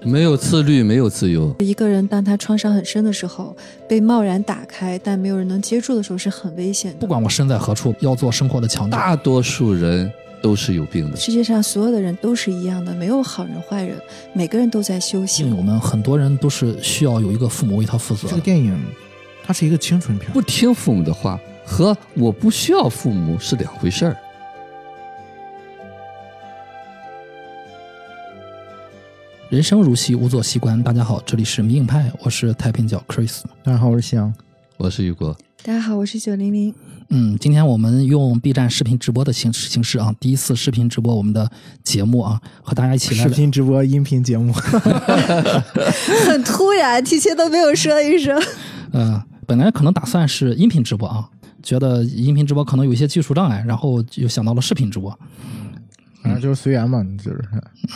没有自律，没有自由。 一个人当他创伤很深的时候，被贸然打开，但没有人能接住的时候是很危险的。 不管我身在何处，要做生活的强者。 大多数人都是有病的。 世界上所有的人都是一样的，没有好人坏人，每个人都在修行。 病友们很多人都是需要有一个父母为他负责。 这个电影它是一个青春片， 不听父母的话和我不需要父母是两回事儿。 人生如戏，无作习惯。大家好，这里是迷影派，我是太平角 Chris。 大家好，我是夕阳， 我是雨果。 大家好，我是900。 今天我们用 B 站视频直播的形式啊，第一次视频直播我们的节目啊，和大家一起来视频直播音频节目， 很突然，提前都没有说一声。 本来可能打算是音频直播啊，觉得音频直播可能有一些技术障碍，然后又想到了视频直播。 反正就是随缘嘛，就是。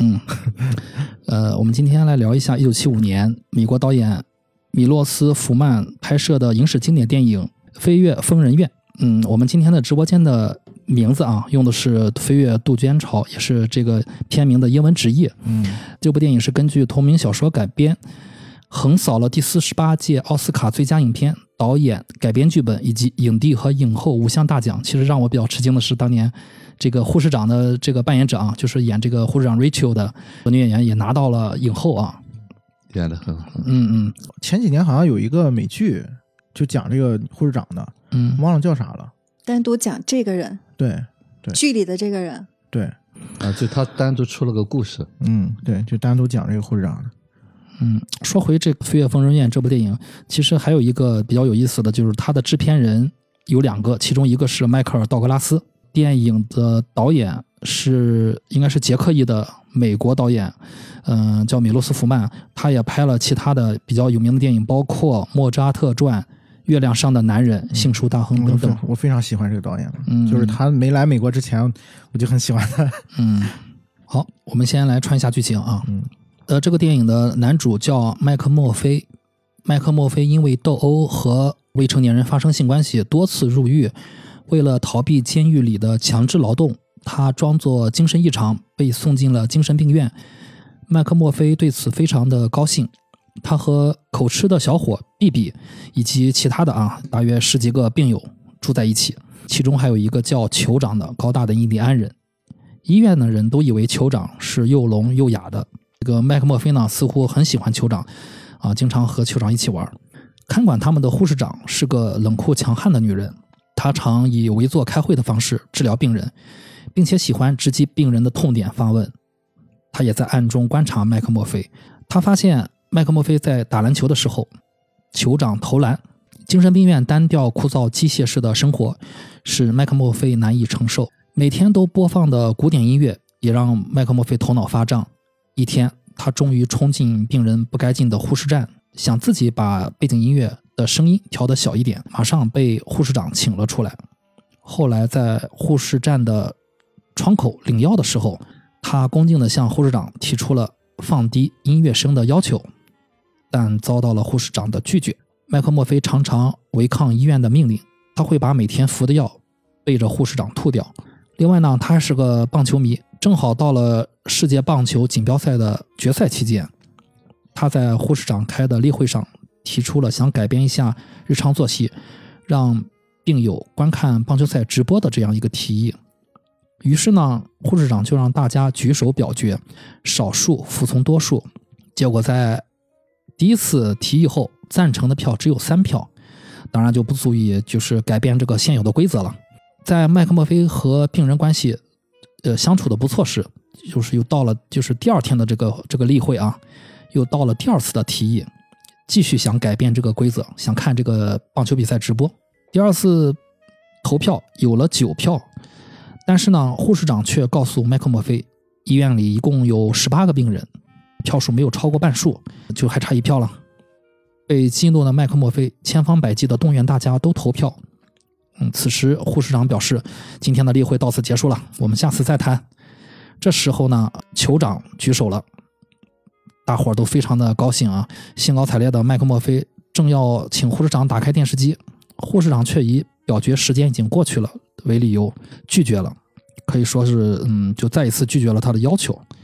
我们今天来聊一下1975年美国导演米洛斯·福曼拍摄的影史经典电影《飞越疯人院》。我们今天的直播间的名字啊，用的是《飞越杜鹃巢》，也是这个片名的英文直译。这部电影是根据同名小说改编，横扫了第48届奥斯卡最佳影片、导演、改编剧本以及影帝和影后5项大奖。其实让我比较吃惊的是，当年这个护士长的这个扮演者啊，就是演这个护士长 Rachel 的女演员也拿到了影后啊， 演得很好。 前几年好像有一个美剧，就讲这个护士长的，忘了叫啥了。 单独讲这个人， 对， 剧里的这个人， 对， 啊，就他单独出了个故事。 对，就单独讲这个护士长的。 说回这个《飞越疯人院》这部电影，其实还有一个比较有意思的，就是它的制片人有2个，其中一个是迈克尔·道格拉斯。电影的导演应该是捷克裔的美国导演，叫米洛斯·福曼，他也拍了其他的比较有名的电影，包括《莫扎特传》、《月亮上的男人》、《杏树大亨》等等。 我非常喜欢这个导演，就是他没来美国之前，我就很喜欢他。 好，我们先来串一下剧情啊。这个电影的男主叫麦克墨菲，麦克墨菲因为斗殴和未成年人发生性关系多次入狱。为了逃避监狱里的强制劳动，他装作精神异常被送进了精神病院。麦克墨菲对此非常的高兴，他和口吃的小伙比比以及其他的大约10几个病友住在一起，其中还有一个叫酋长的高大的印第安人。医院的人都以为酋长是又聋又哑的，这个麦克墨菲呢似乎很喜欢酋长经常和酋长一起玩。看管他们的护士长是个冷酷强悍的女人，他常以围坐开会的方式治疗病人，并且喜欢直击病人的痛点发问。他也在暗中观察麦克墨菲，他发现麦克墨菲在打篮球的时候，酋长投篮。精神病院单调枯燥机械式的生活使麦克墨菲难以承受，每天都播放的古典音乐也让麦克墨菲头脑发胀。一天，他终于冲进病人不该进的护士站，想自己把背景音乐的声音调得小一点，马上被护士长请了出来。后来在护士站的窗口领药的时候，他恭敬地向护士长提出了放低音乐声的要求，但遭到了护士长的拒绝。麦克墨菲常常违抗医院的命令，他会把每天服的药背着护士长吐掉。另外呢，他还是个棒球迷，正好到了世界棒球锦标赛的决赛期间，他在护士长开的例会上提出了想改变一下日常作息，让病友观看棒球赛直播的这样一个提议。于是呢，护士长就让大家举手表决，少数服从多数。结果在第一次提议后，赞成的票只有3票，当然就不足以就是改变这个现有的规则了。在麦克墨菲和病人关系相处的不错时，就是又到了就是第2天的这个例会又到了第2次的提议，继续想改变这个规则，想看这个棒球比赛直播。第2次投票有了9票，但是呢，护士长却告诉麦克墨菲，医院里一共有18个病人，票数没有超过半数，就还差1票了。被激怒的麦克墨菲千方百计地动员大家都投票。此时护士长表示，今天的例会到此结束了，我们下次再谈。这时候呢，酋长举手了，大伙都非常的高兴兴高采烈的麦克墨菲正要请护士长打开电视机，护士长却以表决时间已经过去了为理由拒绝了，可以说是就再一次拒绝了他的要求。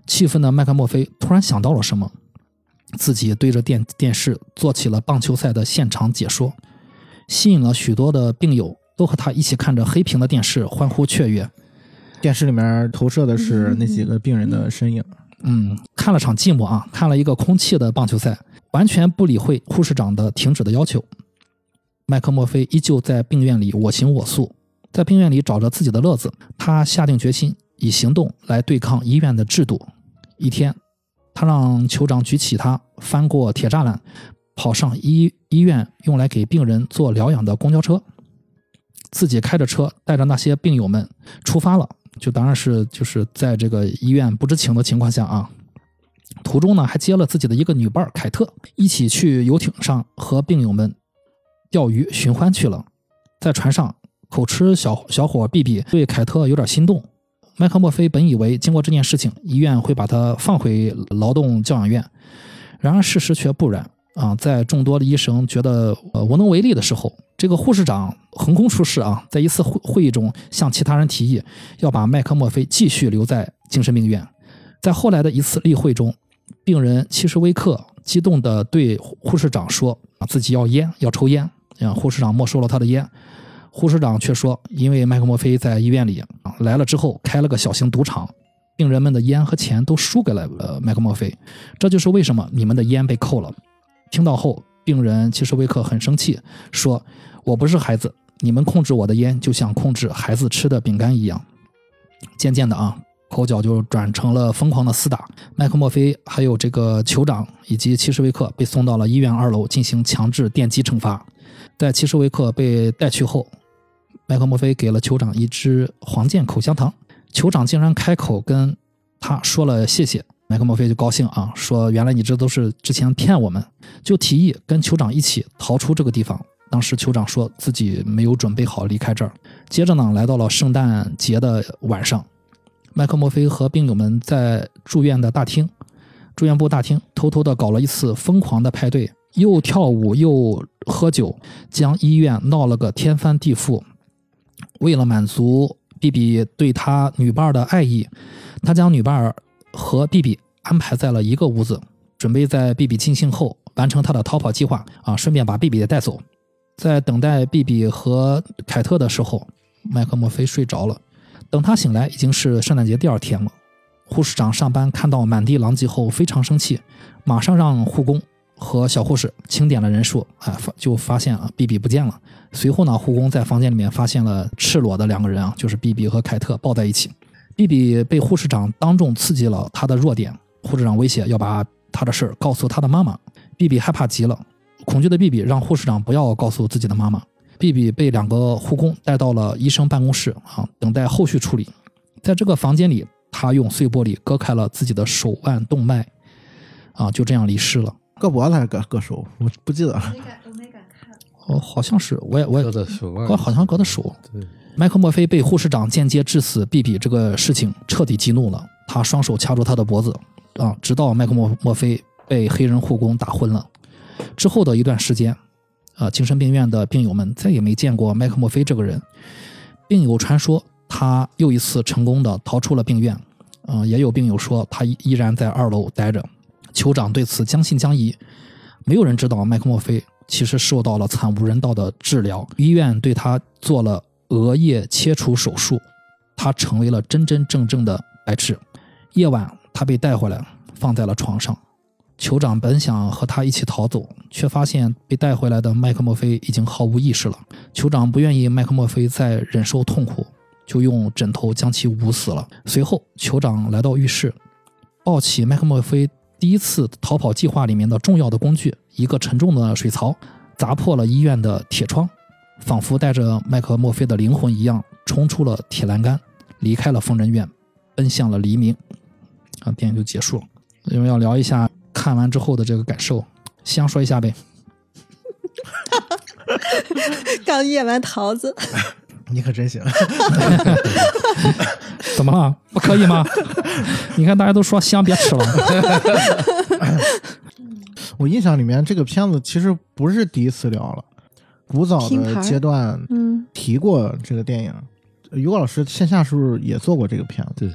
气愤的麦克墨菲突然想到了什么，自己对着电视做起了棒球赛的现场解说，吸引了许多的病友都和他一起看着黑屏的电视欢呼雀跃。 电视里面投射的是那几个病人的身影。 看了场寂寞啊，看了一个空气的棒球赛，完全不理会护士长的停止的要求。麦克墨菲依旧在病院里我行我素，在病院里找着自己的乐子。他下定决心以行动来对抗医院的制度。一天，他让酋长举起他，翻过铁栅栏，跑上医院用来给病人做疗养的公交车，自己开着车带着那些病友们出发了。就当然是就是在这个医院不知情的情况下啊，途中呢还接了自己的一个女伴凯特，一起去游艇上和病友们钓鱼寻欢去了。在船上，口吃小伙比比对凯特有点心动。麦克墨菲本以为经过这件事情，医院会把他放回劳动教养院，然而事实却不然啊！在众多的医生觉得无能为力的时候，这个护士长横空出世啊，在一次会议中向其他人提议要把麦克墨菲继续留在精神病院。在后来的一次例会中，病人契什威克激动地对护士长说自己要抽烟，护士长没收了他的烟。护士长却说，因为麦克墨菲在医院里来了之后开了个小型赌场，病人们的烟和钱都输给了麦克墨菲，这就是为什么你们的烟被扣了。听到后，病人契什威克很生气，说我不是孩子，你们控制我的烟就像控制孩子吃的饼干一样。渐渐的啊，口角就转成了疯狂的厮打。麦克墨菲还有这个酋长以及契什威克被送到了医院2楼进行强制电击惩罚。在契什威克被带去后，麦克墨菲给了酋长一支黄健口香糖，酋长竟然开口跟他说了谢谢。麦克墨菲就高兴啊，说原来你这都是之前骗我们，就提议跟酋长一起逃出这个地方。当时酋长说自己没有准备好离开这儿。接着呢，来到了圣诞节的晚上，麦克墨菲和病友们在住院部大厅偷偷的搞了一次疯狂的派对，又跳舞又喝酒，将医院闹了个天翻地覆。为了满足比比对他女伴的爱意，他将女伴和比比安排在了一个屋子，准备在比比尽兴后完成他的逃跑计划啊，顺便把比比也带走。在等待比比和凯特的时候，麦克墨菲睡着了。等他醒来，已经是圣诞节第2天了。护士长上班看到满地狼藉后非常生气，马上让护工和小护士清点了人数，就发现比比不见了。随后呢，护工在房间里面发现了赤裸的2个人啊，就是比比和凯特抱在一起。比比被护士长当众刺激了他的弱点，护士长威胁要把他的事告诉他的妈妈。比比害怕极了，恐惧的比比让护士长不要告诉自己的妈妈。比比被2个护工带到了医生办公室啊，等待后续处理。在这个房间里，他用碎玻璃割开了自己的手腕动脉啊，就这样离世了。 割脖子还是割手？我不记得了。 我没敢看。 好像是我也割的手腕， 好像割的手。 对。 麦克墨菲被护士长间接致死比比这个事情彻底激怒了，他双手掐住他的脖子啊，直到麦克墨菲被黑人护工打昏了。之后的一段时间精神病院的病友们再也没见过麦克墨菲这个人，并有传说他又一次成功的逃出了病院。也有病友说他依然在2楼待着。酋长对此将信将疑，没有人知道麦克墨菲其实受到了惨无人道的治疗，医院对他做了额叶切除手术，他成为了真真正正的白痴。夜晚他被带回来放在了床上，酋长本想和他一起逃走，却发现被带回来的麦克墨菲已经毫无意识了。酋长不愿意麦克墨菲再忍受痛苦，就用枕头将其捂死了。随后酋长来到浴室，抱起麦克墨菲第一次逃跑计划里面的重要的工具，一个沉重的水槽，砸破了医院的铁窗，仿佛带着麦克墨菲的灵魂一样冲出了铁栏杆，离开了疯人院，奔向了黎明。电影就结束了。因为要聊一下看完之后的这个感受，西洋说一下呗。 刚演完桃子。 你可真行。 怎么了？不可以吗？你看大家都说香别吃了。 我印象里面这个片子其实不是第一次聊了，古早的阶段提过这个电影。于果老师线下是不是也做过这个片子？ 对，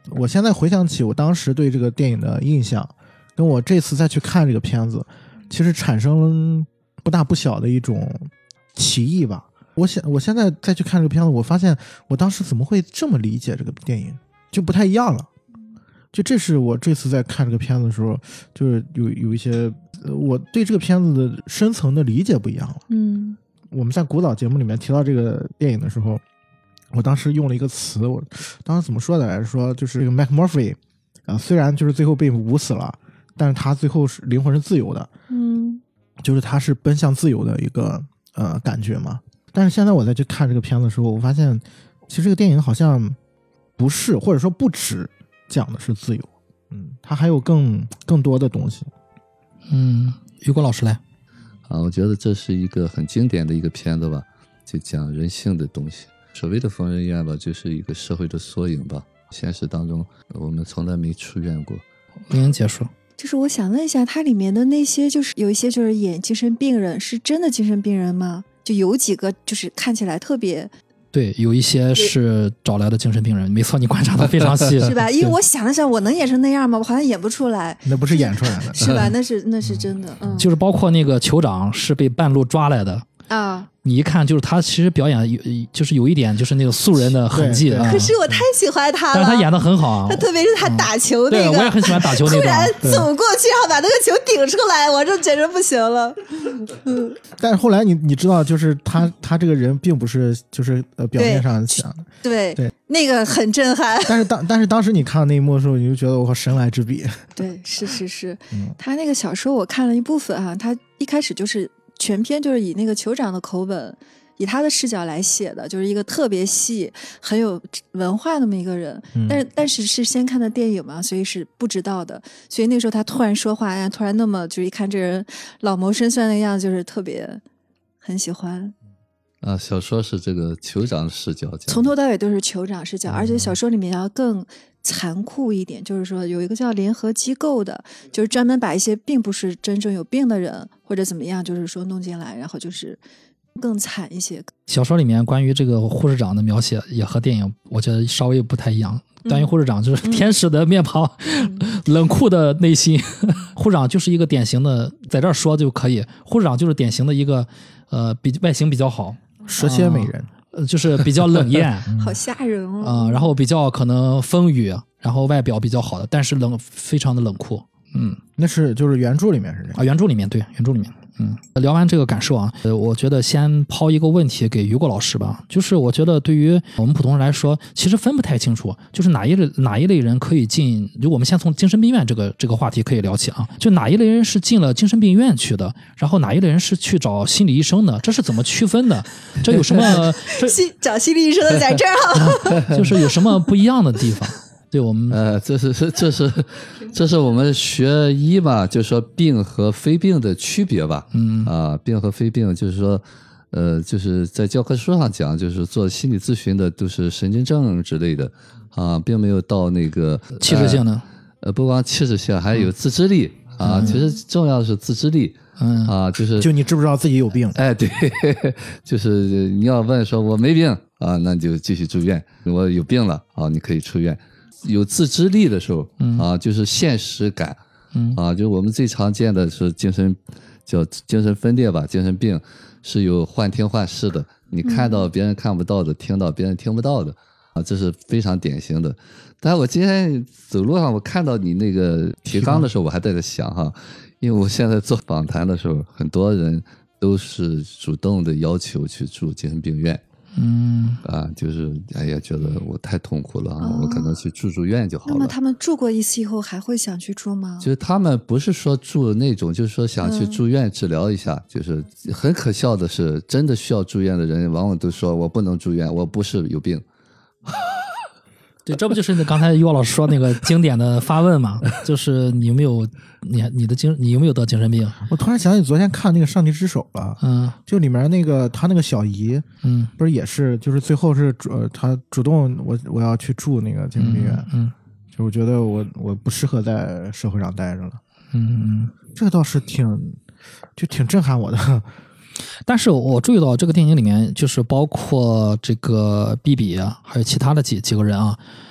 我现在回想起我当时对这个电影的印象，跟我这次再去看这个片子，其实产生不大不小的一种歧义吧。我现在再去看这个片子，我发现我当时怎么会这么理解这个电影，就不太一样了。就这是我这次在看这个片子的时候，就是有一些我对这个片子的深层的理解不一样了。我们在古早节目里面提到这个电影的时候，我当时用了一个词，我当时怎么说的来着？说就是这个 Mac Murphy 虽然就是最后被捂死了，但是他最后是灵魂是自由的。就是他是奔向自由的一个感觉嘛。但是现在我再去看这个片子的时候，我发现其实这个电影好像不是，或者说不只讲的是自由，它还有更多的东西。 于果老师来。 我觉得这是一个很经典的一个片子吧，就讲人性的东西。所谓的疯人院吧，就是一个社会的缩影吧。现实当中我们从来没出院过。 林英结束。 就是我想问一下，它里面的那些就是有一些就是演精神病人，是真的精神病人吗？就有几个就是看起来特别， 对，有一些是找来的精神病人，没错，你观察的非常细， 是吧？因为我想了想，我能演成那样吗？我好像演不出来。 那不是演出来的， 是吧？那是真的。 就是包括那个酋长是被半路抓来的啊。 你一看就是他其实表演就是有一点就是那个素人的痕迹。 可是我太喜欢他了， 但是他演得很好啊。 他特别是他打球那个， 对，我也很喜欢打球那个。 突然走过去，然后把那个球顶出来，我这简直不行了。 但是后来你知道，就是他这个人并不是就是表面上想的， 对，那个很震撼。 但是当时你看到那一幕的时候，你就觉得我神来之笔。 对，是，他那个小说我看了一部分哈，他一开始就是全篇就是以那个酋长的口吻，以他的视角来写的，就是一个特别细、很有文化那么一个人。但是是先看的电影嘛，所以是不知道的。所以那时候他突然说话，突然那么就是一看这人老谋深算那个样子，就是特别很喜欢。 小说是这个酋长视角， 从头到尾都是酋长视角，而且小说里面要更残酷一点，就是说有一个叫联合机构的，就是专门把一些并不是真正有病的人或者怎么样，就是说弄进来，然后就是更惨一些。 小说里面关于这个护士长的描写也和电影我觉得稍微不太一样。关于护士长就是天使的面庞，冷酷的内心。护士长就是一个典型的，在这儿说就可以，护士长就是典型的一个外形比较好， 蛇蝎美人。 就是比较冷艳好吓人哦。 然后比较可能风雨，然后外表比较好的，但是非常的冷酷。 那是就是原著里面是这样原著里面对，原著里面。聊完这个感受啊，我觉得先抛一个问题给于果老师吧，就是我觉得对于我们普通人来说，其实分不太清楚，就是哪一类人可以进，就我们先从精神病院这个话题可以聊起啊，就哪一类人是进了精神病院去的，然后哪一类人是去找心理医生的，这是怎么区分的？这有什么？ 找心理医生的在这儿啊， 就是有什么不一样的地方？对我们这是我们学医嘛，就是说病和非病的区别吧。病和非病就是说就是在教科书上讲，就是做心理咨询的都是神经症之类的并没有到那个器质性的不光器质性，还有自制力其实重要的是自制力。就你知不知道自己有病？ 对，就是你要问说我没病那你就继续住院；我有病了你可以出院。有自制力的时候就是现实感就我们最常见的是精神分裂吧，精神病是有幻听幻视的，你看到别人看不到的，听到别人听不到的这是非常典型的。但是我今天走路上我看到你那个提纲的时候，我还在想因为我现在做访谈的时候，很多人都是主动的要求去住精神病院。就是觉得我太痛苦了我可能去住院就好了。 那么他们住过一次以后还会想去住吗？ 就是他们不是说住那种，就是说想去住院治疗一下。就是很可笑的是，真的需要住院的人往往都说我不能住院，我不是有病。 对，这不就是刚才于老师说那个经典的发问嘛？就是你有没有你有没有得精神病？ 我突然想起昨天看那个《上帝之手》了，就里面那个他那个小姨，不是也是，就是最后是他主动我要去住那个精神病院，就我觉得我不适合在社会上待着了，这个倒是挺震撼我的。 但是我注意到这个电影里面，就是包括这个比比还有其他的几个人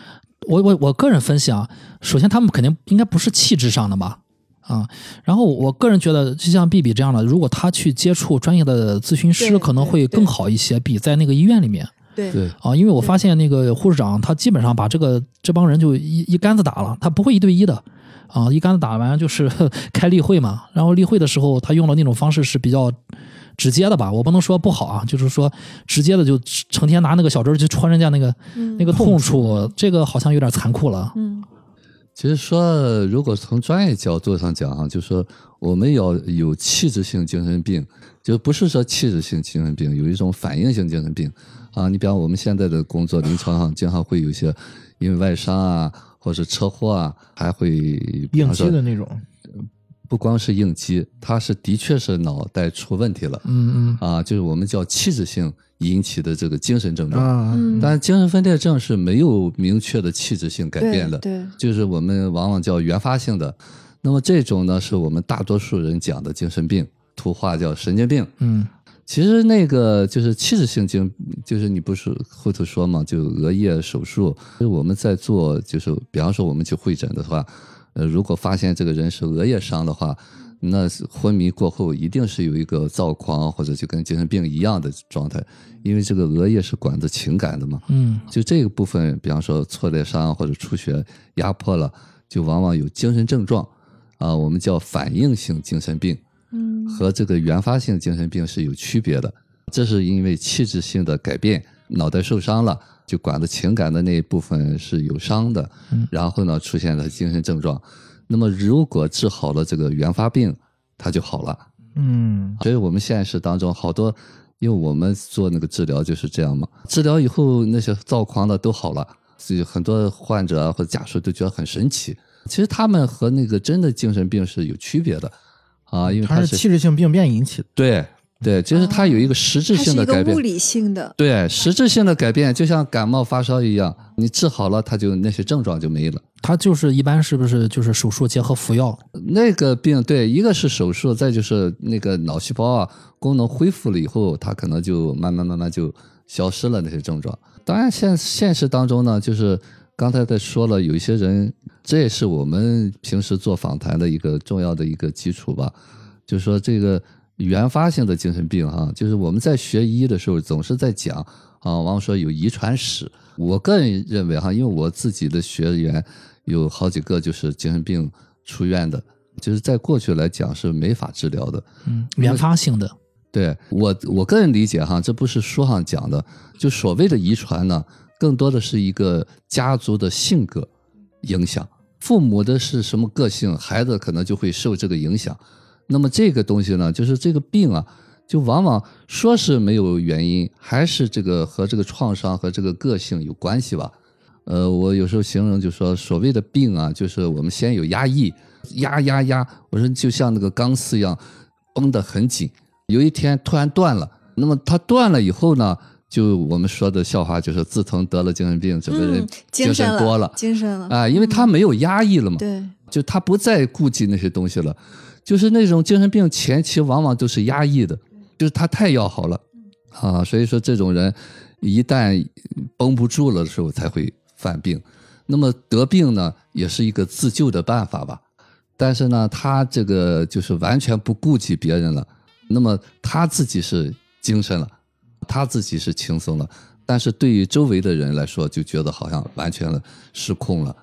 我个人分析啊，首先他们肯定应该不是气质上的吧，然后我个人觉得，就像 B 这样的，如果他去接触专业的咨询师，可能会更好一些，比在那个医院里面。 对因为我发现那个护士长他基本上把这帮人就一竿子打了，他不会1对1的一竿子打完就是开例会嘛，然后例会的时候他用的那种方式是比较直接的吧，我不能说不好啊，就是说直接的就成天拿那个小针去戳人家那个痛处，这个好像有点残酷了。 其实说，如果从专业角度上讲就是说我们要有器质性精神病，就不是说器质性精神病，有一种反应性精神病你比方我们现在的工作临床上经常会有一些因为外伤或者车祸还会应激的那种， 不光是应激，它是的确是脑袋出问题了，就是我们叫器质性引起的这个精神症状，但精神分裂症是没有明确的器质性改变的， 对， 就是我们往往叫原发性的。那么这种呢，是我们大多数人讲的精神病，土话叫神经病。其实那个就是器质性就是你不是后头说嘛，就额叶手术，就是我们在做，就是比方说我们去会诊的话，如果发现这个人是额叶伤的话，那昏迷过后一定是有一个躁狂或者就跟精神病一样的状态，因为这个额叶是管着情感的嘛。就这个部分，比方说挫裂伤或者出血压迫了，就往往有精神症状我们叫反应性精神病。和这个原发性精神病是有区别的，这是因为器质性的改变，脑袋受伤了，就管着情感的那一部分是有伤的，然后呢出现了精神症状。那么如果治好了这个原发病，它就好了。所以我们现实当中好多，因为我们做那个治疗就是这样嘛，治疗以后那些躁狂的都好了，所以很多患者或者家属都觉得很神奇。其实他们和那个真的精神病是有区别的因为它是器质性病变引起的。 对，就是它有一个实质性的改变， 它是一个物理性的。 对，实质性的改变，就像感冒发烧一样，你治好了，它就那些症状就没了。 它就是一般是不是就是手术结合服药？ 那个病对，一个是手术，再就是那个脑细胞功能恢复了以后，它可能就慢慢就消失了那些症状。当然现实当中呢，就是刚才在说了，有一些人，这也是我们平时做访谈的一个重要的一个基础吧，就是说这个原发性的精神病就是我们在学医的时候总是在讲往往说有遗传史。我个人认为因为我自己的学员有好几个就是精神病出院的，就是在过去来讲是没法治疗的。 原发性的。 对，我个人理解这不是书上讲的，就所谓的遗传呢，更多的是一个家族的性格影响，父母的是什么个性，孩子可能就会受这个影响。那么这个东西呢，就是这个病就往往说是没有原因，还是这个和这个创伤和这个个性有关系吧。我有时候形容就说，所谓的病就是我们先有压抑，压，我说就像那个钢丝一样绷得很紧，有一天突然断了，那么它断了以后呢，就我们说的笑话就是自从得了精神病，整个人精神多了， 精神了因为他没有压抑了嘛， 对， 就他不再顾及那些东西了。就是那种精神病前期往往都是压抑的，就是他太要好了所以说这种人一旦绷不住了的时候才会犯病。那么得病呢，也是一个自救的办法吧，但是呢他这个就是完全不顾及别人了，那么他自己是精神了，他自己是轻松了，但是对于周围的人来说就觉得好像完全失控了。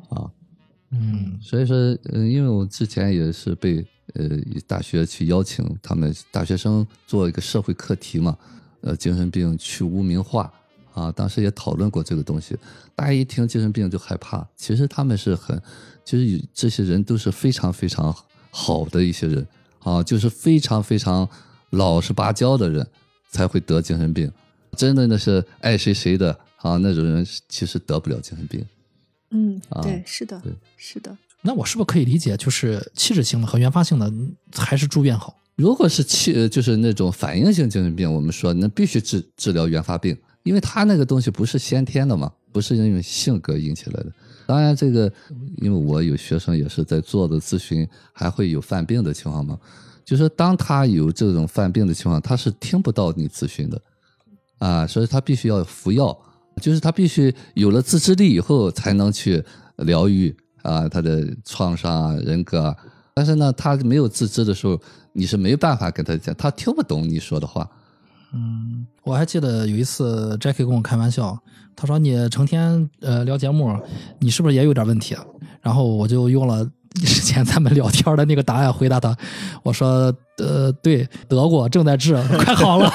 所以说因为我之前也是被大学去邀请他们大学生做一个社会课题嘛，精神病去污名化当时也讨论过这个东西。大家一听精神病就害怕，其实他们是其实这些人都是非常非常好的一些人就是非常非常老实巴交的人才会得精神病，真的那是爱谁的那种人其实得不了精神病。 对，是的， 对， 是的。 那我是不是可以理解，就是器质性的和原发性的还是住院好？ 如果是就是那种反应性精神病，我们说那必须治疗原发病，因为他那个东西不是先天的嘛，不是因为性格引起来的。当然这个因为我有学生也是在做的咨询，还会有犯病的情况嘛，就是当他有这种犯病的情况，他是听不到你咨询的所以他必须要服药， 就是他必须有了自制力以后才能去疗愈啊他的创伤啊人格啊。但是呢，他没有自知的时候，你是没办法跟他讲，他听不懂你说的话。 我还记得有一次 Jackie 跟我开玩笑，他说你成天聊节目，你是不是也有点问题啊？然后我就用了之前咱们聊天的那个答案回答他，我说对，得过，正在治，快好了。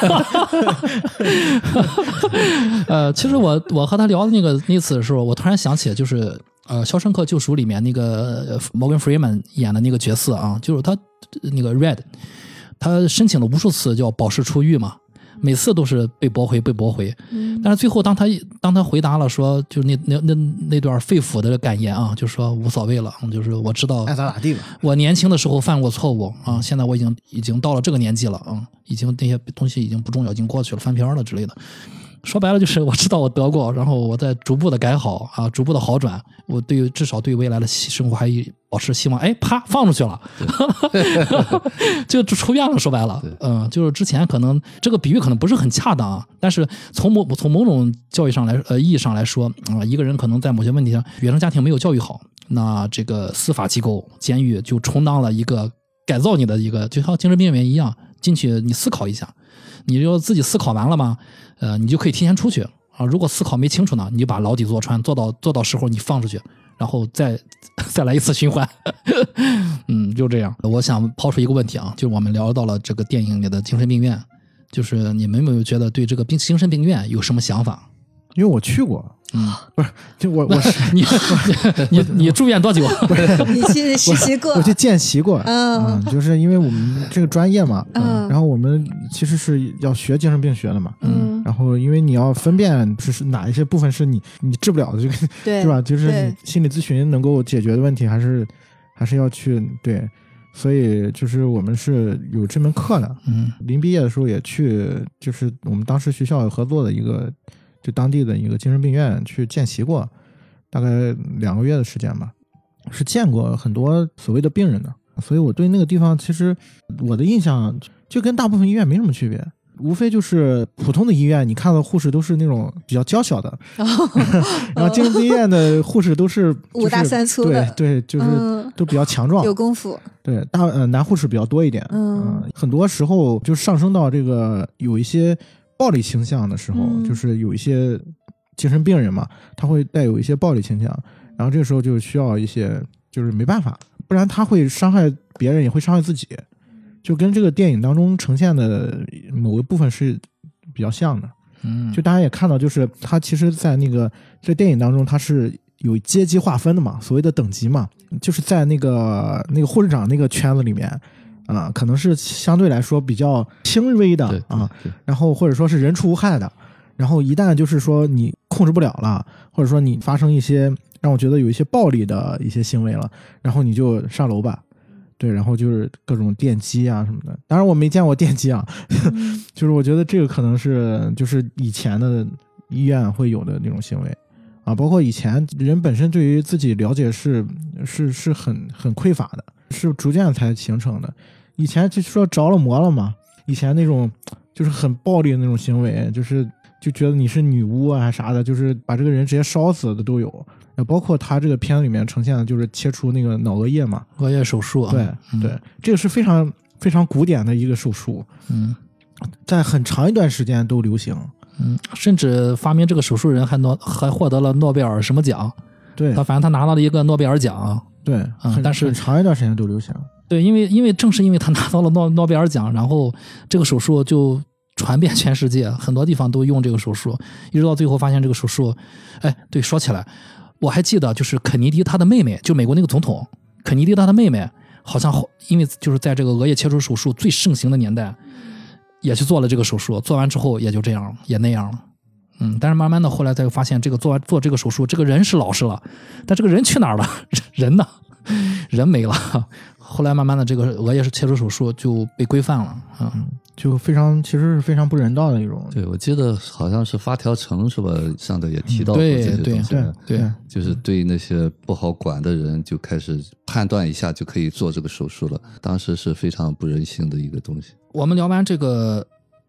其实我和他聊的那次的时候，我突然想起就是肖申克救赎里面那个Morgan Freeman 演的那个角色啊，就是他那个 Red， 他申请了无数次叫保释出狱嘛，每次都是被驳回，但是最后当他回答了说，就是那段肺腑的感言啊，就说无所谓了，就是我知道爱咋咋地吧。 我年轻的时候犯过错误啊，现在我已经到了这个年纪了啊，已经那些东西已经不重要，已经过去了，翻篇了之类的。说白了就是我知道我得过，然后我在逐步的改好啊，逐步的好转，我至少对未来的生活还保持希望。哎，啪，放出去了，就出院了。说白了，就是之前可能这个比喻可能不是很恰当啊，但是从某种教育上来意义上来说一个人可能在某些问题上原生家庭没有教育好，那这个司法机构监狱就充当了一个改造你的一个，就像精神病院一样，进去你思考一下，你就自己思考完了吗？你就可以提前出去啊。如果思考没清楚呢，你就把牢底坐穿，做到时候你放出去，然后再来一次循环。就这样。我想抛出一个问题啊，就是我们聊到了这个电影里的精神病院，就是你们有没有觉得对这个精神病院有什么想法？ 因为我去过。不是，就我是你住院多久？ 你去实习过？ 我去见习过。就是因为我们这个专业嘛，然后我们其实是要学精神病学的嘛，然后因为你要分辨是哪一些部分是你治不了的， 对， 是吧？就是你心理咨询能够解决的问题，还是要去对。所以就是我们是有这门课的。临毕业的时候也去，就是我们当时学校有合作的一个。就当地的一个精神病院去见习过，大概2个月的时间吧，是见过很多所谓的病人的，所以我对那个地方其实我的印象就跟大部分医院没什么区别，无非就是普通的医院你看到护士都是那种比较娇小的，然后精神病院的护士都是 5大3粗的， 对，就是都比较强壮， 有功夫。 对，男护士比较多一点。很多时候就上升到这个有一些暴力倾向的时候，就是有一些精神病人嘛，他会带有一些暴力倾向，然后这个时候就需要一些，就是没办法，不然他会伤害别人，也会伤害自己，就跟这个电影当中呈现的某个部分是比较像的。就大家也看到，就是他其实在这电影当中，他是有阶级划分的嘛，所谓的等级嘛，就是在那个护士长那个圈子里面。可能是相对来说比较轻微的然后或者说是人畜无害的，然后一旦就是说你控制不了了，或者说你发生一些让我觉得有一些暴力的一些行为了，然后你就上楼吧，对，然后就是各种电击啊什么的。当然我没见过电击啊，就是我觉得这个可能是就是以前的医院会有的那种行为包括以前人本身对于自己了解是很匮乏的，是逐渐才形成的。以前就说着了魔了嘛，以前那种就是很暴力的那种行为，就觉得你是女巫啊啥的，就是把这个人直接烧死的都有。包括他这个片子里面呈现的就是切除那个脑额叶嘛， 额叶手术对，这个是非常非常古典的一个手术，在很长一段时间都流行。 甚至发明这个手术人还获得了诺贝尔什么奖？ 对， 反正他拿到了一个诺贝尔奖。 对， 但是很长一段时间都流行。 对，因为正是因为他拿到了诺贝尔奖，然后这个手术就传遍全世界，很多地方都用这个手术，一直到最后发现这个手术，对，说起来，我还记得就是肯尼迪他的妹妹，就美国那个总统肯尼迪他的妹妹，好像因为就是在这个额叶切除手术最盛行的年代，也去做了这个手术，做完之后也就这样了，也那样了。但是慢慢的后来才发现，这个做这个手术，这个人是老实了，但这个人去哪儿了？人呢？人没了。后来慢慢的这个额叶切除手术就被规范了， 就其实是非常不人道的一种。 对，我记得好像是发条城是吧？上头也提到过这些东西。 对， 就是对那些不好管的人就开始判断一下就可以做这个手术了。当时是非常不人性的一个东西。 我们聊完这个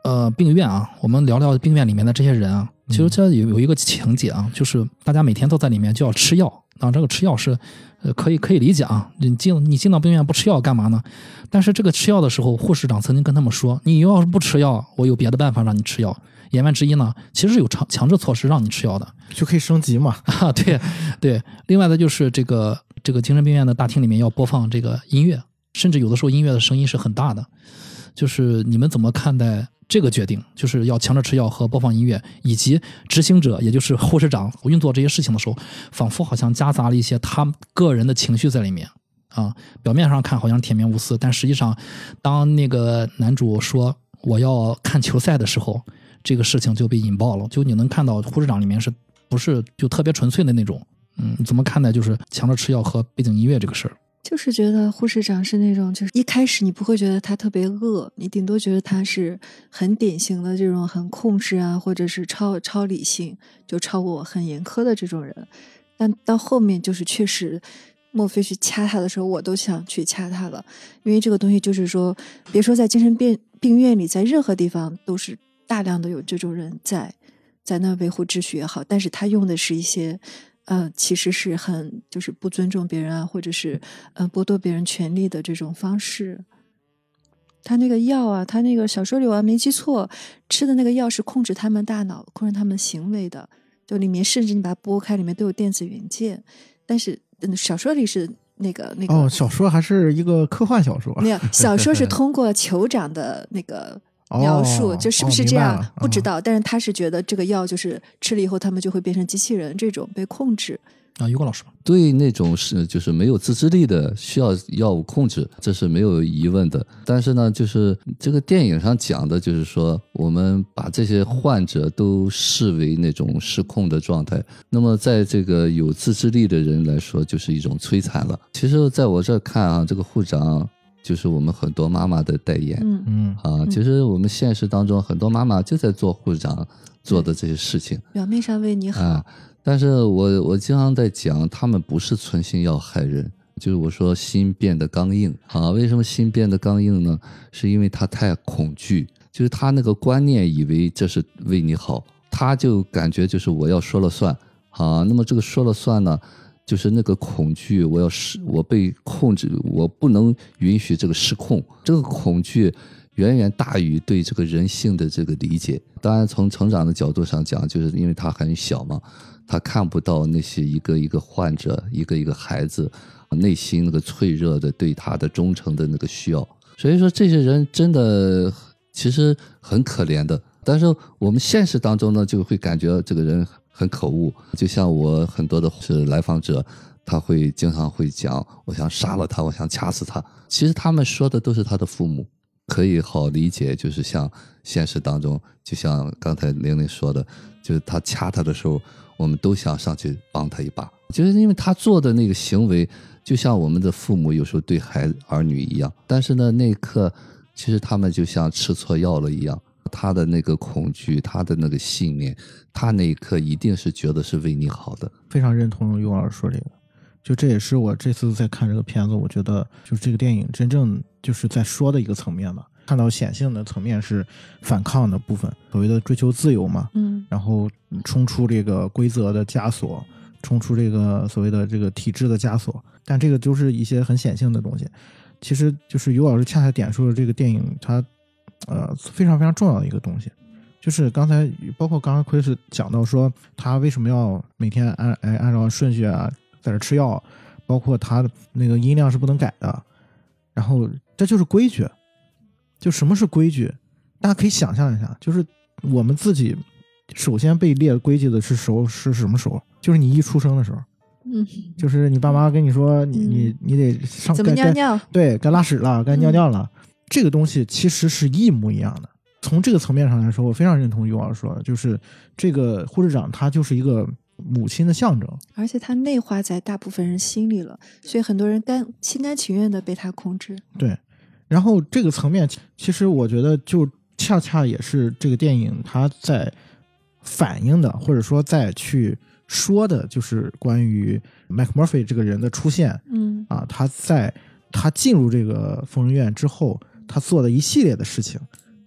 病院啊，我们聊聊病院里面的这些人啊。其实这有一个情节啊，就是大家每天都在里面就要吃药啊，这个吃药是可以理解啊。你进到病院不吃药干嘛呢？但是这个吃药的时候，护士长曾经跟他们说，你要是不吃药，我有别的办法让你吃药。言外之意呢，其实有强制措施让你吃药的， 就可以升级嘛。 啊，对。另外的就是这个精神病院的大厅里面要播放这个音乐，甚至有的时候音乐的声音是很大的。就是你们怎么看待这个决定，就是要强制吃药和播放音乐，以及执行者也就是护士长运作这些事情的时候，仿佛好像夹杂了一些他个人的情绪在里面啊。表面上看好像铁面无私，但实际上当那个男主说我要看球赛的时候，这个事情就被引爆了。就你能看到护士长里面是不是就特别纯粹的那种。你怎么看待就是强制吃药和背景音乐这个事儿？ 就是觉得护士长是那种，就是一开始你不会觉得他特别恶，你顶多觉得他是很典型的这种很控制啊，或者是超理性，就超过我很严苛的这种人。但到后面就是确实墨菲去掐他的时候，我都想去掐他了，因为这个东西就是说，别说在精神病院里，在任何地方都是大量的有这种人在那维护秩序也好，但是他用的是一些其实是很就是不尊重别人啊，或者是剥夺别人权利的这种方式。他那个药啊，他那个小说里我没记错，吃的那个药是控制他们大脑、控制他们行为的，就里面甚至你把它剥开，里面都有电子元件。但是小说里是那个哦，小说还是一个科幻小说。 没有，小说是通过酋长的那个描述，就是不是这样不知道，但是他是觉得这个药就是吃了以后他们就会变成机器人，这种被控制啊。于果老师对那种就是没有自制力的需要药物控制，这是没有疑问的。但是呢，就是这个电影上讲的就是说，我们把这些患者都视为那种失控的状态，那么在这个有自制力的人来说就是一种摧残了。其实在我这看啊，这个护长就是我们很多妈妈的代言。其实我们现实当中很多妈妈就在做护士长做的这些事情， 表面上为你好， 但是我经常在讲，他们不是存心要害人，就是我说心变得刚硬啊。为什么心变得刚硬呢？是因为他太恐惧，就是他那个观念以为这是为你好，他就感觉就是我要说了算啊。那么这个说了算呢，就是那个恐惧，我被控制，我不能允许这个失控，这个恐惧远远大于对这个人性的这个理解。当然从成长的角度上讲，就是因为他很小嘛，他看不到那些一个一个患者，一个一个孩子内心那个脆弱的对他的忠诚的那个需要。所以说这些人真的其实很可怜的，但是我们现实当中呢，就会感觉这个人很可恶。就像我很多的来访者，他会经常会讲，我想杀了他，我想掐死他。其实他们说的都是他的父母，可以好理解。就是像现实当中，就像刚才玲玲说的，就是他掐他的时候，我们都想上去帮他一把，就是因为他做的那个行为就像我们的父母有时候对儿女一样。但是呢，那一刻其实他们就像吃错药了一样，他的那个恐惧，他的那个信念，他那一刻一定是觉得是为你好的。 非常认同于老师说这个，就这也是我这次在看这个片子，我觉得就是这个电影真正就是在说的一个层面吧。看到显性的层面是反抗的部分，所谓的追求自由嘛，然后冲出这个规则的枷锁，冲出这个所谓的这个体制的枷锁，但这个就是一些很显性的东西。其实就是于老师恰恰点出了这个电影它非常非常重要的一个东西，就是刚才包括刚刚奎是讲到说他为什么要每天按照顺序啊在这吃药，包括他的那个音量是不能改的，然后这就是规矩。就什么是规矩？大家可以想象一下，就是我们自己首先被列规矩的是什么时候？就是你一出生的时候，就是你爸妈跟你说你得上怎么尿尿， 对，该拉屎了，该尿尿了，这个东西其实是一模一样的。从这个层面上来说，我非常认同于老师说的，就是这个护士长他就是一个母亲的象征， 而且他内化在大部分人心里了，所以很多人心甘情愿的被他控制。 对。然后这个层面其实我觉得就恰恰也是这个电影它在反映的，或者说在去说的，就是关于麦克墨菲这个人的出现。他进入这个疯人院之后他做的一系列的事情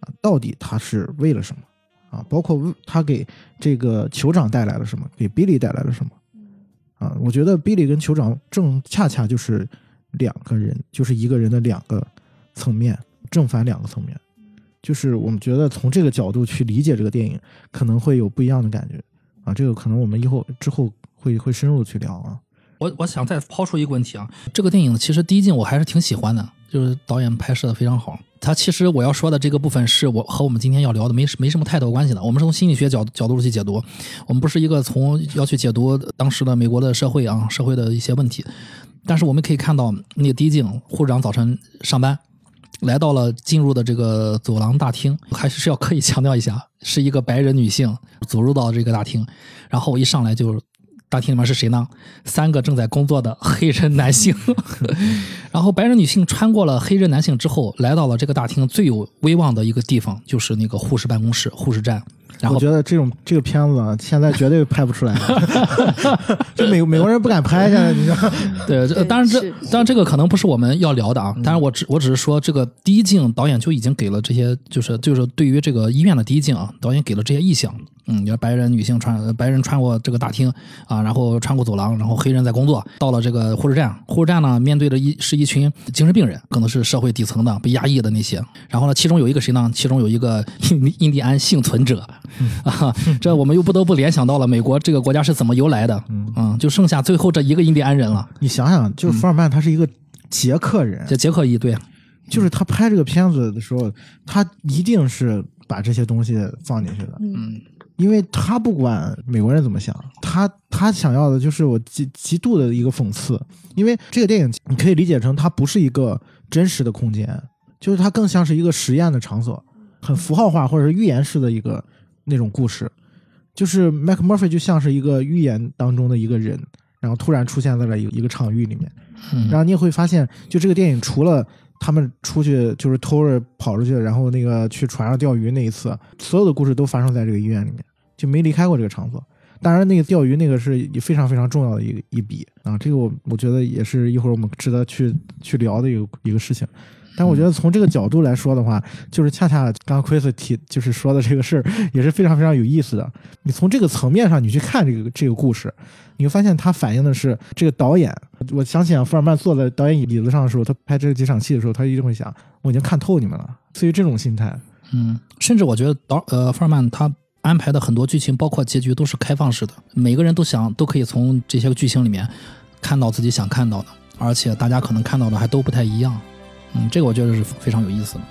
到底他是为了什么啊？包括他给这个酋长带来了什么，给 Billy 带来了什么啊？我觉得 Billy 跟酋长恰恰就是两个人，就是一个人的两个层面，正反两个层面。就是我们觉得从这个角度去理解这个电影，可能会有不一样的感觉啊。这个可能我们之后会深入去聊啊。 我想再抛出一个问题啊，这个电影其实第一镜我还是挺喜欢的，就是导演拍摄的非常好。它其实我要说的这个部分是我和我们今天要聊的没什么太多关系的。我们是从心理学角度去解读，我们不是一个要去解读当时的美国的社会啊，社会的一些问题。但是我们可以看到那个第一镜，护士长早晨上班，来到了进入的这个走廊大厅，还是要刻意强调一下，是一个白人女性走入到这个大厅，然后一上来就大厅里面是谁呢？3个正在工作的黑人男性然后白人女性穿过了黑人男性之后，来到了这个大厅最有威望的一个地方，就是那个护士办公室、护士站。然后我觉得这个片子啊，现在绝对拍不出来这美国人不敢拍，现在你知道。 对，当然这个可能不是我们要聊的啊。当然我只是说，这个第一镜导演就已经给了这些，就是对于这个医院的第一镜啊，导演给了这些意象。你看白人女性白人穿过这个大厅啊，然后穿过走廊，然后黑人在工作，到了这个护士站呢，面对的是一群精神病人，可能是社会底层的被压抑的那些。然后呢，其中有一个谁呢？其中有一个印第安幸存者啊，这我们又不得不联想到了美国这个国家是怎么由来的，就剩下最后这一个印第安人了。 你想想，就是福尔曼他是一个捷克人， 捷克裔，对， 就是他拍这个片子的时候，他一定是把这些东西放进去的，因为他不管美国人怎么想，他想要的就是我极度的一个讽刺。因为这个电影你可以理解成它不是一个真实的空间，就是它更像是一个实验的场所，很符号化或者是寓言式的一个那种故事。就是麦克莫菲就像是一个寓言当中的一个人，然后突然出现在了一个场域里面，然后你也会发现，就这个电影除了他们出去就是偷着跑出去，然后那个去船上钓鱼那一次，所有的故事都发生在这个医院里面，就没离开过这个场所。当然那个钓鱼那个是非常非常重要的一笔啊，这个我觉得也是一会儿我们值得去聊的一个事情。但我觉得从这个角度来说的话，就是恰恰刚刚 Chris 就是说的这个事儿也是非常非常有意思的。你从这个层面上你去看这个故事，你会发现它反映的是这个导演。我相信福尔曼坐在导演椅子上的时候，他拍这几场戏的时候，他一定会想，我已经看透你们了。所以这种心态， 甚至我觉得福尔曼他安排的很多剧情，包括结局都是开放式的，每个人都可以从这些剧情里面看到自己想看到的，而且大家可能看到的还都不太一样。这个我觉得是非常有意思的。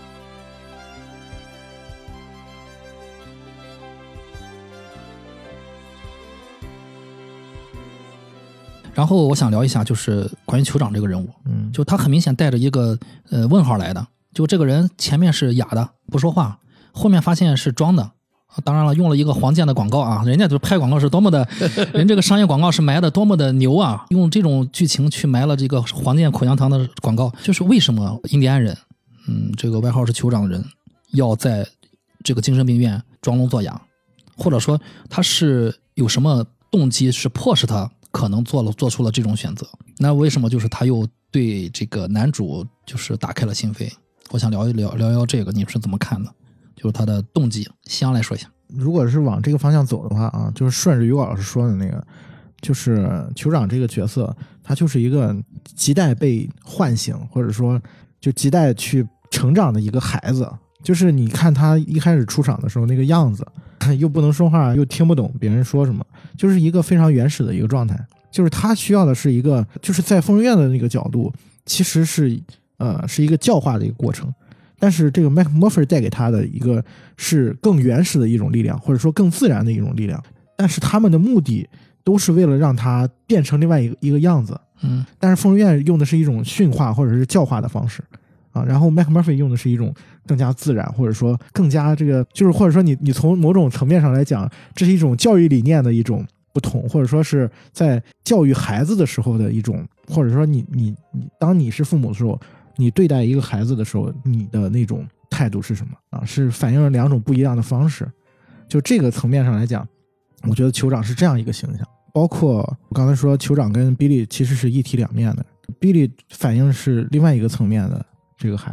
然后我想聊一下，就是关于酋长这个人物，就他很明显带着一个问号来的，就这个人前面是哑的不说话，后面发现是装的。当然了，用了一个黄健的广告啊，人家就拍广告是多么的，人这个商业广告是埋的多么的牛啊，用这种剧情去埋了这个黄健口香糖的广告。就是为什么印第安人这个外号是酋长的人要在这个精神病院装聋作哑，或者说他是有什么动机是迫使他可能做出了这种选择。那为什么就是他又对这个男主就是打开了心扉？我想聊一聊这个，你是怎么看的？就是他的动机，先来说一下。 如果是往这个方向走的话啊，就是顺着于老师说的那个，就是酋长这个角色，他就是一个亟待被唤醒，或者说就亟待去成长的一个孩子。就是你看他一开始出场的时候那个样子，又不能说话，又听不懂别人说什么，就是一个非常原始的一个状态。就是他需要的是一个，就是在疯人院的那个角度，其实是一个教化的一个过程。但是这个麦克莫菲带给他的一个是更原始的一种力量，或者说更自然的一种力量。但是他们的目的都是为了让他变成另外一个样子。但是疯人院用的是一种驯化或者是教化的方式啊，然后麦克莫菲用的是一种更加自然，或者说更加这个就是或者说你从某种层面上来讲，这是一种教育理念的一种不同，或者说是在教育孩子的时候的一种，或者说你当你是父母的时候，你对待一个孩子的时候，你的那种态度是什么啊？是反映了两种不一样的方式。就这个层面上来讲，我觉得酋长是这样一个形象。包括我刚才说酋长跟比利其实是一体两面的，比利反映是另外一个层面的这个孩子，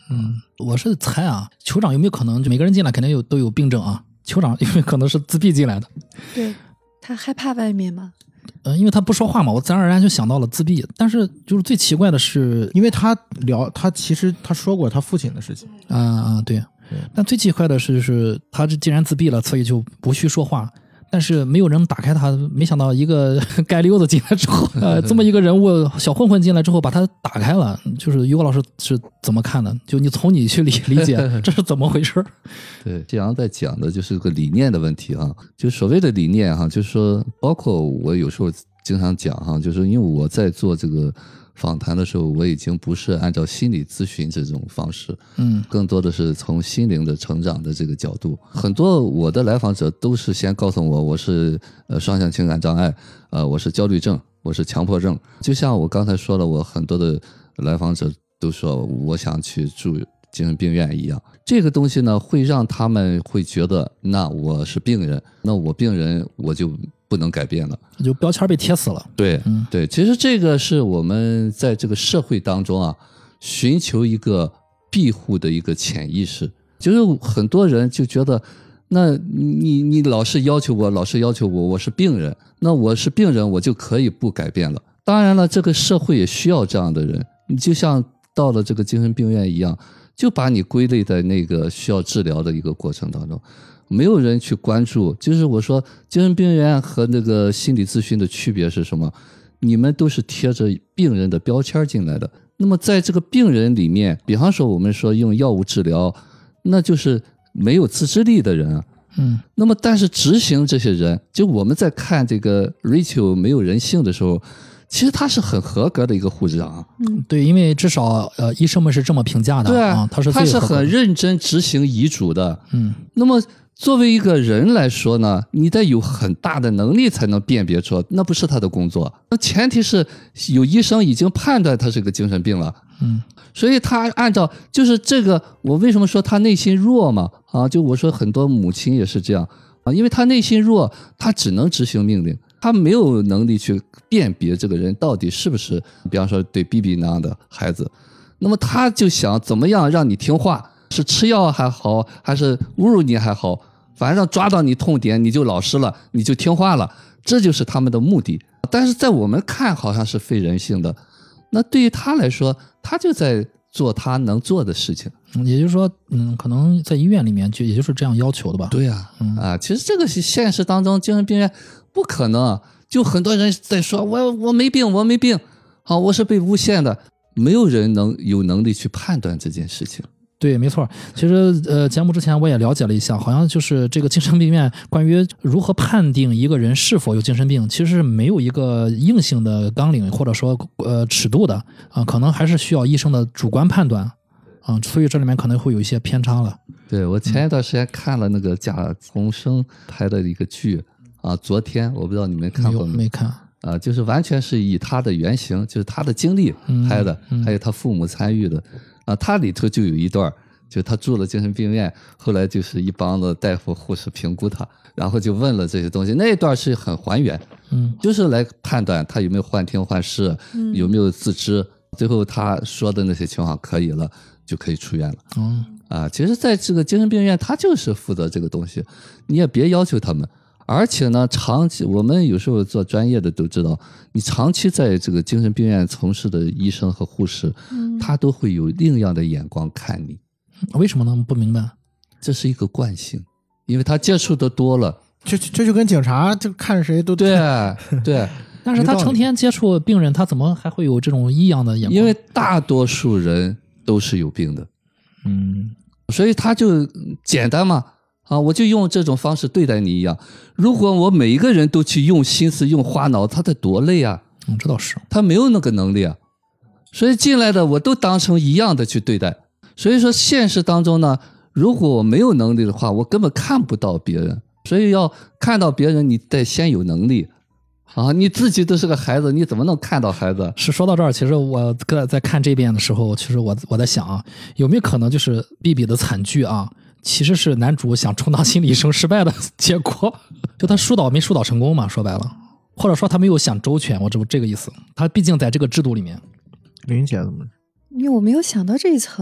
我是猜啊，酋长有没有可能就每个人进来肯定都有病症啊？酋长有没有可能是自闭进来的？ 对，他害怕外面吗？ 因为他不说话嘛，我自然而然就想到了自闭。但是就是最奇怪的是， 因为他其实他说过他父亲的事情对。但最奇怪的是，就是他既然自闭了，所以就不需说话。但是没有人打开他，没想到一个街溜子进来之后，这么一个人物小混混进来之后把他打开了。就是于果老师是怎么看的？就从你去理解这是怎么回事？ 对，这样在讲的就是个理念的问题啊，就所谓的理念哈，就是说，包括我有时候经常讲哈，就是因为我在做这个访谈的时候，我已经不是按照心理咨询这种方式，更多的是从心灵的成长的这个角度。很多我的来访者都是先告诉我是双向情感障碍，我是焦虑症，我是强迫症。就像我刚才说了，我很多的来访者都说我想去住精神病院一样。这个东西呢，会让他们会觉得，那我是病人，那我病人我就不能改变了， 就标签被贴死了。 对，对，其实这个是我们在这个社会当中啊，寻求一个庇护的一个潜意识。就是很多人就觉得，那你老是要求我，我是病人，那我是病人，我就可以不改变了。当然了，这个社会也需要这样的人。你就像到了这个精神病院一样，就把你归类在那个需要治疗的一个过程当中。没有人去关注，就是我说精神病院和那个心理咨询的区别是什么？你们都是贴着病人的标签进来的。那么在这个病人里面，比方说我们说用药物治疗，那就是没有自制力的人啊。那么但是执行这些人，就我们在看这个 Rachel 没有人性的时候，其实他是很合格的一个护士长。 对，因为至少医生们是这么评价的。 对啊， 他是很认真执行遗嘱的。那么作为一个人来说呢，你得有很大的能力才能辨别出那不是他的工作。那前提是有医生已经判断他是个精神病了。所以他按照就是这个，我为什么说他内心弱嘛？就我说很多母亲也是这样啊，因为他内心弱，他只能执行命令，他没有能力去辨别这个人到底是不是，比方说对 BB 那样的孩子，那么他就想怎么样让你听话，是吃药还好，还是侮辱你还好，反正抓到你痛点你就老实了，你就听话了，这就是他们的目的。但是在我们看好像是非人性的，那对于他来说，他就在做他能做的事情。 也就是说，可能在医院里面也就是这样要求的吧？ 对啊，其实这个是现实当中精神病院不可能，就很多人在说我没病，我是被诬陷的，没有人有能力去判断这件事情。 对，没错。其实节目之前我也了解了一下，好像就是这个精神病院关于如何判定一个人是否有精神病，其实是没有一个硬性的纲领或者说尺度的可能还是需要医生的主观判断所以这里面可能会有一些偏差了。 对，我前一段时间看了那个贾宏声拍的一个剧昨天我不知道你们看过没看就是完全是以他的原型，就是他的经历拍的，还有他父母参与的他里头就有一段，就他住了精神病院，后来就是一帮子大夫护士评估他，然后就问了这些东西，那一段是很还原，就是来判断他有没有幻听幻视，有没有自知，最后他说的那些情况可以了，就可以出院了。其实在这个精神病院他就是负责这个东西，你也别要求他们。而且呢，长期我们有时候做专业的都知道，你长期在这个精神病院从事的医生和护士，他都会有另样的眼光看你。 为什么呢？不明白。 这是一个惯性，因为他接触的多了。 这就跟警察就看谁都对。 但是他成天接触病人，他怎么还会有这种异样的眼光？ 因为大多数人都是有病的。所以他就简单嘛。我就用这种方式对待你一样。如果我每一个人都去用心思用花脑，他得多累啊。 这倒是。 他没有那个能力啊。所以进来的我都当成一样的去对待。所以说现实当中呢，如果我没有能力的话，我根本看不到别人。所以要看到别人，你得先有能力你自己都是个孩子，你怎么能看到孩子？ 是说到这儿，其实我在看这遍的时候，其实我在想有没有可能就是比比的惨剧其实是男主想充当心理医生失败的结果，就他没疏导成功嘛，说白了，或者说他没有想周全，我这个意思。他毕竟在这个制度里面。 林姐怎么？ 因为我没有想到这一层。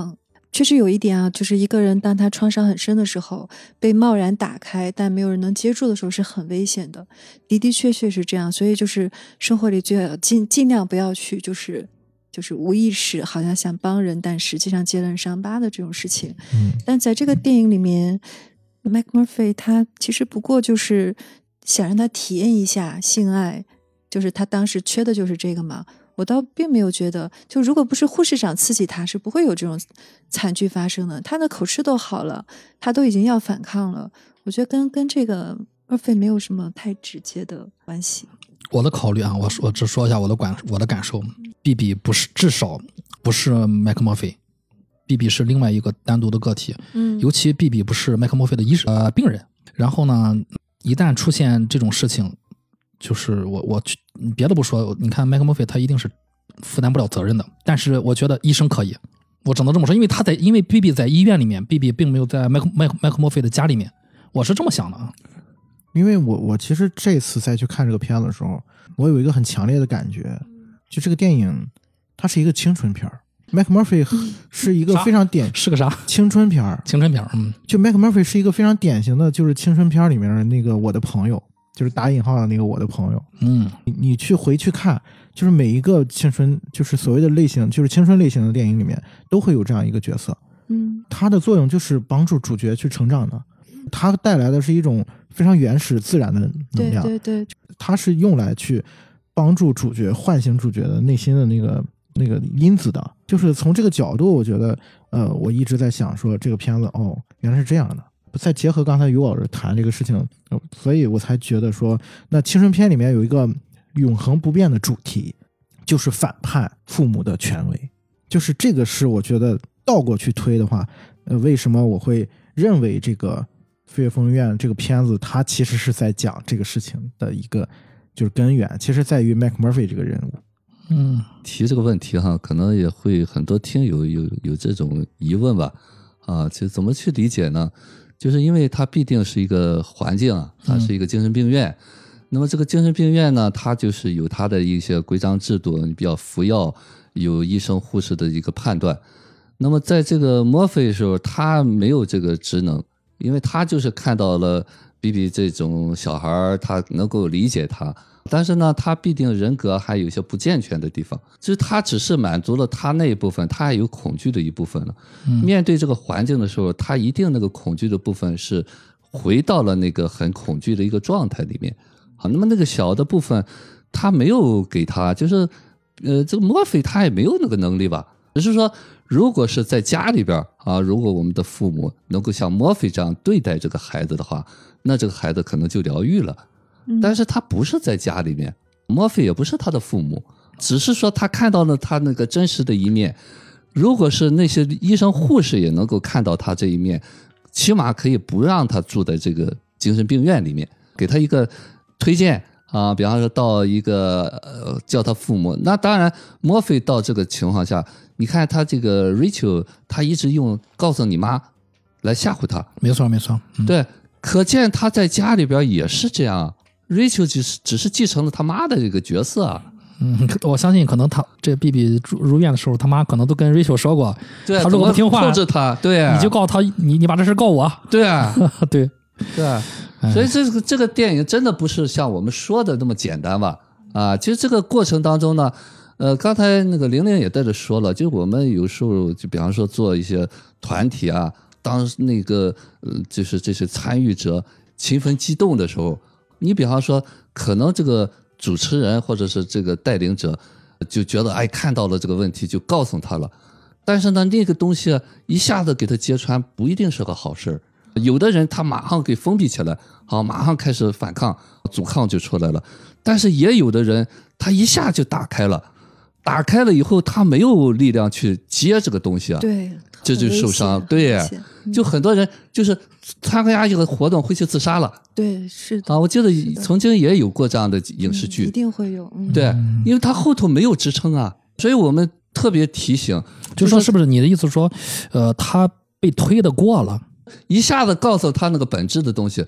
确实有一点啊，就是一个人当他创伤很深的时候，被贸然打开，但没有人能接住的时候是很危险的。的的确确是这样，所以就是生活里最好尽量不要去就是无意识好像想帮人，但实际上揭人伤疤的这种事情。但在这个电影里面，Mac Murphy 他其实不过就是想让他体验一下性爱，就是他当时缺的就是这个嘛。我倒并没有觉得，就如果不是护士长刺激他，是不会有这种惨剧发生的。他的口吃都好了，他都已经要反抗了，我觉得跟这个 Murphy 没有什么太直接的关系。 我的考虑啊，我只说一下我的感受。BB 不是，至少不是 Mac Murphy，BB 是另外一个单独的个体。尤其 BB 不是 Mac Murphy 的病人。然后呢，一旦出现这种事情，就是我别的不说，你看 Mac Murphy 他一定是负担不了责任的。但是我觉得医生可以，我只能这么说，因为 BB 在医院里面 ，BB 并没有在 Mac Murphy 的家里面，我是这么想的啊。 因为我其实这次再去看这个片子的时候，我有一个很强烈的感觉，就这个电影它是一个青春片。Mac Murphy 是一个非常是个啥青春片，就 Mac Murphy 是一个非常典型的，就是青春片里面的那个我的朋友，就是打引号的那个我的朋友。你去回去看，就是每一个青春，就是所谓的类型，就是青春类型的电影里面都会有这样一个角色。它的作用就是帮助主角去成长的，它带来的是一种非常原始自然的能量。 对， 它是用来去帮助主角唤醒主角的内心的那个因子的。就是从这个角度，我觉得我一直在想说这个片子原来是这样的。再结合刚才于老师谈这个事情，所以我才觉得说，那青春片里面有一个永恒不变的主题，就是反叛父母的权威。就是这个是我觉得倒过去推的话，为什么我会认为这个飞越疯人院这个片子它其实是在讲这个事情的一个就是根源，其实在于 Mac Murphy 这个人物。 提这个问题哈，可能也会很多听友有这种疑问吧。其实怎么去理解呢？就是因为它必定是一个环境啊，它是一个精神病院。那么这个精神病院呢，它就是有它的一些规章制度，你比较服药，有医生护士的一个判断。那么在这个墨菲的时候，他没有这个职能，因为他就是看到了 BB 这种小孩，他能够理解他。但是呢，他必定人格还有一些不健全的地方，就是他只是满足了他那一部分，他还有恐惧的一部分了。面对这个环境的时候，他一定那个恐惧的部分是回到了那个很恐惧的一个状态里面。好，那么那个小的部分，他没有给他，就是这个墨菲他也没有那个能力吧。只是说，如果是在家里边啊，如果我们的父母能够像墨菲这样对待这个孩子的话，那这个孩子可能就疗愈了。但是他不是在家里面，墨菲也不是他的父母，只是说他看到了他那个真实的一面。如果是那些医生护士也能够看到他这一面，起码可以不让他住在这个精神病院里面，给他一个推荐啊，比方说到一个叫他父母。那当然墨菲到这个情况下，你看他这个 Rachel 他一直用告诉你妈来吓唬他。 没错对，可见他在家里边也是这样。Rachel 只是继承了他妈的这个角色啊。 我相信可能他这 BB 入院的时候，他妈可能都跟 Rachel 说过， 对， 他如果不听话， 控制他，对啊， 你就告他，你把这事告我， 对啊， 对啊，所以这个电影真的不是像我们说的那么简单吧？其实这个过程当中呢，刚才那个玲玲也在这说了，就是我们有时候就比方说做一些团体啊，当那个就是这些参与者勤奋激动的时候。你比方说可能这个主持人或者是这个带领者就觉得看到了这个问题就告诉他了，但是呢那个东西一下子给他揭穿不一定是个好事。有的人他马上给封闭起来，好，马上开始反抗，阻抗就出来了。但是也有的人他一下就打开了以后他没有力量去接这个东西啊， 对， 这就受伤。对，就很多人就是参加一个活动会去自杀了。 对，是的啊，我记得曾经也有过这样的影视剧， 一定会有。 对，因为他后头没有支撑啊，所以我们特别提醒， 就说是不是你的意思说，他被推得过了， 一下子告诉他那个本质的东西，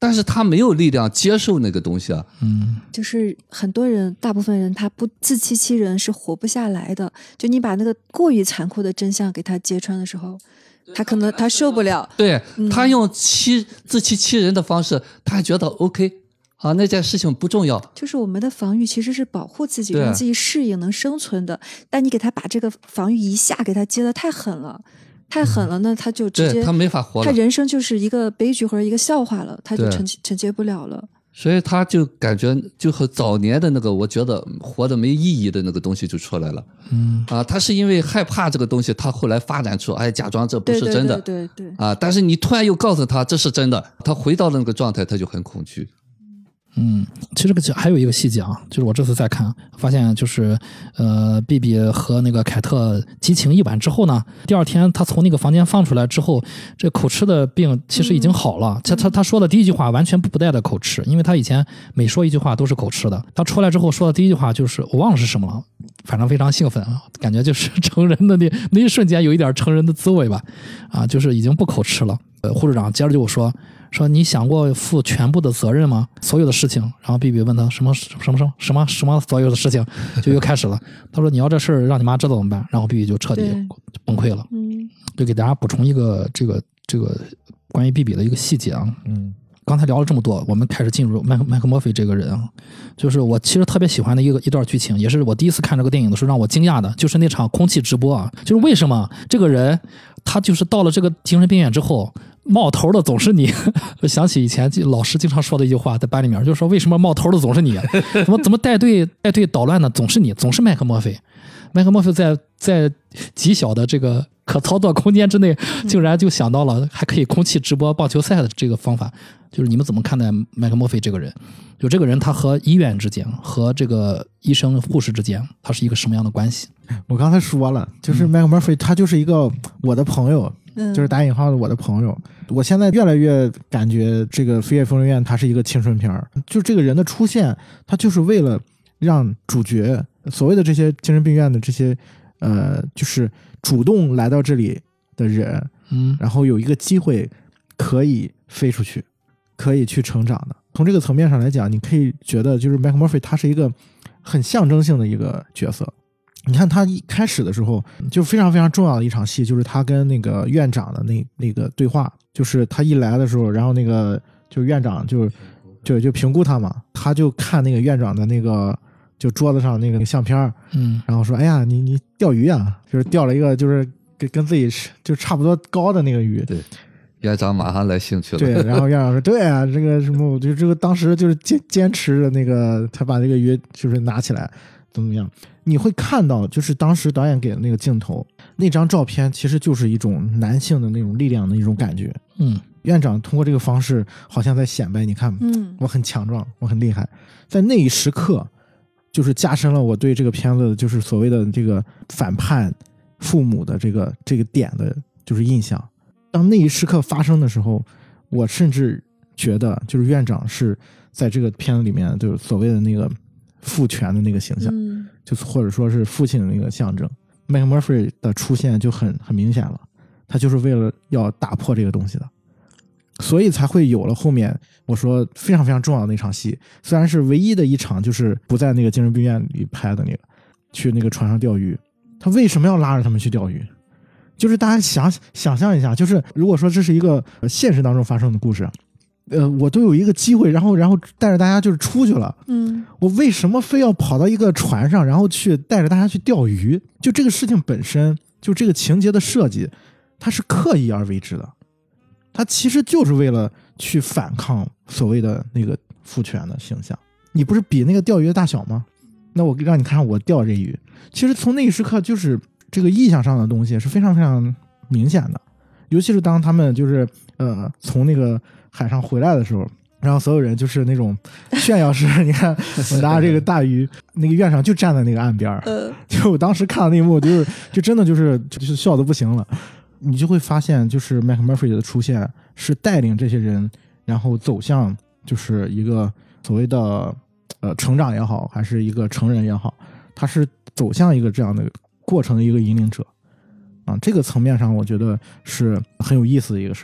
但是他没有力量接受那个东西啊。 就是很多人，大部分人他不自欺欺人是活不下来的。就你把那个过于残酷的真相给他揭穿的时候，他受不了。 对，他用自欺欺人的方式，他还觉得 OK 啊，那件事情不重要。 就是我们的防御其实是保护自己，让自己适应能生存的。但你给他把这个防御一下给他揭得太狠了。那他就直接他没法活了， 他人生就是一个悲剧或者一个笑话了，他就承接不了了。 所以他就感觉就和早年的那个我觉得活得没意义的那个东西就出来了。他是因为害怕这个东西，他后来发展出假装这不是真的。 对， 但是你突然又告诉他这是真的，他回到那个状态他就很恐惧。 其实这个还有一个细节啊，就是我这次再看发现，就是比比和那个凯特激情一晚之后呢，第二天他从那个房间放出来之后，这口吃的病其实已经好了。他说的第一句话完全不带的口吃，因为他以前每说一句话都是口吃的。他出来之后说的第一句话就是我忘了是什么了，反正非常兴奋啊，感觉就是成人的那一瞬间有一点成人的滋味吧，就是已经不口吃了。护士长接着就说你想过负全部的责任吗？所有的事情。然后比比问他什么所有的事情，就又开始了。他说你要这事儿让你妈知道怎么办？然后比比就彻底崩溃了。就给大家补充一个这个关于比比的一个细节啊。刚才聊了这么多，我们开始进入麦克墨菲这个人啊，就是我其实特别喜欢的一段剧情，也是我第一次看这个电影的时候让我惊讶的，就是那场空气直播啊，就是为什么这个人他就是到了这个精神病院之后，冒头的总是你。我想起以前老师经常说的一句话，在班里面就是说为什么冒头的总是你，怎么带队捣乱的总是你，总是麦克墨菲。麦克墨菲在极小的这个可操作空间之内，竟然就想到了还可以空气直播棒球赛的这个方法。就是你们怎么看待麦克墨菲这个人？就这个人他和医院之间，和这个医生护士之间，他是一个什么样的关系？ 我刚才说了，就是麦克墨菲他就是一个我的朋友，就是打引号的我的朋友。我现在越来越感觉这个《飞越疯人院》它是一个青春片，就这个人的出现，他就是为了让主角所谓的这些精神病院的这些就是主动来到这里的人，然后有一个机会可以飞出去，可以去成长的。从这个层面上来讲，你可以觉得就是麦克墨菲他是一个很象征性的一个角色。你看他一开始的时候就非常非常重要的一场戏，就是他跟那个院长的那个对话，就是他一来的时候，然后那个就是院长就评估他嘛，他就看那个院长的那个就桌子上那个相片，然后说哎呀你钓鱼啊，就是钓了一个就是跟自己就差不多高的那个鱼。 对，院长马上来兴趣了。 对，然后院长说对啊，这个什么我就这个当时就是坚持着那个他把这个鱼就是拿起来怎么样。你会看到就是当时导演给的那个镜头，那张照片其实就是一种男性的那种力量的一种感觉。院长通过这个方式好像在显摆，你看我很强壮，我很厉害。在那一时刻就是加深了我对这个片子就是所谓的这个反叛父母的这个点的就是印象。当那一时刻发生的时候，我甚至觉得就是院长是在这个片子里面就是所谓的那个父权的那个形象，就是或者说是父亲的那个象征。麦克墨菲的出现就很明显了，他就是为了要打破这个东西的，所以才会有了后面我说非常非常重要的那场戏，虽然是唯一的一场就是不在那个精神病院里拍的那个，去那个船上钓鱼。他为什么要拉着他们去钓鱼？就是大家想象一下，就是如果说这是一个现实当中发生的故事，我都有一个机会，然后带着大家就是出去了，我为什么非要跑到一个船上，然后去带着大家去钓鱼？就这个事情本身，就这个情节的设计，它是刻意而为之的，它其实就是为了去反抗所谓的那个父权的形象。你不是比那个钓鱼的大小吗？那我让你看看我钓这鱼。其实从那一时刻，就是这个意象上的东西是非常非常明显的，尤其是当他们就是从那个海上回来的时候，然后所有人就是那种炫耀式，你看我拿这个大鱼，那个院长就站在那个岸边，就我当时看到那一幕，就真的就是笑得不行了。你就会发现，就是麦克墨菲的出现是带领这些人，然后走向就是一个所谓的成长也好，还是一个成人也好，他是走向一个这样的过程的一个引领者啊。这个层面上，我觉得是很有意思的一个事儿。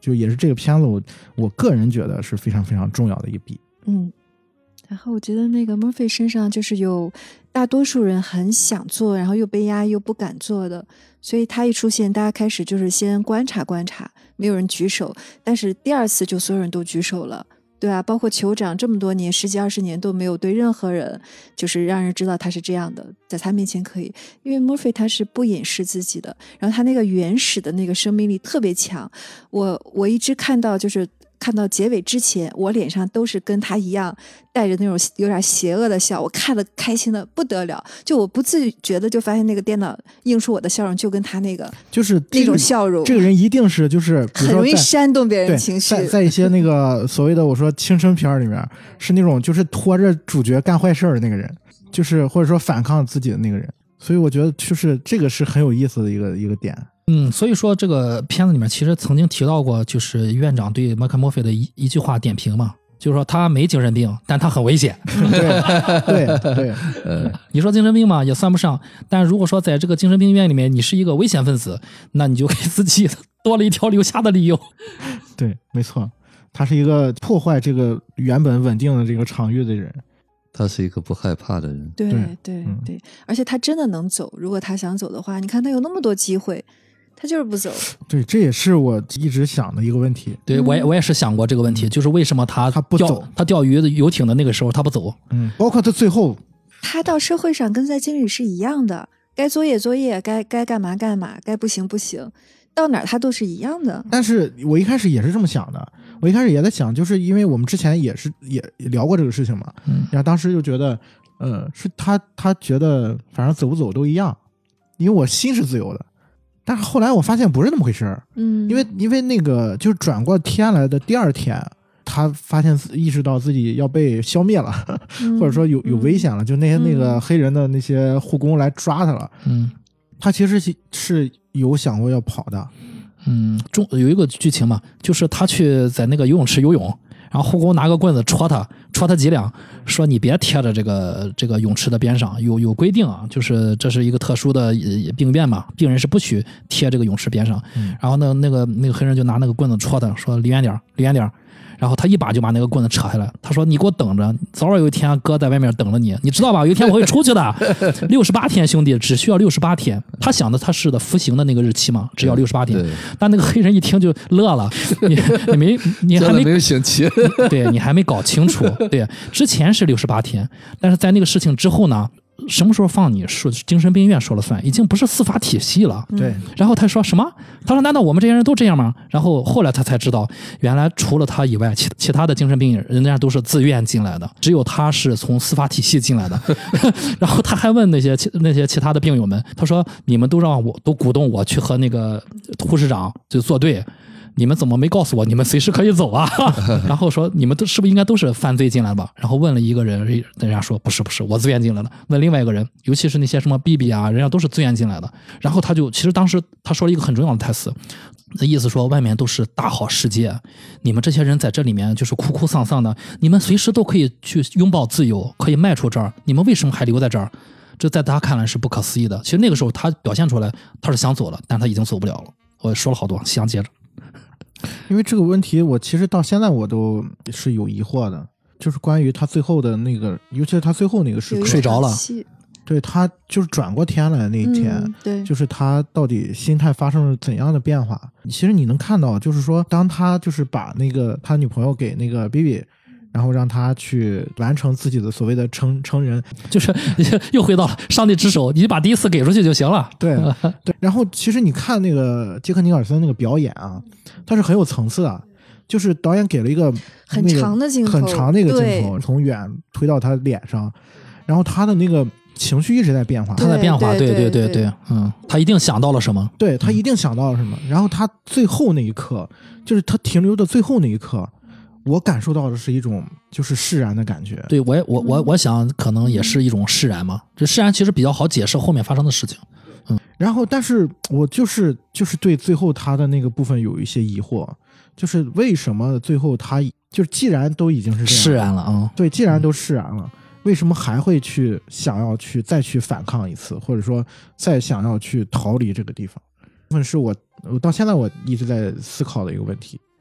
就也是这个片子我个人觉得是非常非常重要的一笔。 然后我觉得那个 Murphy 身上就是有大多数人很想做，然后又被压抑又不敢做的，所以他一出现，大家开始就是先观察观察，没有人举手，但是第二次就所有人都举手了，对啊，包括酋长这么多年10几20年都没有对任何人就是让人知道他是这样的，在他面前可以，因为 Murphy 他是不掩饰自己的，然后他那个原始的那个生命力特别强，我一直看到结尾之前，我脸上都是跟他一样带着那种有点邪恶的笑，我看得开心的不得了，就我不自觉的就发现那个电脑映出我的笑容就跟他那个就是那种笑容， 这个人一定是就是比如说很容易煽动别人情绪， 在一些那个所谓的我说青春片里面是那种就是拖着主角干坏事的那个人，就是或者说反抗自己的那个人，所以我觉得就是这个是很有意思的一个点。 所以说这个片子里面其实曾经提到过，就是院长对麦克莫菲的一句话点评嘛，就是说他没精神病，但他很危险。 对， 你说精神病嘛也算不上，但如果说在这个精神病院里面你是一个危险分子，那你就给自己多了一条留下的理由。 对，没错，他是一个破坏这个原本稳定的这个场域的人。 他是一个不害怕的人。 对，而且他真的能走，如果他想走的话，你看他有那么多机会，他就是不走。对， 这也是我一直想的一个问题。 对，我也是想过这个问题，就是为什么他不走， 他钓鱼的游艇的那个时候他不走。 包括他最后， 他到社会上跟在经理是一样的，该作业，该干嘛干嘛，该不行，到哪儿他都是一样的。 但是我一开始也是这么想的，我一开始也在想，就是因为我们之前也聊过这个事情嘛，然后当时就觉得，是他觉得反正走不走都一样，因为我心是自由的。但是后来我发现不是那么回事儿，因为那个就是转过天来的第二天，他发现意识到自己要被消灭了，或者说有危险了，就那个黑人的那些护工来抓他了，他其实是有想过要跑的。 有一个剧情嘛，就是他去在那个游泳池游泳，然后护工拿个棍子戳他几两，说你别贴着这个泳池的边上，有规定啊，就是这是一个特殊的病院嘛，病人是不许贴这个泳池边上。然后那个黑人就拿那个棍子戳他，说离远点。然后他一把就把那个棍子扯下来，他说你给我等着，早晚有一天哥在外面等着你，你知道吧，有一天我会出去的。68天兄弟，只需要68天。他想的他是的服刑的那个日期嘛，只要68天。但那个黑人一听就乐了，你还没有刑期， 对，你还没搞清楚。对，之前是68天，但是在那个事情之后呢，什么时候放你是精神病院说了算，已经不是司法体系了。 对。 然后他说什么？他说难道我们这些人都这样吗？然后后来他才知道，原来除了他以外，其他的精神病人家都是自愿进来的，只有他是从司法体系进来的。然后他还问那些其他的病友们，他说你们都鼓动我去和那个护士长就作对。你们怎么没告诉我你们随时可以走啊？然后说你们是不是应该都是犯罪进来吧？然后问了一个人，人家说不是我自愿进来的。问另外一个人，尤其是那些什么 BB 啊，人家都是自愿进来的。然后其实当时他说了一个很重要的台词，那意思说外面都是大好世界，你们这些人在这里面就是哭哭丧丧的，你们随时都可以去拥抱自由，可以迈出这儿，你们为什么还留在这儿？这在他看来是不可思议的。其实那个时候他表现出来他是想走了，但他已经走不了了。我说了好多，想接着。 因为这个问题我其实到现在我都是有疑惑的，就是关于他最后的那个，尤其是他最后那个时刻睡着了， 对，他就是转过天来那一天， 对， 就是他到底心态发生了怎样的变化。其实你能看到，就是说当他就是把那个他女朋友给那个 BB， 然后让他去完成自己的所谓的成人， 就是又回到了上帝之手，你把第一次给出去就行了。 对。然后其实你看那个杰克尼尔森那个表演啊，他是很有层次的，就是导演给了一个很长的镜头， 很长的一个镜头，从远推到他脸上，然后他的那个情绪一直在变化， 他在变化，对，他一定想到了什么， 对，他一定想到了什么，然后他最后那一刻，就是他停留的最后那一刻，我感受到的是一种就是释然的感觉。 对，我想可能也是一种释然嘛，这释然其实比较好解释后面发生的事情。 然后但是我就是对最后他的那个部分有一些疑惑，就是为什么最后他就是既然都已经是这样释然了啊， 对，既然都释然了，为什么还会想要再去反抗一次，或者说再想要去逃离这个地方？部分是我到现在我一直在思考的一个问题。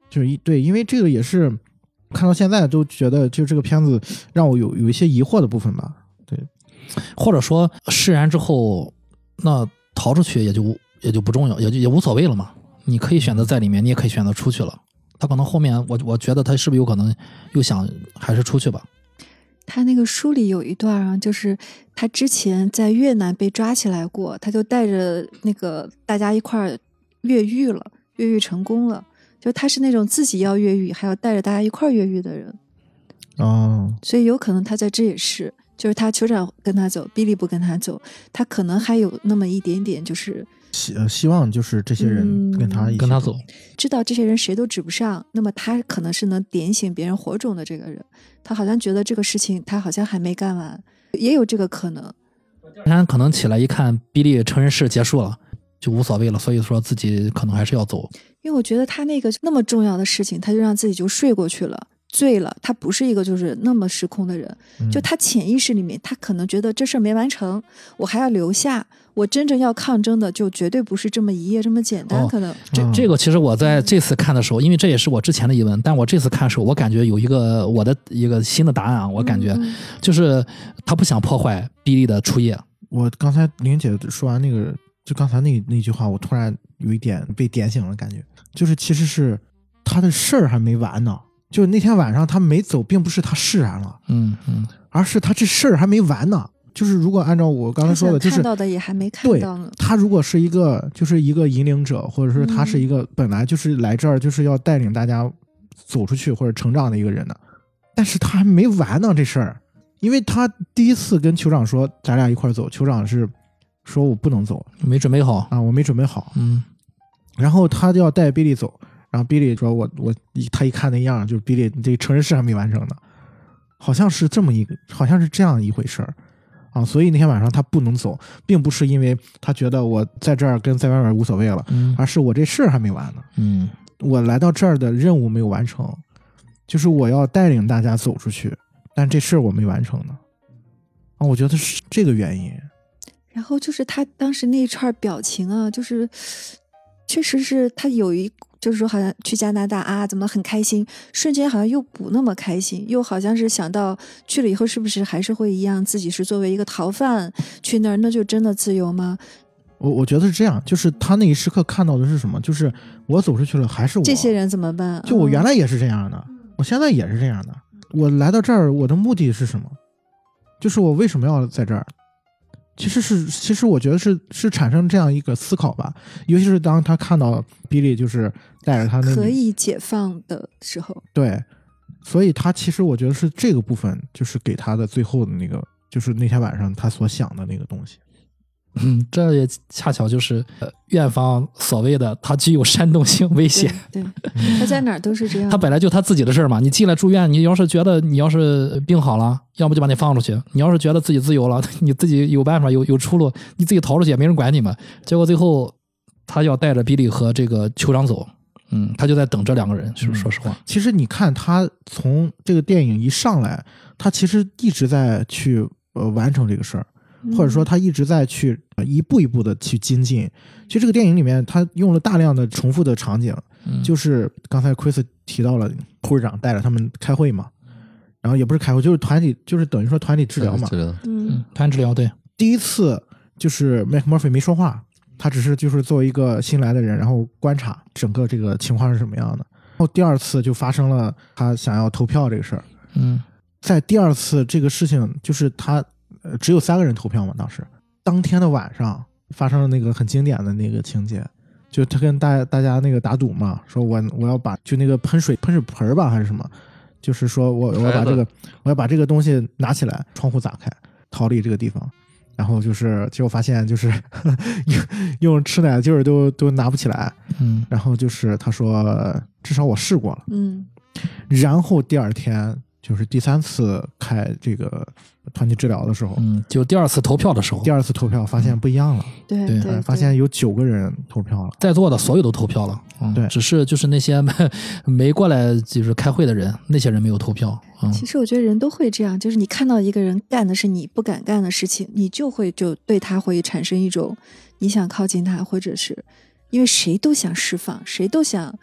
就是对，因为这个也是看到现在都觉得，就这个片子让我有一些疑惑的部分吧。对， 或者说释然之后，那逃出去也就不重要，也无所谓了嘛。你可以选择在里面，你也可以选择出去了。他可能后面我觉得他是不是有可能又想还是出去吧。 他那个书里有一段啊，就是他之前在越南被抓起来过，他就带着那个大家一块儿越狱了，越狱成功了。就他是那种自己要越狱，还要带着大家一块儿越狱的人。 哦， 所以有可能他在这也是，就是他酋长跟他走，比利不跟他走，他可能还有那么一点点就是希望就是这些人跟他一起跟他走， 知道这些人谁都指不上，那么他可能是能点醒别人火种的这个人。他好像觉得这个事情他好像还没干完，也有这个可能。 他可能起来一看比利成人式结束了就无所谓了，所以说自己可能还是要走。 因为我觉得他那个那么重要的事情，他就让自己就睡过去了，醉了。他不是一个就是那么失控的人，就他潜意识里面他可能觉得这事儿没完成，我还要留下，我真正要抗争的就绝对不是这么一夜这么简单。可能这个其实我在这次看的时候，因为这也是我之前的疑问，但我这次看的时候我感觉有我的一个新的答案啊，我感觉就是他不想破坏比利的初夜。 我刚才玲姐说完那个，就刚才那句话，我突然有一点被点醒了，感觉就是其实是他的事儿还没完呢。就那天晚上他没走，并不是他释然了，而是他这事儿还没完呢。就是如果按照我刚才说的，就是看到的也还没看到呢。 对，他如果是一个引领者，或者说他是一个本来就是来这儿就是要带领大家走出去或者成长的一个人呢，但是他还没完呢这事儿。因为他第一次跟酋长说咱俩一块走，酋长是说我不能走， 没准备好啊，我没准备好。然后他就要带比利走，然后比利说他一看那样，就是比利这成人式还没完成呢，好像是这样一回事儿啊。所以那天晚上他不能走，并不是因为他觉得我在这儿跟在外面无所谓了，而是我这事儿还没完呢。我来到这儿的任务没有完成，就是我要带领大家走出去，但这事儿我没完成呢。啊，我觉得是这个原因。 然后就是他当时那一串表情啊，就是确实是他就是说好像去加拿大啊，怎么很开心，瞬间好像又不那么开心，又好像是想到去了以后是不是还是会一样，自己是作为一个逃犯去那儿，那就真的自由吗？ 我觉得是这样，就是他那一时刻看到的是什么？就是我走出去了，还是我这些人怎么办？ 就我原来也是这样的，我现在也是这样的。我来到这儿，我的目的是什么？就是我为什么要在这儿？其实我觉得是产生这样一个思考吧，尤其是当他看到比利就是带着他那可以解放的时候， 对，所以他其实我觉得是这个部分，就是给他的最后的那个，就是那天晚上他所想的那个东西。 这也恰巧就是院方所谓的他具有煽动性危险。 对，他在哪儿都是这样。 他本来就他自己的事嘛，你进来住院，你要是觉得你要是病好了，要么就把你放出去；你要是觉得自己自由了，你自己有办法有出路，你自己逃出去也没人管你们。结果最后他要带着比利和这个酋长走，他就在等这两个人。说实话， 其实你看他从这个电影一上来，他其实一直在去完成这个事儿。或者说他一直在去一步一步的去精进。其实这个电影里面他用了大量的重复的场景，就是刚才 Chris 提到了护士长带着他们开会嘛，然后也不是开会，就是团体，就是等于说团体治疗嘛。 团体治疗。对， 第一次就是麦克莫菲没说话，他只是就是作为一个新来的人，然后观察整个这个情况是什么样的。然后第二次就发生了他想要投票这个事儿。在第二次这个事情就是他只有3个人投票嘛，当天的晚上发生了那个很经典的那个情节，就他跟大家那个打赌嘛，说我要把就那个喷水盆吧还是什么，就是说我要把这个东西拿起来，窗户打开，逃离这个地方。然后就是结果发现就是用吃奶劲儿都拿不起来。然后就是他说至少我试过了。然后第二天就是第3次开这个团体治疗的时候， 就第2次投票的时候， 第2次投票发现不一样了。 对， 发现有9个人投票了， 在座的所有都投票了。 对， 只是就是那些没过来就是开会的人，那些人没有投票。 其实我觉得人都会这样，就是你看到一个人干的是你不敢干的事情，你就对他会产生一种你想靠近他，或者是因为谁都想释放，谁都想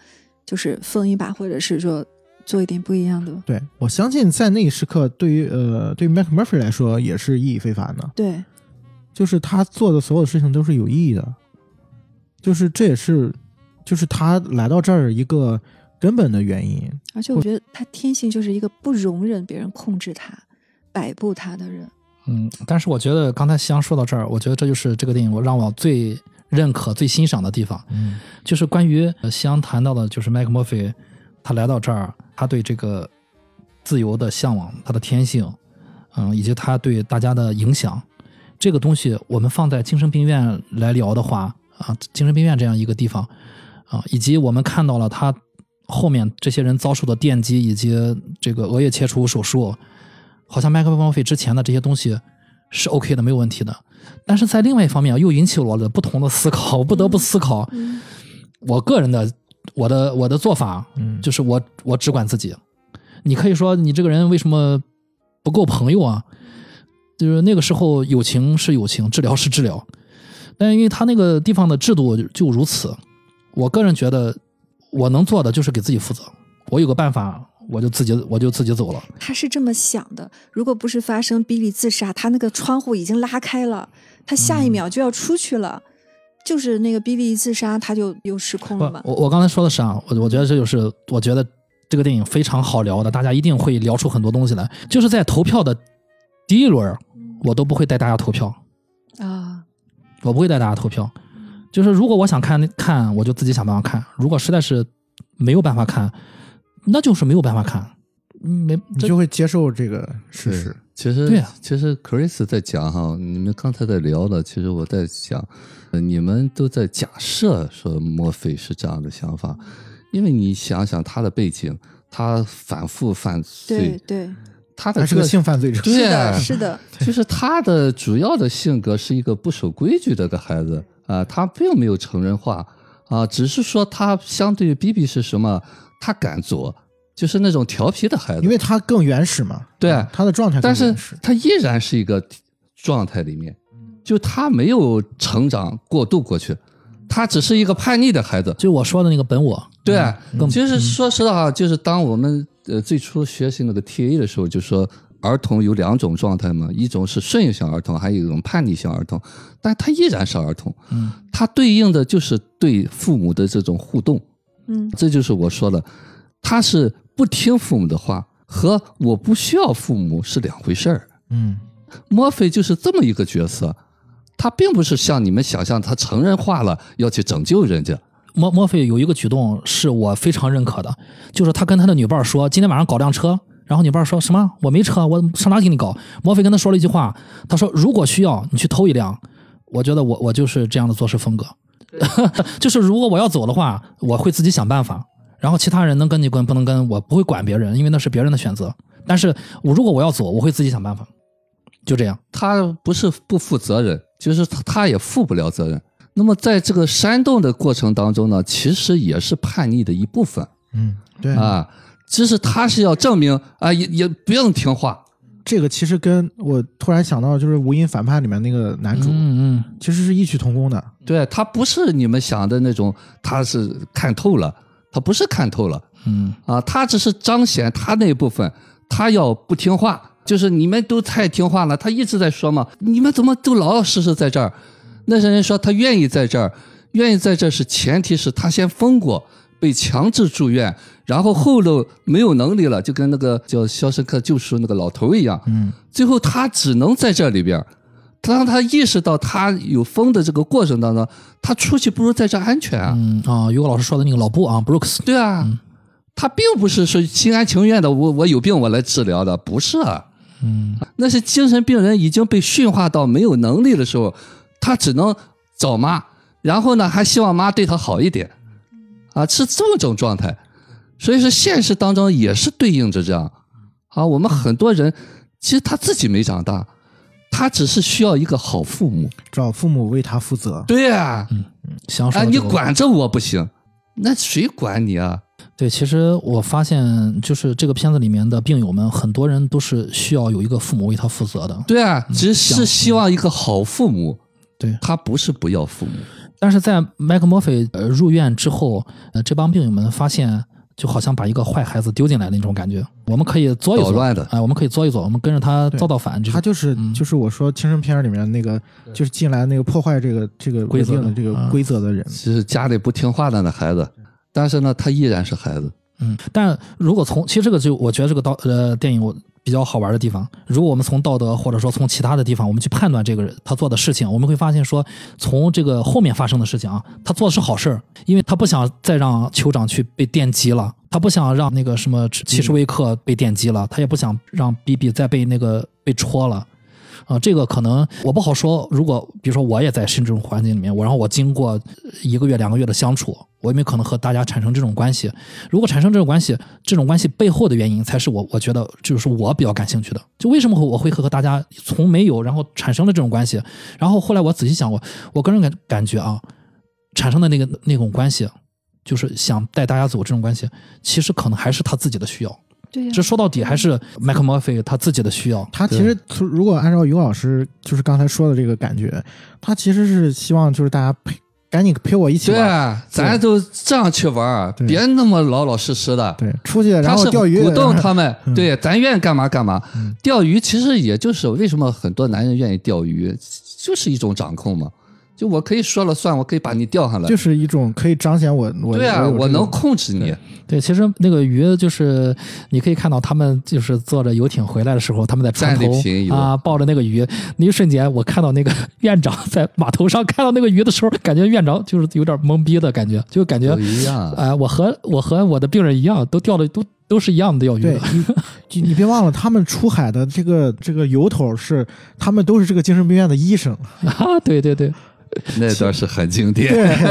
就是疯一把，或者是说做一点不一样的。 对，我相信在那一时刻，对于Mac Murphy 来说也是意义非凡的。 对， 就是他做的所有事情都是有意义的，就是这也是就是他来到这儿一个根本的原因。 而且我觉得他天性就是一个不容忍别人控制他、摆布他的人。 但是我觉得刚才夕阳说到这儿，我觉得这就是这个电影让我最认可、最欣赏的地方。就是关于夕阳谈到的，就是麦克墨菲他来到这儿，他对这个自由的向往，他的天性，以及他对大家的影响，这个东西我们放在精神病院来聊的话精神病院这样一个地方以及我们看到了他后面这些人遭受的电击以及这个额叶切除手术，好像麦克墨菲之前的这些东西是 OK 的，没有问题的。但是在另外一方面又引起了我的不同的思考，我不得不思考我个人的我的做法，就是我只管自己。你可以说你这个人为什么不够朋友啊？就是那个时候友情是友情，治疗是治疗，但因为他那个地方的制度就如此，我个人觉得我能做的就是给自己负责，我有个办法我就自己走了。 他是这么想的，如果不是发生比利自杀，他那个窗户已经拉开了，他下一秒就要出去了，就是那个比利自杀他就又失控了嘛。 我刚才说的是我觉得这就是我觉得这个电影非常好聊的，大家一定会聊出很多东西来。就是在投票的第一轮我都不会带大家投票我不会带大家投票，就是如果我想看我就自己想办法看，如果实在是没有办法看，那就是没有办法看， 你就会接受这个事实。 其实 Chris 在讲你们刚才在聊的，其实我在讲，你们都在假设说墨菲是这样的想法，因为你想想他的背景，他反复犯罪， 对， 他是个性犯罪者， 对， 是的， 就是他的主要的性格是一个不守规矩的个孩子他并没有成人化只是说他相对于 BB 是什么，他敢做，就是那种调皮的孩子， 因为他更原始嘛， 对， 他的状态更原始， 但是他依然是一个状态里面，就他没有成长过渡过去，他只是一个叛逆的孩子， 就我说的那个本我。 对，其实说实话就是当我们最初学习那个 TA 的时候，就说儿童有两种状态嘛，一种是顺应性儿童，还有一种叛逆性儿童，但他依然是儿童，他对应的就是对父母的这种互动，这就是我说的，他是不听父母的话和我不需要父母是两回事儿。墨菲就是这么一个角色，他并不是像你们想象他成人化了要去拯救人家。 墨菲有一个举动是我非常认可的，就是他跟他的女伴说今天晚上搞辆车，然后女伴说什么我没车，我上哪给你搞。墨菲跟他说了一句话，他说如果需要你去偷一辆。我觉得我就是这样的做事风格就是如果我要走的话我会自己想办法，然后其他人能跟你跟不能跟我不会管别人，因为那是别人的选择，但是如果我要走我会自己想办法，就这样。 他不是不负责任，就是他也负不了责任。那么在这个煽动的过程当中呢，其实也是叛逆的一部分。 对就是他是要证明也不用听话。 这个其实跟我突然想到就是无印反叛里面那个男主其实是异曲同工的。 对，他不是你们想的那种他是看透了，他不是看透了他只是彰显他那部分，他要不听话，就是你们都太听话了，他一直在说嘛，你们怎么都老老实实在这儿。那些人说他愿意在这儿，愿意在这儿是前提是他先疯过，被强制住院，然后后头没有能力了，就跟那个叫《肖申克救赎》那个老头一样，最后他只能在这里边。当他意识到他有疯的这个过程当中，他出去不如在这安全于果老师说的那个老布Brooks， 对他并不是说心甘情愿的，我有病我来治疗的，不是那些精神病人已经被驯化到没有能力的时候，他只能找妈，然后呢还希望妈对他好一点是这么种状态。所以说现实当中也是对应着这样我们很多人其实他自己没长大，他只是需要一个好父母， 找父母为他负责。 对你管着我不行，那谁管你啊？ 对，其实我发现就是这个片子里面的病友们很多人都是需要有一个父母为他负责的。 对只是希望一个好父母。 对， 他不是不要父母。 但是在麦克墨菲入院之后，这帮病友们发现，就好像把一个坏孩子丢进来的那种感觉。我们可以作一作，我们可以作一作，我们跟着他造反。 他就是我说精神片里面那个，就是进来那个破坏这个规定的这个规则的人， 其实家里不听话的那孩子，但是呢，他依然是孩子。 但如果其实这个我觉得这个电影比较好玩的地方，如果我们从道德或者说从其他的地方我们去判断这个人他做的事情，我们会发现说，从这个后面发生的事情啊，他做的是好事，因为他不想再让酋长去被电击了，他不想让那个什么奇什维克被电击了，他也不想让比比再被被戳了。这个可能我不好说，如果比如说我也在这种环境里面，然后我经过1个月2个月的相处，我有没有可能和大家产生这种关系？如果产生这种关系背后的原因才是我觉得就是我比较感兴趣的。就为什么我会和大家从没有然后产生了这种关系，然后后来我仔细想过，我个人感觉啊，产生的那种关系，就是想带大家走这种关系，其实可能还是他自己的需要。 对呀， 这说到底还是麦克墨菲他自己的需要。 他其实如果按照于老师就是刚才说的这个感觉，他其实是希望就是大家赶紧陪我一起玩。 对啊，咱都这样去玩，别那么老老实实的。 对，出去然后钓鱼， 鼓动他们。对，咱愿意干嘛干嘛。钓鱼其实也就是为什么很多男人愿意钓鱼，就是一种掌控嘛。就我可以说了算，我可以把你钓上来， 就是一种可以彰显我对啊，我能控制你。 对，其实那个鱼就是你可以看到他们就是坐着游艇回来的时候，他们在船头啊抱着那个鱼，那一瞬间我看到那个院长在码头上看到那个鱼的时候，感觉院长就是有点懵逼的感觉，就感觉一样我和我的病人一样，都钓的都是一样的钓鱼。 对，你别忘了，他们出海的这个由头是他们都是这个精神病院的医生啊，对对对。 那段是很经典，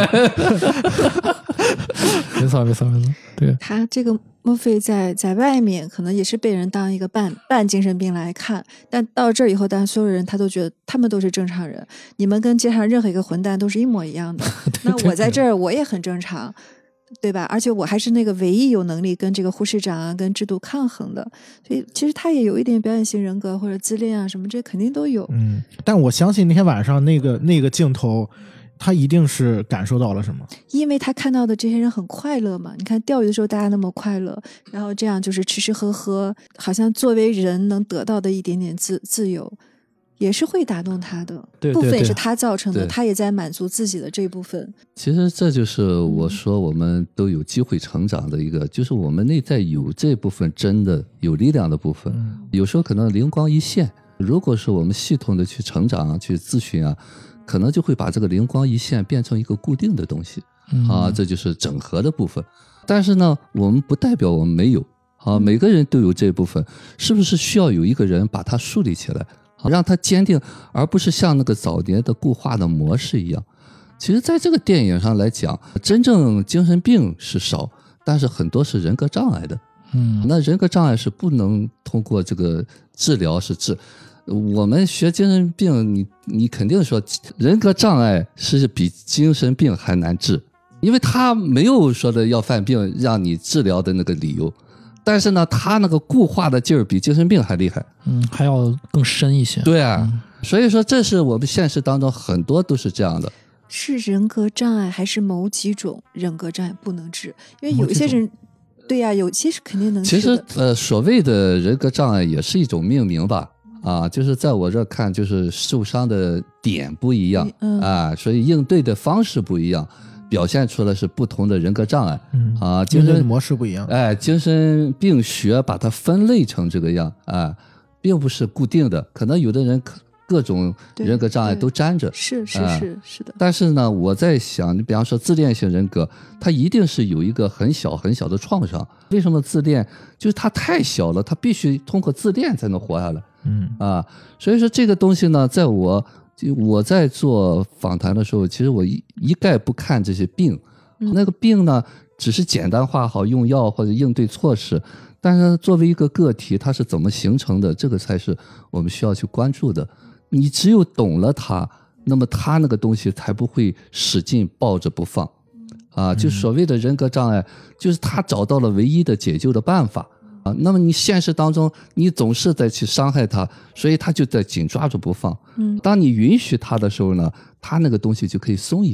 没错，对。 他这个墨菲在外面可能也是被人当一个半精神病来看，但到这儿以后，但所有人他都觉得他们都是正常人，你们跟街上任何一个混蛋都是一模一样的。那我在这儿我也很正常。对吧？而且我还是那个唯一有能力跟这个护士长啊、跟制度抗衡的，所以其实他也有一点表演型人格或者自恋啊什么，这肯定都有。 但我相信那天晚上那个镜头，他一定是感受到了什么， 因为他看到的这些人很快乐嘛。你看钓鱼的时候大家那么快乐，然后这样就是吃吃喝喝，好像作为人能得到的一点点自由。也是会打动他的， 对， 部分也是他造成的，他也在满足自己的这部分。 其实这就是我说我们都有机会成长的一个，就是我们内在有这部分真的有力量的部分，有时候可能灵光一现，如果是我们系统的去成长去咨询啊，可能就会把这个灵光一现变成一个固定的东西这就是整合的部分。但是呢，我们不代表我们没有每个人都有这部分，是不是需要有一个人把它树立起来，让它坚定，而不是像那个早年的固化的模式一样。其实在这个电影上来讲，真正精神病是少，但是很多是人格障碍的。那人格障碍是不能通过这个治疗是治。我们学精神病，你肯定说人格障碍是比精神病还难治，因为他没有说的要犯病让你治疗的那个理由。但是呢，他那个固化的劲儿比精神病还厉害， 还要更深一些。 对啊，所以说这是我们现实当中很多都是这样的。 是人格障碍还是某几种人格障碍不能治？因为有一些人，对呀，有些是肯定能治的。 其实所谓的人格障碍也是一种命名吧，就是在我这看，就是受伤的点不一样所以应对的方式不一样。表现出来是不同的人格障碍精神模式不一样。 精神病学把它分类成这个样并不是固定的，可能有的人各种人格障碍都沾着。 是的。 但是呢，我在想，你比方说自恋型人格，它一定是有一个很小很小的创伤。为什么自恋？就是它太小了，它必须通过自恋才能活下来。所以说这个东西呢，在我在做访谈的时候，其实我一概不看这些病，那个病呢只是简单化好用药或者应对措施，但是作为一个个体它是怎么形成的，这个才是我们需要去关注的。你只有懂了它，那么它那个东西才不会使劲抱着不放就所谓的人格障碍，就是他找到了唯一的解救的办法那么你现实当中你总是在去伤害他，所以他就在紧抓住不放。当你允许他的时候呢，他那个东西就可以松一下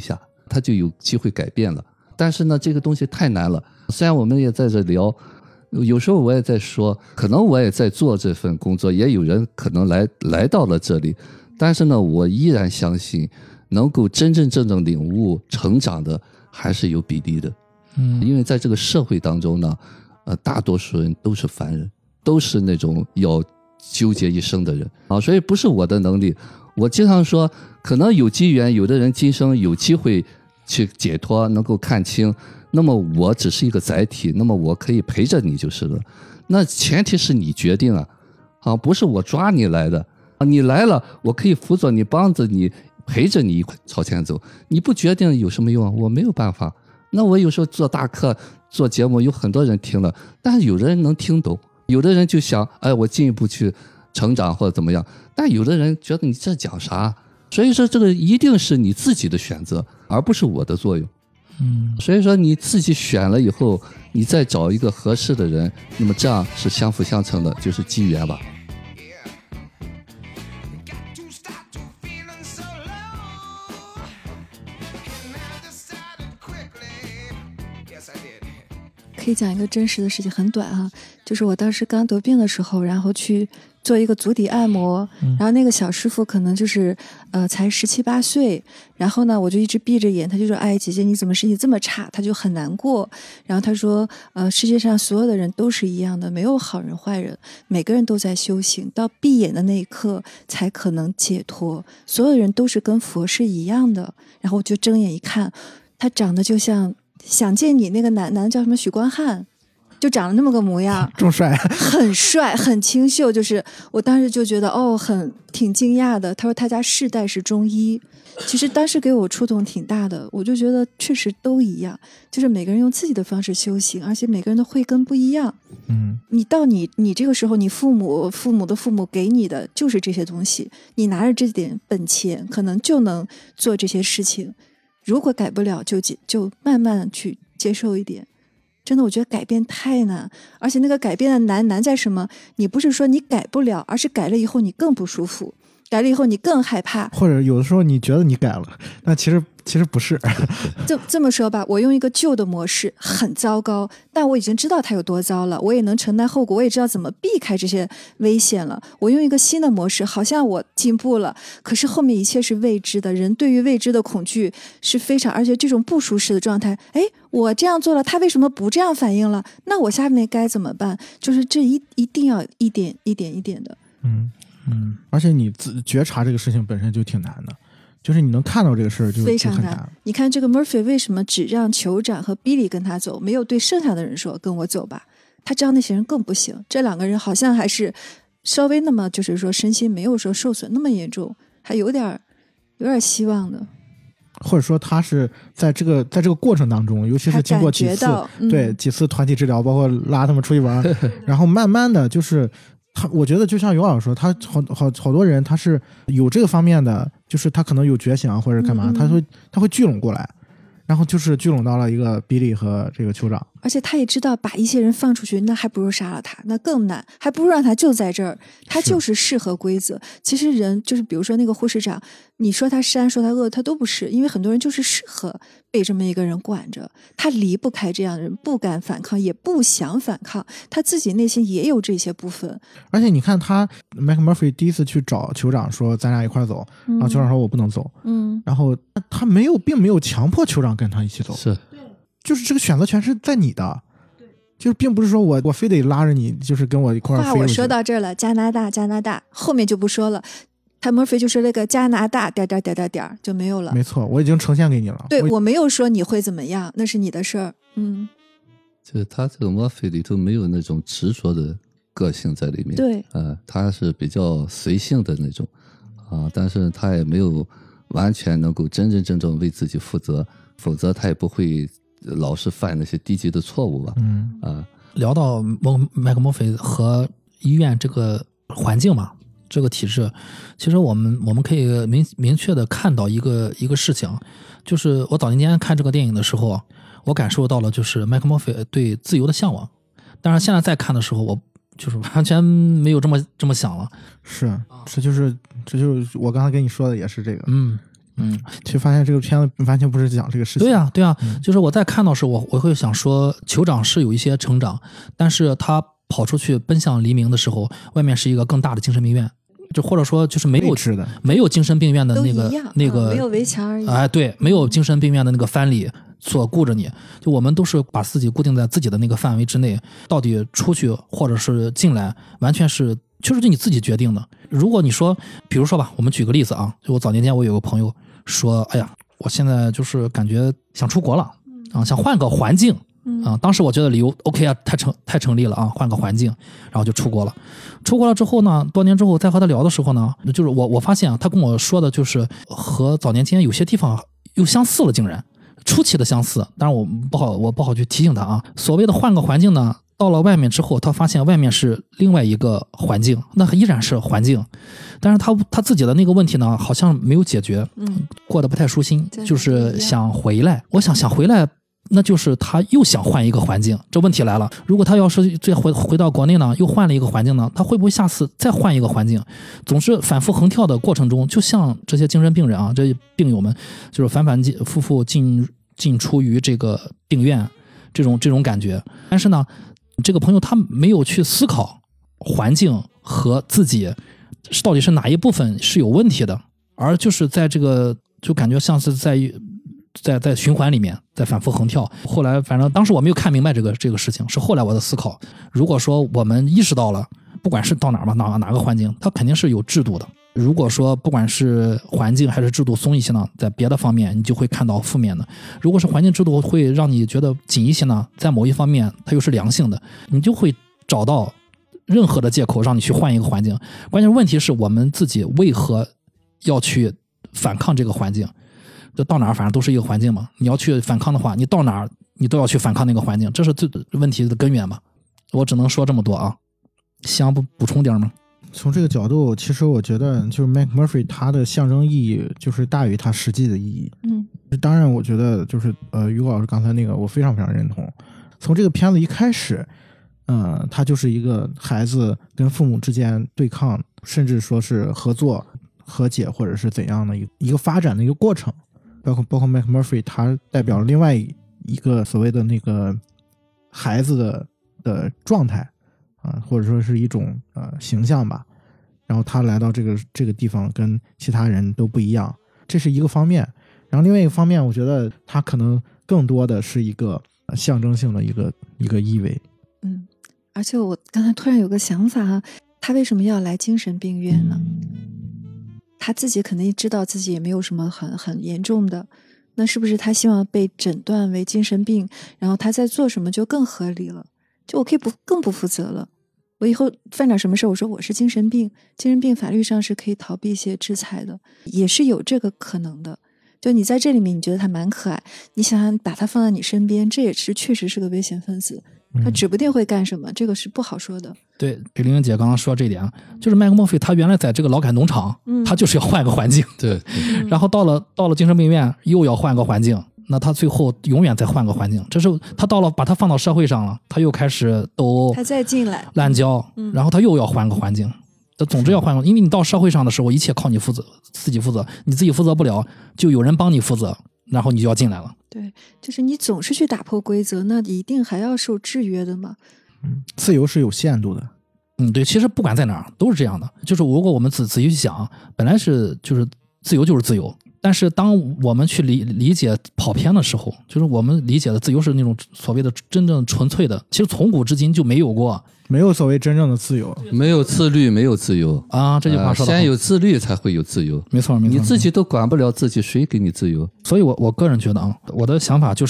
他就有机会改变了。但是呢，这个东西太难了。虽然我们也在这聊，有时候我也在说，可能我也在做这份工作，也有人可能来到了这里，但是呢，我依然相信，能够真真正正领悟、成长的还是有比例的。因为在这个社会当中呢，大多数人都是凡人，都是那种要纠结一生的人啊，所以不是我的能力。我经常说，可能有机缘，有的人今生有机会去解脱，能够看清，那么我只是一个载体，那么我可以陪着你就是了。那前提是你决定啊，不是我抓你来的啊，你来了，我可以辅佐你，帮着你，陪着你一块朝前走。你不决定有什么用啊？我没有办法。那我有时候做大课、做节目，有很多人听了，但是有的人能听懂，有的人就想，哎，我进一步去成长或者怎么样，但有的人觉得你这讲啥？所以说这个一定是你自己的选择，而不是我的作用。所以说你自己选了以后，你再找一个合适的人，那么这样是相辅相成的，就是机缘吧。 可以讲一个真实的事情，很短啊，就是我当时刚得病的时候，然后去做一个足底按摩，然后那个小师傅可能就是才17、18岁，然后呢我就一直闭着眼，他就说，哎姐姐你怎么身体这么差，他就很难过。然后他说世界上所有的人都是一样的，没有好人坏人，每个人都在修行，到闭眼的那一刻才可能解脱，所有人都是跟佛是一样的。然后我就睁眼一看，他长得就像想见你那个男叫什么许光汉，就长得那么个模样， 这么帅， 很帅，很清秀。就是我当时就觉得挺惊讶的。他说他家世代是中医，其实当时给我触动挺大的。我就觉得确实都一样，就是每个人用自己的方式修行，而且每个人的慧根不一样。你到你这个时候，你父母的父母给你的就是这些东西，你拿着这点本钱，可能就能做这些事情。如果改不了，就慢慢去接受一点。真的，我觉得改变太难，而且那个改变的难在什么？你不是说你改不了，而是改了以后你更不舒服，改了以后你更害怕， 或者有的时候你觉得你改了，但其实不是。 这么说吧，我用一个旧的模式很糟糕，但我已经知道它有多糟了，我也能承担后果，我也知道怎么避开这些危险了。我用一个新的模式，好像我进步了，可是后面一切是未知的，人对于未知的恐惧是非常，而且这种不舒适的状态，哎，我这样做了，他为什么不这样反应了？那我下面该怎么办？就是这一定要一点的。 而且你觉察这个事情本身就挺难的。就是你能看到这个事儿就非常很难。 你看这个 Murphy 为什么只让酋长和 Billy 跟他走，没有对剩下的人说跟我走吧？他知道那些人更不行，这两个人好像还是稍微那么就是说身心没有说受损那么严重，还有点希望的。 或者说他是在这个过程当中，尤其是经过几次团体治疗，包括拉他们出去玩，然后慢慢的就是我觉得就像尤老师说，他好多人他是有这个方面的，就是他可能有觉醒或者干嘛，他会聚拢过来，然后就是聚拢到了一个比利和这个酋长。 而且他也知道把一些人放出去，那还不如杀了他，那更难，还不如让他就在这儿，他就是适合规则。其实人就是比如说那个护士长，你说他善说他恶，他都不是，因为很多人就是适合被这么一个人管着，他离不开这样的人，不敢反抗，也不想反抗，他自己内心也有这些部分。 而且你看他 McMurphy 第一次去找酋长说咱俩一块走，然后酋长说我不能走，然后他并没有强迫酋长跟他一起走， 是。 就是这个选择权是在你的，就是并不是说我非得拉着你，就是跟我一块儿飞。 话我说到这儿了，加拿大，后面就不说了。他 Murphy 就是那个加拿大点就没有了。 没错，我已经呈现给你了。 对，我没有说你会怎么样，那是你的事儿。 就是他这个 Murphy 里头没有那种执着的个性在里面。 对， 他是比较随性的那种但是他也没有完全能够真正为自己负责，否则他也不会老是犯那些低级的错误吧。 聊到麦克莫菲和医院这个环境嘛，这个体制，其实我们可以明确的看到一个事情，就是我早年间看这个电影的时候，我感受到了就是麦克莫菲对自由的向往。当然现在再看的时候，我就是完全没有这么想了。 这就是我刚才跟你说的也是这个。 其实发现这个片子完全不是讲这个事情。 对啊，就是我在看到时我会想说，酋长是有一些成长，但是他跑出去奔向黎明的时候，外面是一个更大的精神病院，就或者说就是没有精神病院的那个没有围墙而已。 哎，对，没有精神病院的那个藩篱所顾着你，就我们都是把自己固定在自己的那个范围之内，到底出去或者是进来，完全是就是你自己决定的。如果你说，比如说吧，我们举个例子啊，就我早年间我有个朋友说，哎呀，我现在就是感觉想出国了啊，想换个环境啊。当时我觉得理由 OK 啊，太成立了啊，换个环境，然后就出国了。出国了之后呢，多年之后再和他聊的时候呢，就是我发现啊，他跟我说的就是和早年间有些地方又相似了，竟然出奇的相似。当然我不好去提醒他啊。所谓的换个环境呢，到了外面之后，他发现外面是另外一个环境，那依然是环境，但是他自己的那个问题呢，好像没有解决，过得不太舒心，就是想回来。我想回来，那就是他又想换一个环境。这问题来了，如果他要是再回到国内呢，又换了一个环境呢，他会不会下次再换一个环境？总是反复横跳的过程中，就像这些精神病人啊，这些病友们，就是反复进出于这个病院，这种感觉。但是呢，这个朋友他没有去思考环境和自己到底是哪一部分是有问题的，而就是在这个就感觉像是在循环里面在反复横跳。后来反正当时我没有看明白这个事情，是后来我的思考。如果说我们意识到了，不管是到哪儿吧，哪个环境它肯定是有制度的。如果说不管是环境还是制度松一些呢，在别的方面你就会看到负面的。如果是环境制度会让你觉得紧一些呢，在某一方面它又是良性的，你就会找到任何的借口让你去换一个环境。关键问题是我们自己为何要去反抗这个环境？就到哪儿反正都是一个环境嘛，你要去反抗的话，你到哪儿你都要去反抗那个环境，这是最问题的根源嘛。我只能说这么多啊，想补充点吗？ 从这个角度，其实我觉得就是 McMurphy 他的象征意义就是大于他实际的意义。当然我觉得就是于果老师刚才那个我非常非常认同。从这个片子一开始，他就是一个孩子跟父母之间对抗，甚至说是合作、和解或者是怎样的一个发展的一个过程。包括 McMurphy 他代表了另外一个所谓的那个孩子的状态或者说是一种形象吧。然后他来到这个地方跟其他人都不一样，这是一个方面。然后另外一个方面，我觉得他可能更多的是一个象征性的一个意味。 而且我刚才突然有个想法他为什么要来精神病院呢？他自己肯定知道自己也没有什么很严重的，那是不是他希望被诊断为精神病，然后他在做什么就更合理了，就我可以更不负责了。我以后犯点什么事，我说我是精神病，精神病法律上是可以逃避一些制裁的，也是有这个可能的。就你在这里面你觉得他蛮可爱，你想想把他放在你身边，这也是确实是个危险分子，他指不定会干什么，这个是不好说的。 对，李玲姐刚刚说这一点就是麦克莫菲他原来在这个劳改农场，他就是要换个环境， 对， 然后到了精神病院又要换个环境，那他最后永远再换个环境。这是他把他放到社会上了，他又开始斗殴， 他再进来滥交，然后他又要换个环境。总之要换个，因为你到社会上的时候，一切靠你自己负责，你自己负责不了，就有人帮你负责，然后你就要进来了。 对，就是你总是去打破规则，那一定还要受制约的嘛。 自由是有限度的。 对，其实不管在哪儿都是这样的。就是如果我们仔细去想，本来是就是自由就是自由，但是当我们去理解跑偏的时候，就是我们理解的自由是那种所谓的真正纯粹的，其实从古至今就没有过。 没有所谓真正的自由， 没有自律，没有自由啊！这句话说的好， 先有自律才会有自由。 没错，没错， 你自己都管不了自己，谁给你自由？ 所以我个人觉得我的想法就是，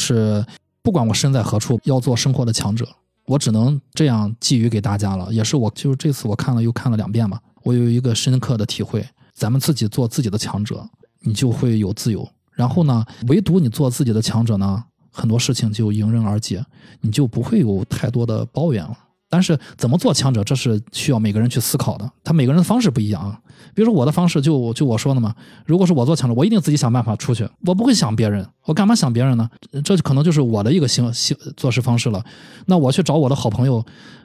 不管我身在何处，要做生活的强者。我只能这样寄予给大家了，也是就是这次我又看了2遍嘛，我有一个深刻的体会：咱们自己做自己的强者，你就会有自由。然后呢，唯独你做自己的强者呢，很多事情就迎刃而解，你就不会有太多的抱怨了。但是怎么做强者，这是需要每个人去思考的，他每个人的方式不一样比如说我的方式就我说的嘛，如果是我做强者，我一定自己想办法出去，我不会想别人，我干嘛想别人呢？这可能就是我的一个做事方式了。那我去找我的好朋友，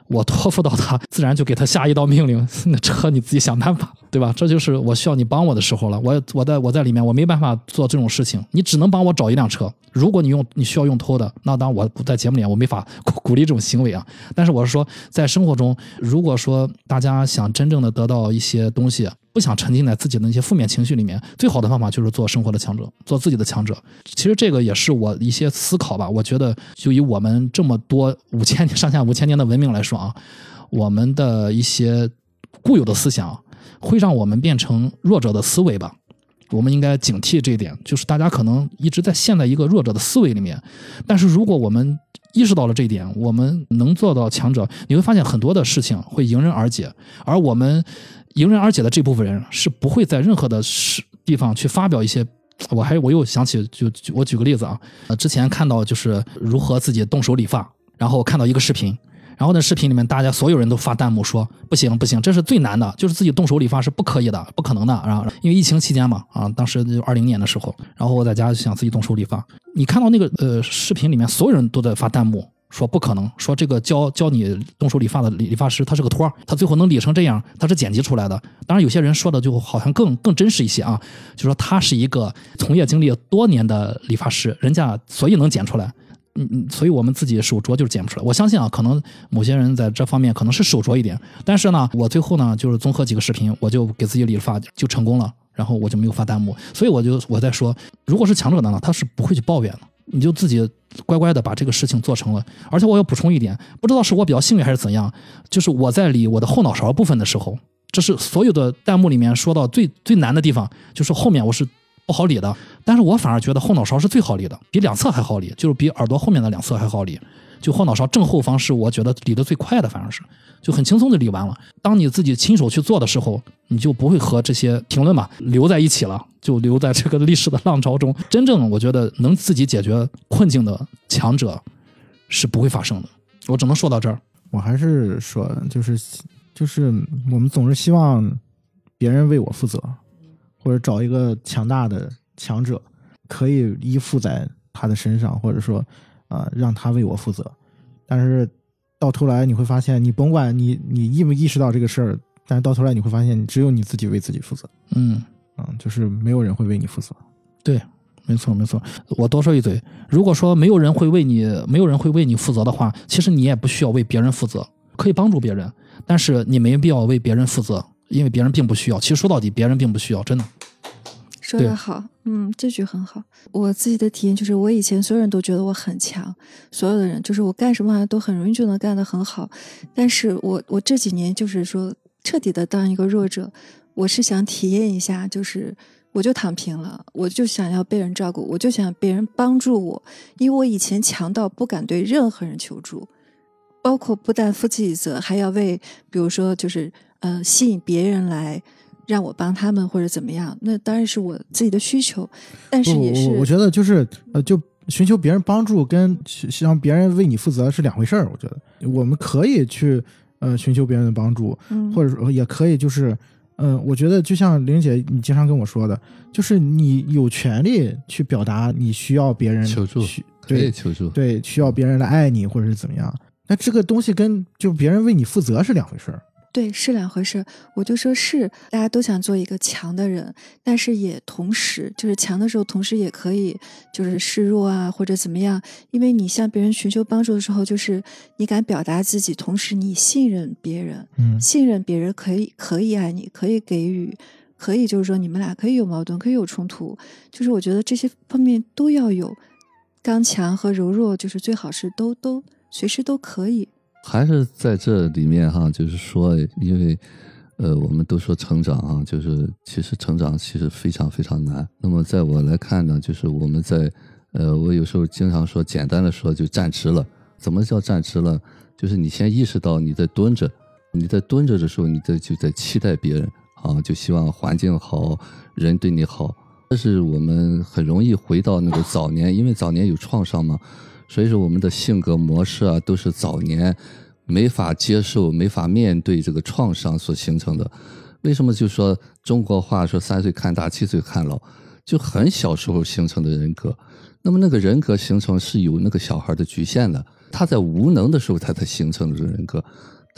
我托付到他，自然就给他下一道命令，那车你自己想办法，对吧？这就是我需要你帮我的时候了。我在里面，我没办法做这种事情，你只能帮我找一辆车。如果你需要用偷的，那当然我在节目里面我没法鼓励这种行为啊。但是我是说，在生活中，如果说大家想真正的得到一些东西，不想沉浸在自己的那些负面情绪里面，最好的方法就是做生活的强者，做自己的强者。其实这个也是我一些思考吧。我觉得就以我们这么多上下5000年的文明来说啊，我们的一些固有的思想会让我们变成弱者的思维吧。我们应该警惕这一点，就是大家可能一直在陷在一个弱者的思维里面，但是如果我们意识到了这一点，我们能做到强者，你会发现很多的事情会迎刃而解，而我们迎刃而解的这部分人是不会在任何的地方去发表一些。我又想起，我举个例子啊，之前看到就是如何自己动手理发，然后看到一个视频，然后那视频里面大家所有人都发弹幕说不行，这是最难的，就是自己动手理发是不可以的，不可能的。然后因为疫情期间嘛，当时就2020年的时候，然后我在家就想自己动手理发，你看到那个视频里面所有人都在发弹幕。说不可能，说这个教你动手理发的理发师他是个托，他最后能理成这样，他是剪辑出来的。当然有些人说的就好像更真实一些啊，就说他是一个从业经历多年的理发师，人家所以能剪出来。所以我们自己手拙就是剪不出来。我相信啊，可能某些人在这方面可能是手拙一点，但是呢，我最后呢就是综合几个视频，我就给自己理了发就成功了，然后我就没有发弹幕。所以我在说，如果是强者的呢，他是不会去抱怨的。你就自己乖乖的把这个事情做成了。而且我要补充一点，不知道是我比较幸运还是怎样，就是我在理我的后脑勺部分的时候，这是所有的弹幕里面说到最难的地方，就是后面我是不好理的，但是我反而觉得后脑勺是最好理的，比两侧还好理，就是比耳朵后面的两侧还好理。就后脑勺正后方是我觉得理得最快的，反而是就很轻松的理完了。当你自己亲手去做的时候，你就不会和这些评论嘛留在一起了，就留在这个历史的浪潮中。真正我觉得能自己解决困境的强者是不会发生的。我只能说到这儿。 我还是说，就是我们总是希望别人为我负责，或者找一个强大的强者可以依附在他的身上，或者说让他为我负责。但是到头来你会发现，你甭管你意没意识到这个事儿，但是到头来你会发现，只有你自己为自己负责。就是没有人会为你负责。 对，没错。我多说一嘴，如果说没有人会为你负责的话，其实你也不需要为别人负责，可以帮助别人，但是你没必要为别人负责，因为别人并不需要。其实说到底，别人并不需要，真的。 说得好，这句很好。我自己的体验就是，我以前所有人都觉得我很强，所有的人就是我干什么都很容易就能干得很好。但是我这几年就是说彻底的当一个弱者，我是想体验一下，就是我就躺平了，我就想要被人照顾，我就想别人帮助我，因为我以前强到不敢对任何人求助，包括不但负自己责，还要为比如说就是吸引别人来让我帮他们或者怎么样，那当然是我自己的需求，但是也是我觉得就是就寻求别人帮助跟让别人为你负责是两回事儿。我觉得我们可以去寻求别人的帮助，或者说也可以就是我觉得就像玲姐你经常跟我说的，就是你有权利去表达你需要别人求助，可以求助， 对，需要别人来爱你或者是怎么样。那这个东西跟就别人为你负责是两回事儿。 对，是两回事。我就说是大家都想做一个强的人，但是也同时就是强的时候，同时也可以就是示弱啊，或者怎么样。因为你向别人寻求帮助的时候，就是你敢表达自己，同时你信任别人，信任别人可以爱你，可以给予，可以就是说你们俩可以有矛盾，可以有冲突。就是我觉得这些方面都要有，刚强和柔弱，就是最好是都随时都可以。 还是在这里面哈，就是说，因为我们都说成长哈，就是其实成长其实非常非常难。那么在我来看呢，就是我们在我有时候经常说，简单的说就站直了。怎么叫站直了？就是你先意识到你在蹲着，你在蹲着的时候，你就在期待别人啊，就希望环境好，人对你好。但是我们很容易回到那个早年，因为早年有创伤嘛。所以说我们的性格模式啊，都是早年没法接受、没法面对这个创伤所形成的。为什么就说中国话说3岁看大，7岁看老，就很小时候形成的人格。那么那个人格形成是有那个小孩的局限的，他在无能的时候他才形成的人格。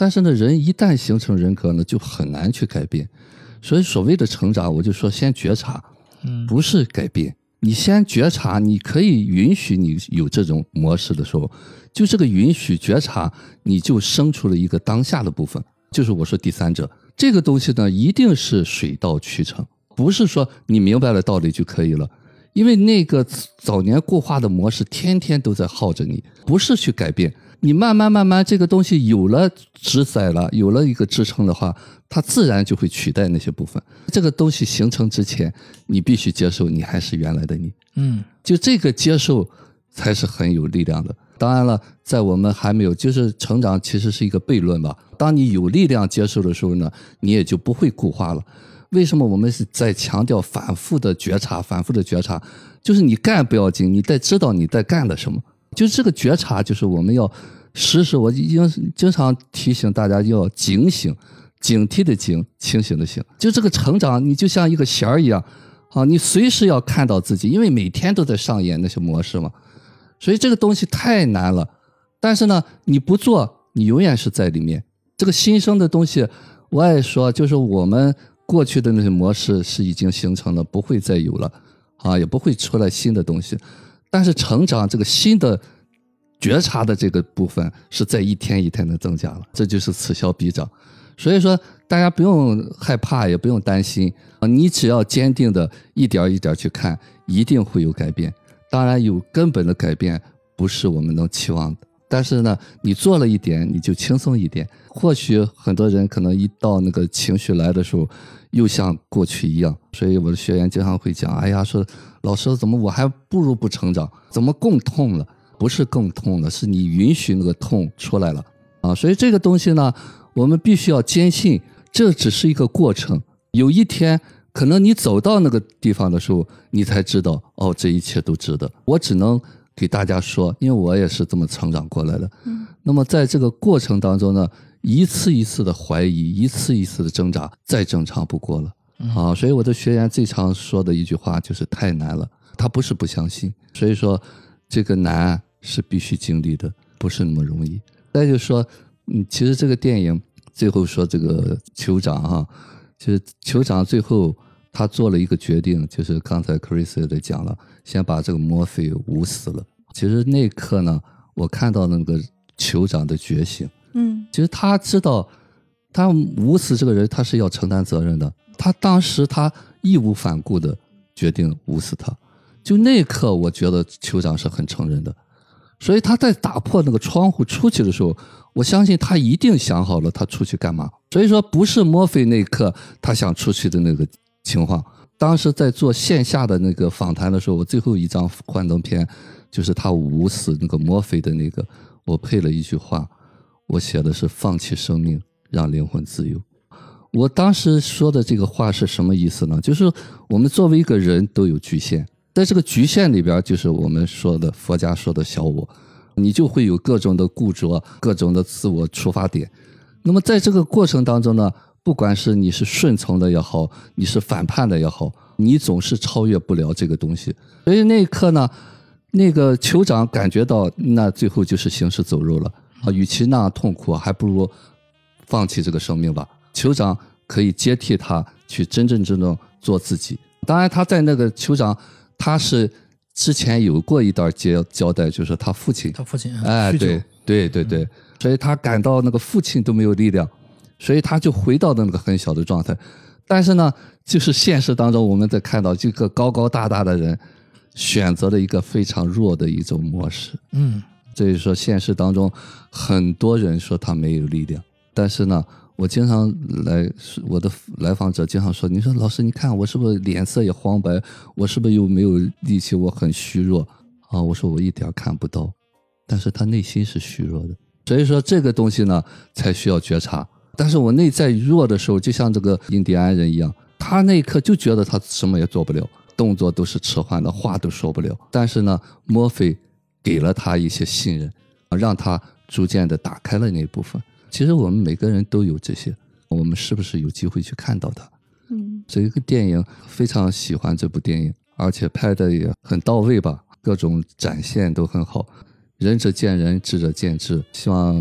但是呢，人一旦形成人格呢，就很难去改变。所以所谓的成长，我就说先觉察，不是改变。你先觉察，你可以允许你有这种模式的时候，就这个允许觉察，你就生出了一个当下的部分，就是我说第三者。这个东西呢，一定是水到渠成，不是说你明白了道理就可以了。因为那个早年固化的模式天天都在耗着你，不是去改变。你慢慢这个东西有了承载了，有了一个支撑的话，它自然就会取代那些部分。这个东西形成之前，你必须接受你还是原来的你。就这个接受才是很有力量的。当然了，在我们还没有，就是成长其实是一个悖论吧。当你有力量接受的时候呢，你也就不会固化了。为什么我们是在强调反复的觉察，反复的觉察？就是你干不要紧，你得知道你在干了什么。就是这个觉察，就是我们要时时，我经常提醒大家要警醒，警惕的警，清醒的醒。就这个成长，你就像一个弦儿一样啊，你随时要看到自己，因为每天都在上演那些模式嘛。所以这个东西太难了，但是呢，你不做，你永远是在里面。这个新生的东西，我也说，就是我们过去的那些模式是已经形成了，不会再有了啊，也不会出来新的东西。但是成长这个新的觉察的这个部分是在一天一天的增加了，这就是此消彼长。所以说大家不用害怕，也不用担心啊，你只要坚定的一点一点去看，一定会有改变。当然有根本的改变不是我们能期望的，但是呢，你做了一点，你就轻松一点。或许很多人可能一到那个情绪来的时候，又像过去一样。所以我的学员经常会讲，哎呀，说老师怎么我还不如不成长，怎么更痛了？不是更痛了，是你允许那个痛出来了啊。所以这个东西呢，我们必须要坚信，这只是一个过程。有一天可能你走到那个地方的时候，你才知道，哦，这一切都值得。我只能给大家说，因为我也是这么成长过来的。那么在这个过程当中呢，一次一次的怀疑，一次一次的挣扎，再正常不过了啊。所以我的学员最常说的一句话就是太难了，他不是不相信。所以说这个难是必须经历的，不是那么容易。再就是说其实这个电影最后说这个酋长哈，就是酋长最后他做了一个决定，就是刚才 Chris 也讲了，先把这个墨菲捂死了。其实那一刻呢，我看到那个酋长的觉醒。其实他知道他捂死这个人，他是要承担责任的。他当时他义无反顾的决定捂死他，就那一刻我觉得酋长是很承认的。所以他在打破那个窗户出去的时候，我相信他一定想好了他出去干嘛。所以说不是墨菲那一刻他想出去的那个情况。当时在做线下的那个访谈的时候，我最后一张幻灯片就是他捂死那个墨菲的那个，我配了一句话，我写的是放弃生命，让灵魂自由。我当时说的这个话是什么意思呢？就是我们作为一个人都有局限，在这个局限里边，就是我们说的佛家说的小我，你就会有各种的固着，各种的自我出发点。那么在这个过程当中呢，不管是你是顺从的也好，你是反叛的也好，你总是超越不了这个东西。所以那一刻呢，那个酋长感觉到那最后就是行尸走肉了啊，与其那样痛苦，还不如放弃这个生命吧。酋长可以接替他去真正做自己。当然他在那个酋长，他是之前有过一段交代，就是他父亲哎，对，所以他感到那个父亲都没有力量，所以他就回到那个很小的状态。但是呢，就是现实当中我们在看到这个高高大大的人选择了一个非常弱的一种模式。所以说现实当中很多人说他没有力量，但是呢，我经常我的来访者经常说，你说老师你看我是不是脸色也黄白，我是不是又没有力气，我很虚弱啊？我说我一点看不到，但是他内心是虚弱的。所以说这个东西呢才需要觉察。但是我内在弱的时候，就像这个印第安人一样，他那一刻就觉得他什么也做不了，动作都是迟缓的，话都说不了。但是呢，墨菲给了他一些信任，让他逐渐的打开了那一部分。其实我们每个人都有这些，我们是不是有机会去看到它？这个电影非常喜欢这部电影，而且拍的也很到位吧，各种展现都很好。仁者见仁，智者见智，希望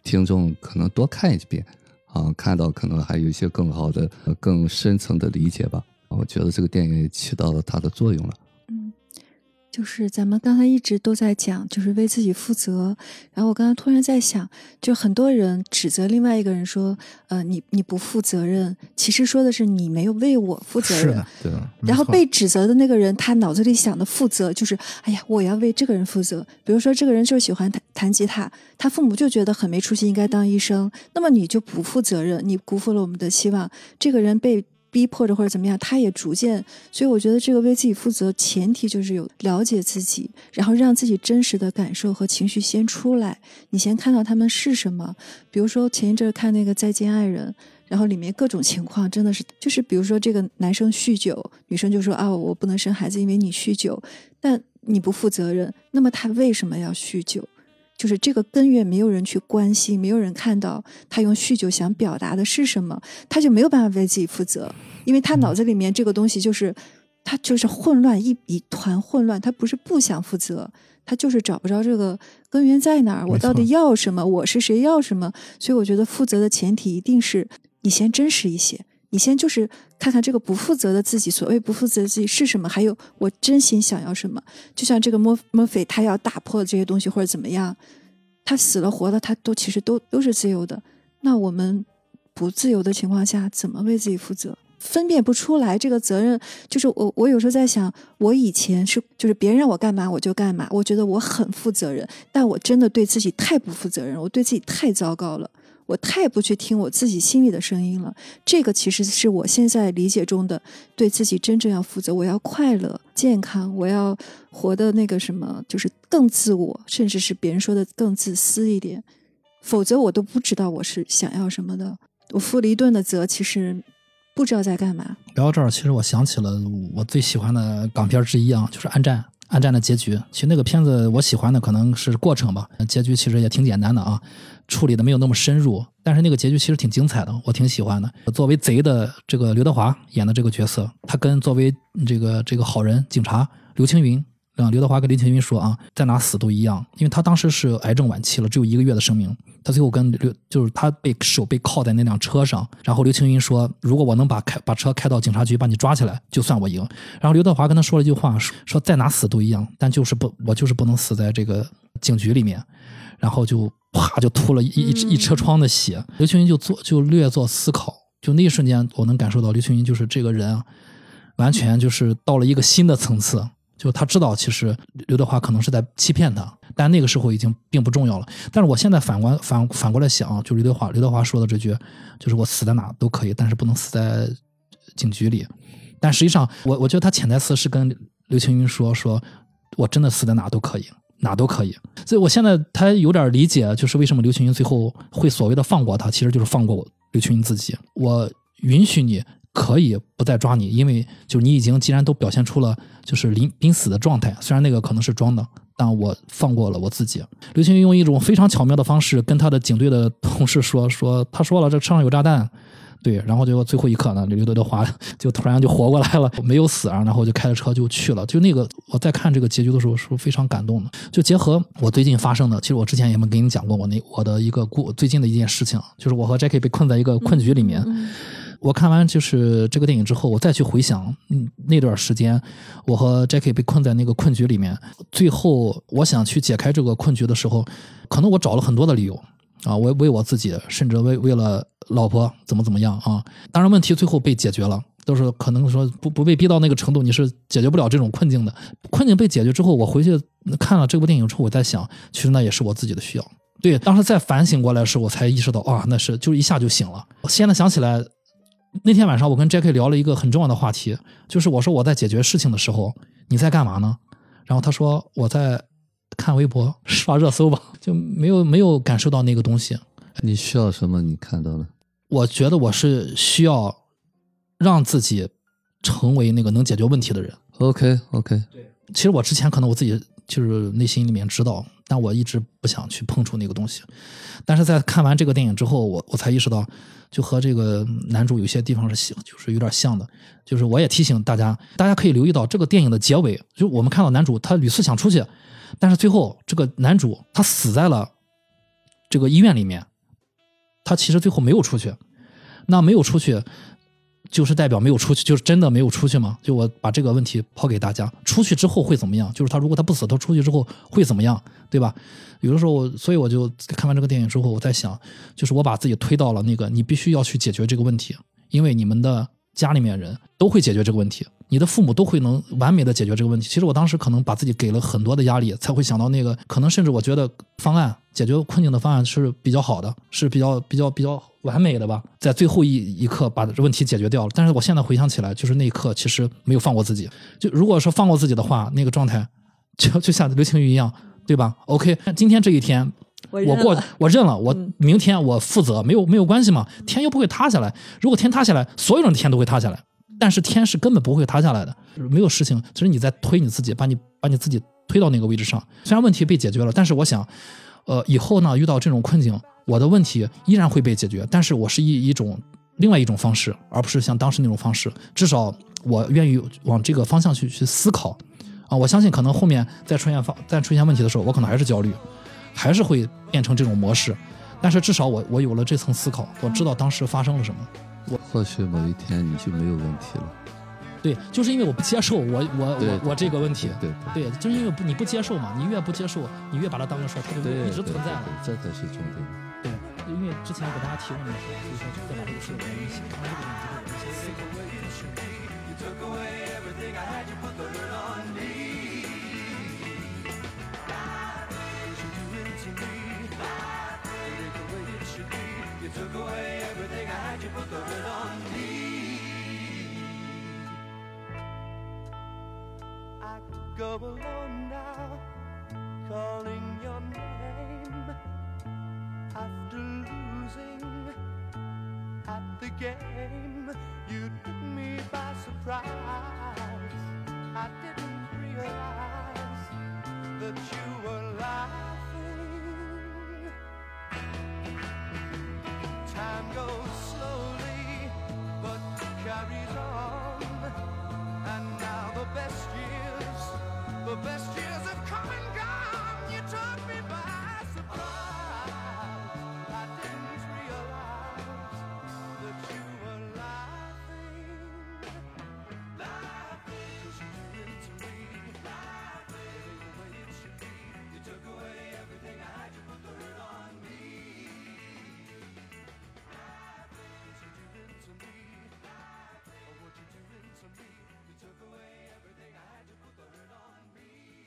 听众可能多看一遍啊，看到可能还有一些更好的、更深层的理解吧。我觉得这个电影也起到了它的作用了。 就是咱们刚才一直都在讲，就是为自己负责。然后我刚才突然在想，就很多人指责另外一个人说，你不负责任，其实说的是你没有为我负责任。 是的， 对。 然后被指责的那个人，他脑子里想的负责就是，哎呀，我要为这个人负责。比如说，这个人就是喜欢弹吉他，他父母就觉得很没出息，应该当医生，那么你就不负责任，你辜负了我们的希望。这个人被逼迫着或者怎么样，他也逐渐，所以我觉得这个为自己负责前提就是有了解自己，然后让自己真实的感受和情绪先出来，你先看到他们是什么。比如说前一阵看那个再见爱人，然后里面各种情况真的是，就是比如说这个男生酗酒，女生就说啊我不能生孩子因为你酗酒，但你不负责任，那么他为什么要酗酒？就是这个根源没有人去关心，没有人看到他用酗酒想表达的是什么，他就没有办法为自己负责，因为他脑子里面这个东西就是他就是混乱，一团混乱，他不是不想负责，他就是找不着这个根源在哪儿，我到底要什么，我是谁，要什么。所以我觉得负责的前提一定是你先真实一些，你先就是看看这个不负责的自己，所谓不负责的自己是什么，还有我真心想要什么。就像这个墨菲他要打破这些东西或者怎么样，他死了活了他其实都是自由的，那我们不自由的情况下怎么为自己负责？分辨不出来这个责任，就是我有时候在想，我以前就是别人让我干嘛我就干嘛，我觉得我很负责任，但我真的对自己太不负责任，我对自己太糟糕了，我太不去听我自己心里的声音了。这个其实是我现在理解中的对自己真正要负责，我要快乐健康，我要活的那个什么，就是更自我，甚至是别人说的更自私一点，否则我都不知道我是想要什么的。我负了一顿的责，其实不知道在干嘛。 聊到这儿，其实我想起了我最喜欢的港片之一啊，就是暗战的结局。其实那个片子我喜欢的可能是过程吧，结局其实也挺简单的啊，处理的没有那么深入，但是那个结局其实挺精彩的，我挺喜欢的。作为贼的这个刘德华演的这个角色，他跟作为这个好人警察刘青云，刘德华跟刘青云说啊，在哪死都一样，因为他当时是癌症晚期了，只有1个月的生命。他最后就是他手被铐在那辆车上，然后刘青云说，如果我能把车开到警察局把你抓起来，就算我赢。然后刘德华跟他说了一句话，说在哪死都一样，但我就是不能死在这个警局里面。然后就啪就吐了一车窗的血。刘青云就略作思考，就那一瞬间我能感受到刘青云就是这个人啊，完全就是到了一个新的层次。就他知道其实刘德华可能是在欺骗他，但那个时候已经并不重要了。但是我现在反过来想，就刘德华说的这句，就是我死在哪都可以，但是不能死在警局里。但实际上我觉得他潜台词是跟刘青云说我真的死在哪都可以，哪都可以。所以我现在他有点理解，就是为什么刘青云最后会所谓的放过他，其实就是放过刘青云自己。我允许你可以不再抓你，因为就你既然都表现出了就是濒死的状态，虽然那个可能是装的，但我放过了我自己。刘青云用一种非常巧妙的方式跟他的警队的同事说他说了这车上有炸弹，对，然后就最后一刻呢，刘德华就突然就活过来了，没有死啊，然后就开着车就去了。就那个我在看这个结局的时候是非常感动的。就结合我最近发生的，其实我之前也没跟你讲过我的一个最近的一件事情，就是我和 Jackie 被困在一个困局里面。我看完就是这个电影之后，我再去回想那段时间我和 Jackie 被困在那个困局里面，最后我想去解开这个困局的时候，可能我找了很多的理由啊，为我自己，甚至为了老婆怎么样啊。当然问题最后被解决了，都是可能说不被逼到那个程度，你是解决不了这种困境的。困境被解决之后，我回去看了这部电影之后，我在想，其实那也是我自己的需要。对，当时再反省过来的时候，我才意识到啊，那是就一下就醒了。我现在想起来，那天晚上我跟 Jackie 聊了一个很重要的话题，就是我说我在解决事情的时候你在干嘛呢？然后他说我在看微博刷热搜吧，就没有感受到那个东西。 你需要什么？你看到了？ 我觉得我是需要让自己成为那个能解决问题的人。 OK， 对，其实我之前可能我自己就是内心里面知道，但我一直不想去碰触那个东西。但是在看完这个电影之后，我才意识到，就和这个男主有些地方是就是有点像的。就是我也提醒大家可以留意到这个电影的结尾，就我们看到男主他屡次想出去，但是最后这个男主他死在了这个医院里面， 他其实最后没有出去，那没有出去就是代表没有出去，就是真的没有出去吗？就我把这个问题抛给大家，出去之后会怎么样？就是如果他不死，他出去之后会怎么样，对吧？有的时候所以我就看完这个电影之后，我在想，就是我把自己推到了那个你必须要去解决这个问题，因为你们的家里面人都会解决这个问题，你的父母都会能完美的解决这个问题。其实我当时可能把自己给了很多的压力，才会想到那个可能甚至我觉得方案解决困境的方案是比较好的，是比较完美的吧，在最后一刻把这问题解决掉了。但是我现在回想起来，就是那一刻其实没有放过自己。就如果说放过自己的话，那个状态就像刘青云一样，对吧 ？OK， 今天这一天我认了，我明天我负责，没有关系嘛，天又不会塌下来。如果天塌下来，所有人的天都会塌下来，但是天是根本不会塌下来的，没有事情，其实你在推你自己，把你自己推到那个位置上。虽然问题被解决了，但是我想，以后呢遇到这种困境，我的问题依然会被解决，但是我是另外一种方式，而不是像当时那种方式。至少我愿意往这个方向去思考啊！我相信可能后面再出现问题的时候，我可能还是焦虑，还是会变成这种模式。但是至少我有了这层思考，我知道当时发生了什么。 或许某一天你就没有问题了。 对，就是因为我不接受我这个问题。 对， 就是因为你不接受嘛，你越不接受，你越把它当个事儿，它就一直存在了。 这才是重点。 对，因为之前给大家提问的时候，所以说再把这个事往一起看这个问题，就有一些思考。 Go along now, calling your name after losing at the game. You took me by surprise. I didn't realize that you were laughing. Time goes slowly, but carries on, and now the best years have come and gone. You took me by surprise. I didn't realize that you were laughing. 'Cause you did it to me. Living the way it should be. You took away everything I had. You put the hurt on me. 'Cause you did it to me. Oh, what you did to me. You took away everything I had. You put the hurt on me.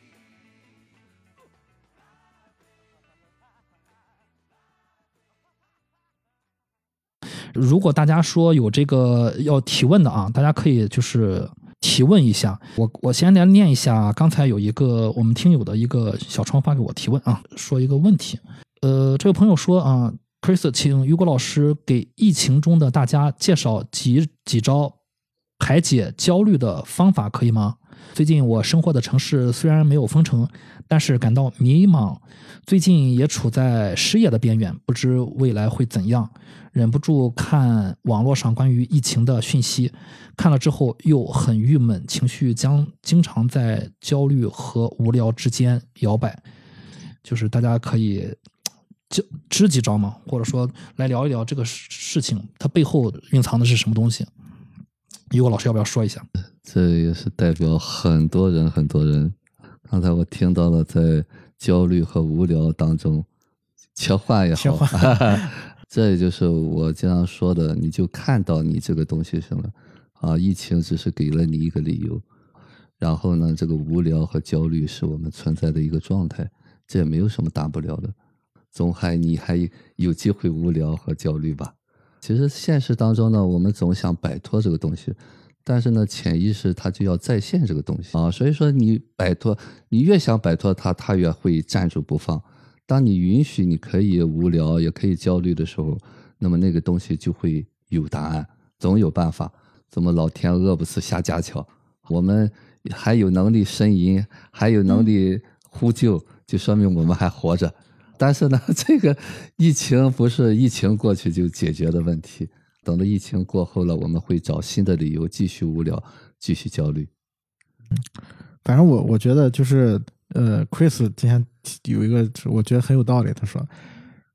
如果大家说有这个要提问的啊，大家可以就是提问一下。我先来念一下，刚才有一个我们听友的一个小窗发给我提问啊，说一个问题。这位朋友说啊 ，Chris， 请雨果老师给疫情中的大家介绍几招排解焦虑的方法，可以吗？最近我生活的城市虽然没有封城，但是感到迷茫，最近也处在失业的边缘，不知未来会怎样，忍不住看网络上关于疫情的讯息，看了之后又很郁闷，情绪经常在焦虑和无聊之间摇摆。就是大家可以支几招吗？或者说来聊一聊这个事情它背后蕴藏的是什么东西？雨果老师要不要说一下？ 这也是代表很多人。刚才我听到了在焦虑和无聊当中切换也好，这也就是我经常说的，你就看到你这个东西什么啊？疫情只是给了你一个理由，然后呢，这个无聊和焦虑是我们存在的一个状态，这也没有什么大不了的，你还有机会无聊和焦虑吧。其实现实当中呢，我们总想摆脱这个东西，但是呢，潜意识它就要再现这个东西啊。所以说你越想摆脱它，它越会站住不放。当你允许你可以无聊，也可以焦虑的时候，那么那个东西就会有答案，总有办法。怎么老天饿不死瞎家巧？我们还有能力呻吟，还有能力呼救，就说明我们还活着。但是呢，这个疫情不是疫情过去就解决的问题，等到疫情过后了，我们会找新的理由继续无聊，继续焦虑。 反正我觉得就是Chris 今天有一个我觉得很有道理，他说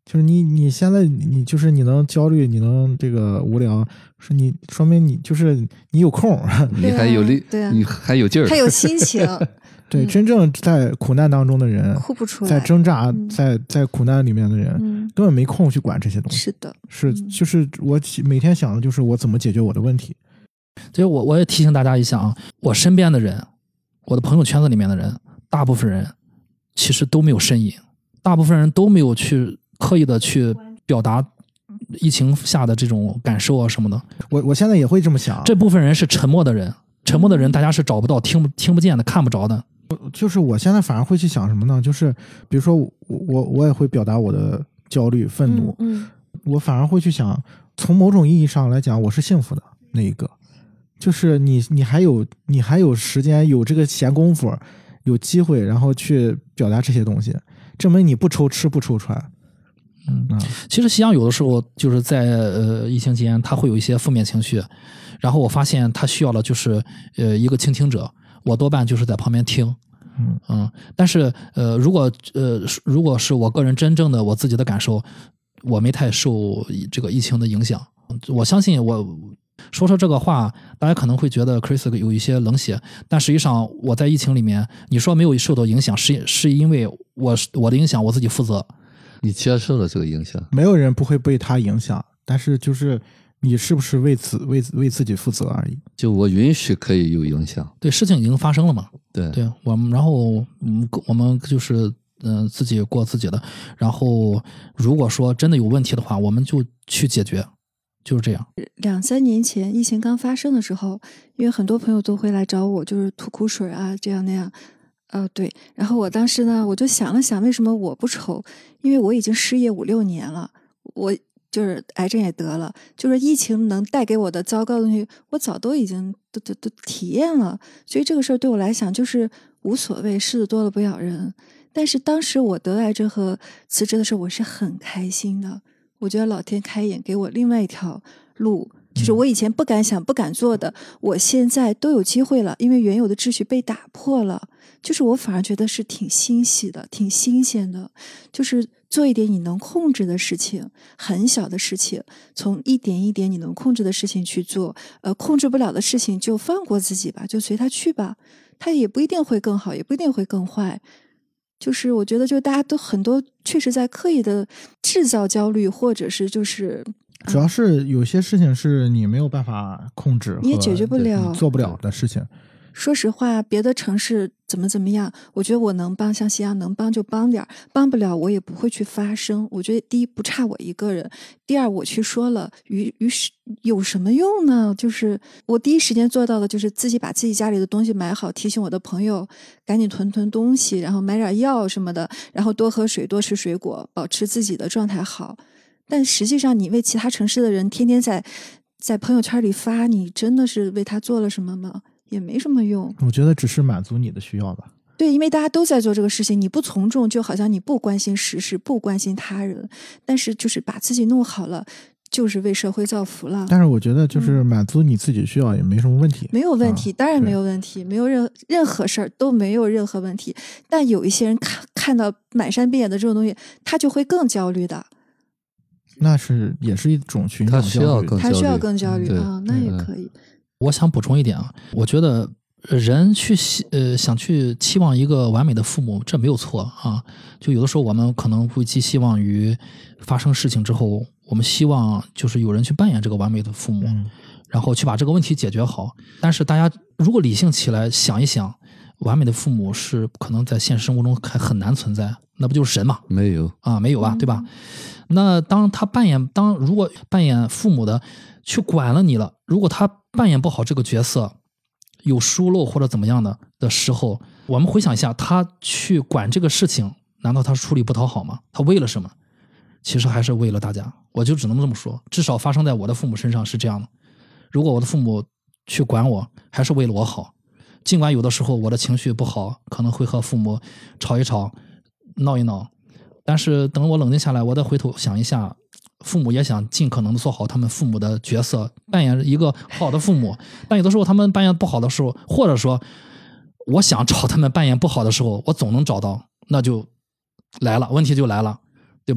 就是你现在你就是你能焦虑，你能这个无聊，说明你就是你有空， 你还有力， 对啊你还有劲儿， 他有心情， 对，真正在苦难当中的人， 哭不出来， 在挣扎，在苦难里面的人，根本没空去管这些东西。 是的， 就是我每天想的就是我怎么解决我的问题。 所以我也提醒大家一下啊，我身边的人，我的朋友圈子里面的人，大部分人其实都没有呻吟，大部分人都没有去刻意的去表达疫情下的这种感受啊什么的。 我现在也会这么想， 这部分人是沉默的人，沉默的人大家是找不到、听不见的、看不着的。 就是我现在反而会去想什么呢？就是比如说我也会表达我的焦虑、愤怒，我反而会去想，从某种意义上来讲，我是幸福的那一个。就是你还有时间，有这个闲工夫，有机会，然后去表达这些东西，证明你不愁吃不愁穿。 其实夕阳有的时候就是在疫情期间，他会有一些负面情绪，然后我发现他需要的就是一个倾听者，我多半就是在旁边听。但是如果是我个人真正的我自己的感受，我没太受这个疫情的影响。我相信我说这个话，大家可能会觉得 Chris 有一些冷血，但实际上我在疫情里面，你说没有受到影响，是因为我的影响我自己负责。 你接受了这个影响， 没有人不会被他影响，但是就是你是不是为自己负责而已。 就我允许可以有影响， 对，事情已经发生了嘛。 对， 我们然后我们就是自己过自己的，然后如果说真的有问题的话，我们就去解决，就是这样。 2-3年前疫情刚发生的时候，因为很多朋友都会来找我，就是吐苦水啊，这样那样。对，然后我当时呢，我就想了想，为什么我不愁？因为我已经失业5-6年了，我就是癌症也得了，就是疫情能带给我的糟糕的东西，我早都已经都体验了，所以这个事儿对我来讲就是无所谓，柿子多了不咬人。但是当时我得癌症和辞职的时候，我是很开心的，我觉得老天开眼给我另外一条路。就是我以前不敢想不敢做的，我现在都有机会了，因为原有的秩序被打破了，就是我反而觉得是挺欣喜的，挺新鲜的，就是做一点你能控制的事情，很小的事情，从一点一点你能控制的事情去做，控制不了的事情就放过自己吧，就随它去吧，它也不一定会更好，也不一定会更坏。就是我觉得就大家都很多确实在刻意的制造焦虑，或者是就是主要是有些事情是你没有办法控制， 你也解决不了， 做不了的事情。 说实话，别的城市怎么样，我觉得我能帮，像西安能帮就帮点儿，帮不了我也不会去发声。我觉得第一不差我一个人，第二我去说了，于是有什么用呢？就是我第一时间做到的就是自己把自己家里的东西买好，提醒我的朋友赶紧囤东西，然后买点药什么的，然后多喝水，多吃水果，保持自己的状态好。但实际上，你为其他城市的人天天在朋友圈里发，你真的是为他做了什么吗？也没什么用。 我觉得只是满足你的需要吧。 对，因为大家都在做这个事情，你不从众，就好像你不关心时事，不关心他人，但是就是把自己弄好了，就是为社会造福了。 但是我觉得就是满足你自己需要也没什么问题， 没有问题，当然没有问题，没有任何事儿都没有任何问题。但有一些人看到满山遍野的这种东西，他就会更焦虑的。 那也是一种寻找焦虑， 他需要更焦虑啊，那也可以。 我想补充一点啊，我觉得人想去期望一个完美的父母，这没有错啊。就有的时候我们可能会寄希望于发生事情之后，我们希望就是有人去扮演这个完美的父母，然后去把这个问题解决好。但是大家如果理性起来想一想，完美的父母是可能在现实生活中还很难存在，那不就是神吗？ 没有啊，没有吧，对吧？那如果扮演父母的去管了你了，如果他扮演不好这个角色，有疏漏或者怎么样的时候，我们回想一下，他去管这个事情，难道他是出力不讨好吗？他为了什么？其实还是为了大家，我就只能这么说，至少发生在我的父母身上是这样的。如果我的父母去管我，还是为了我好，尽管有的时候我的情绪不好，可能会和父母吵一吵，闹一闹，但是等我冷静下来，我再回头想一下，父母也想尽可能的做好他们父母的角色，扮演一个好的父母。但有的时候他们扮演不好的时候，或者说我想找他们扮演不好的时候，我总能找到，那就来了，问题就来了，对吧？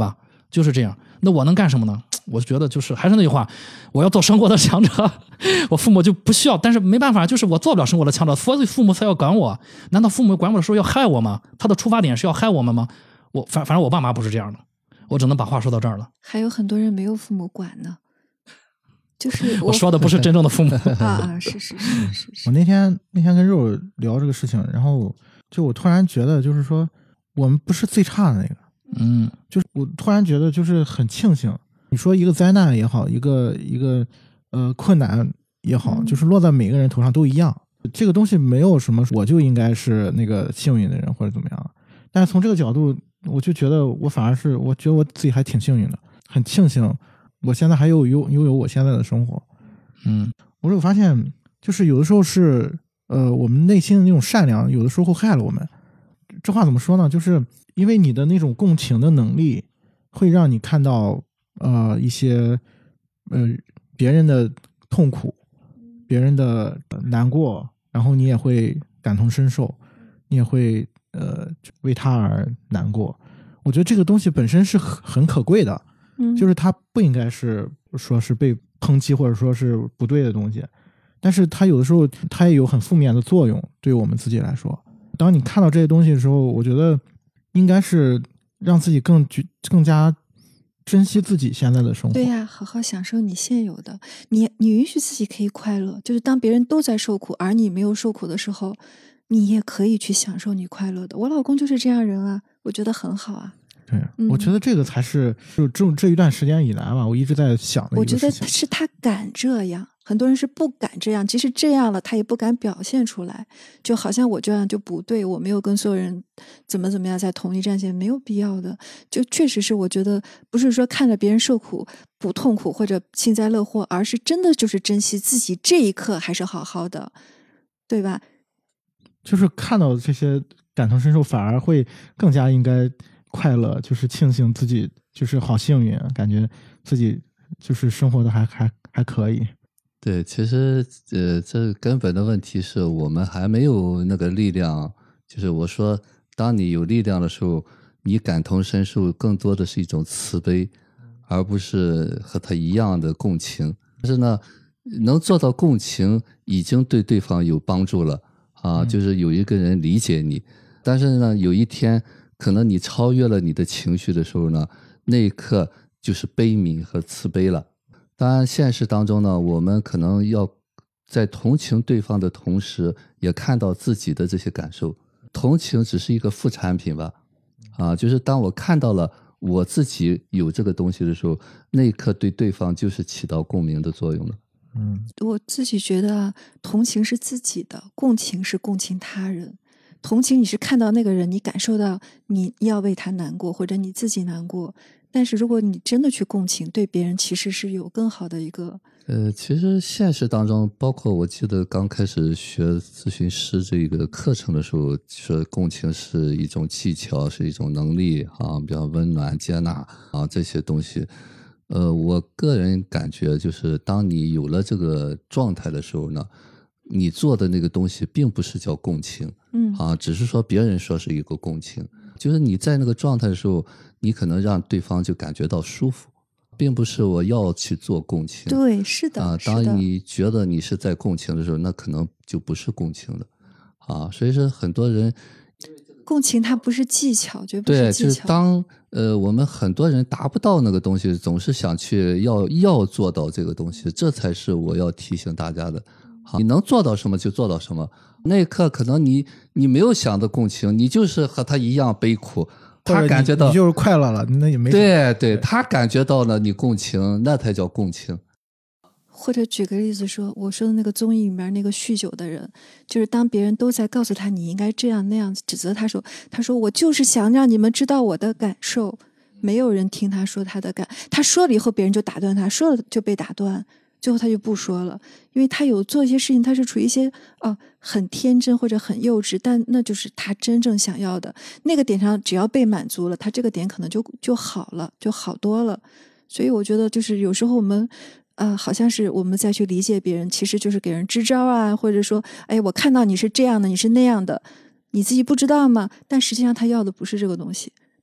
就是这样。那我能干什么呢？我觉得就是还是那句话，我要做生活的强者，我父母就不需要，但是没办法，就是我做不了生活的强者，所以父母才要管我。难道父母管我的时候要害我吗？他的出发点是要害我们吗？反正我爸妈不是这样的，我只能把话说到这儿了。 还有很多人没有父母管呢，就是我说的不是真正的父母是。 我那天跟肉聊这个事情，然后就我突然觉得，就是说我们不是最差的那个。就是我突然觉得就是很庆幸，你说一个灾难也好，一个困难也好，就是落在每个人头上都一样，这个东西没有什么我就应该是那个幸运的人或者怎么样。但是从这个角度，我就觉得我反而是我觉得我自己还挺幸运的，很庆幸我现在还拥有我现在的生活。我发现就是有的时候是我们内心的那种善良有的时候会害了我们。这话怎么说呢？就是因为你的那种共情的能力会让你看到一些别人的痛苦，别人的难过，然后你也会感同身受，你也会为他而难过。我觉得这个东西本身是很可贵的，就是它不应该是说是被抨击或者说是不对的东西，但是它有的时候它也有很负面的作用，对于我们自己来说。当你看到这些东西的时候，我觉得应该是让自己更加珍惜自己现在的生活。 对呀，好好享受你现有的，你允许自己可以快乐，就是当别人都在受苦而你没有受苦的时候，你也可以去享受你快乐的。我老公就是这样人啊，我觉得很好啊。 对，我觉得这个才是就这一段时间以来吧，我一直在想的一个事情。 我觉得是他敢这样，很多人是不敢这样，即使这样了他也不敢表现出来，就好像我这样就不对，我没有跟所有人怎么样在同一战线，没有必要的。就确实是我觉得不是说看着别人受苦不痛苦或者幸灾乐祸，而是真的就是珍惜自己这一刻还是好好的，对吧？ 就是看到这些感同身受反而会更加应该快乐，就是庆幸自己就是好幸运，感觉自己就是生活的还可以。 对，其实这根本的问题是我们还没有那个力量。就是我说，当你有力量的时候，你感同身受更多的是一种慈悲，而不是和他一样的共情。但是呢，能做到共情已经对对方有帮助了啊，就是有一个人理解你。但是呢，有一天可能你超越了你的情绪的时候呢，那一刻就是悲悯和慈悲了。当然现实当中呢，我们可能要在同情对方的同时也看到自己的这些感受。同情只是一个副产品吧，就是当我看到了我自己有这个东西的时候，那一刻对对方就是起到共鸣的作用了。 我自己觉得同情是自己的，共情是共情他人。同情你是看到那个人，你感受到你要为他难过，或者你自己难过。但是如果你真的去共情，对别人其实是有更好的一个。 其实现实当中，包括我记得刚开始学咨询师这个课程的时候，说共情是一种技巧，是一种能力啊，比较温暖、接纳啊这些东西。我个人感觉就是，当你有了这个状态的时候呢，你做的那个东西并不是叫共情，只是说别人说是一个共情，就是你在那个状态的时候，你可能让对方就感觉到舒服，并不是我要去做共情。 对，是的， 当你觉得你是在共情的时候，那可能就不是共情的，所以说很多人共情它不是技巧，绝不是对， 技巧。 就是当我们很多人达不到那个东西，总是想去要做到这个东西，这才是我要提醒大家的。你能做到什么就做到什么。那一刻可能你没有想的共情，你就是和他一样悲苦，他感觉到你就是快乐了，那也没对，他感觉到了你共情，那才叫共情。 或者举个例子说，我说的那个综艺里面那个酗酒的人，就是当别人都在告诉他你应该这样那样指责他说我就是想让你们知道我的感受，没有人听他说他的他说了以后别人就打断他，说了就被打断，最后他就不说了，因为他有做一些事情，他是处于一些很天真或者很幼稚，但那就是他真正想要的那个点上，只要被满足了，他这个点可能就好了，就好多了。所以我觉得就是有时候我们好像是我们再去理解别人，其实就是给人支招啊，或者说哎，我看到你是这样的，你是那样的，你自己不知道吗？但实际上他要的不是这个东西，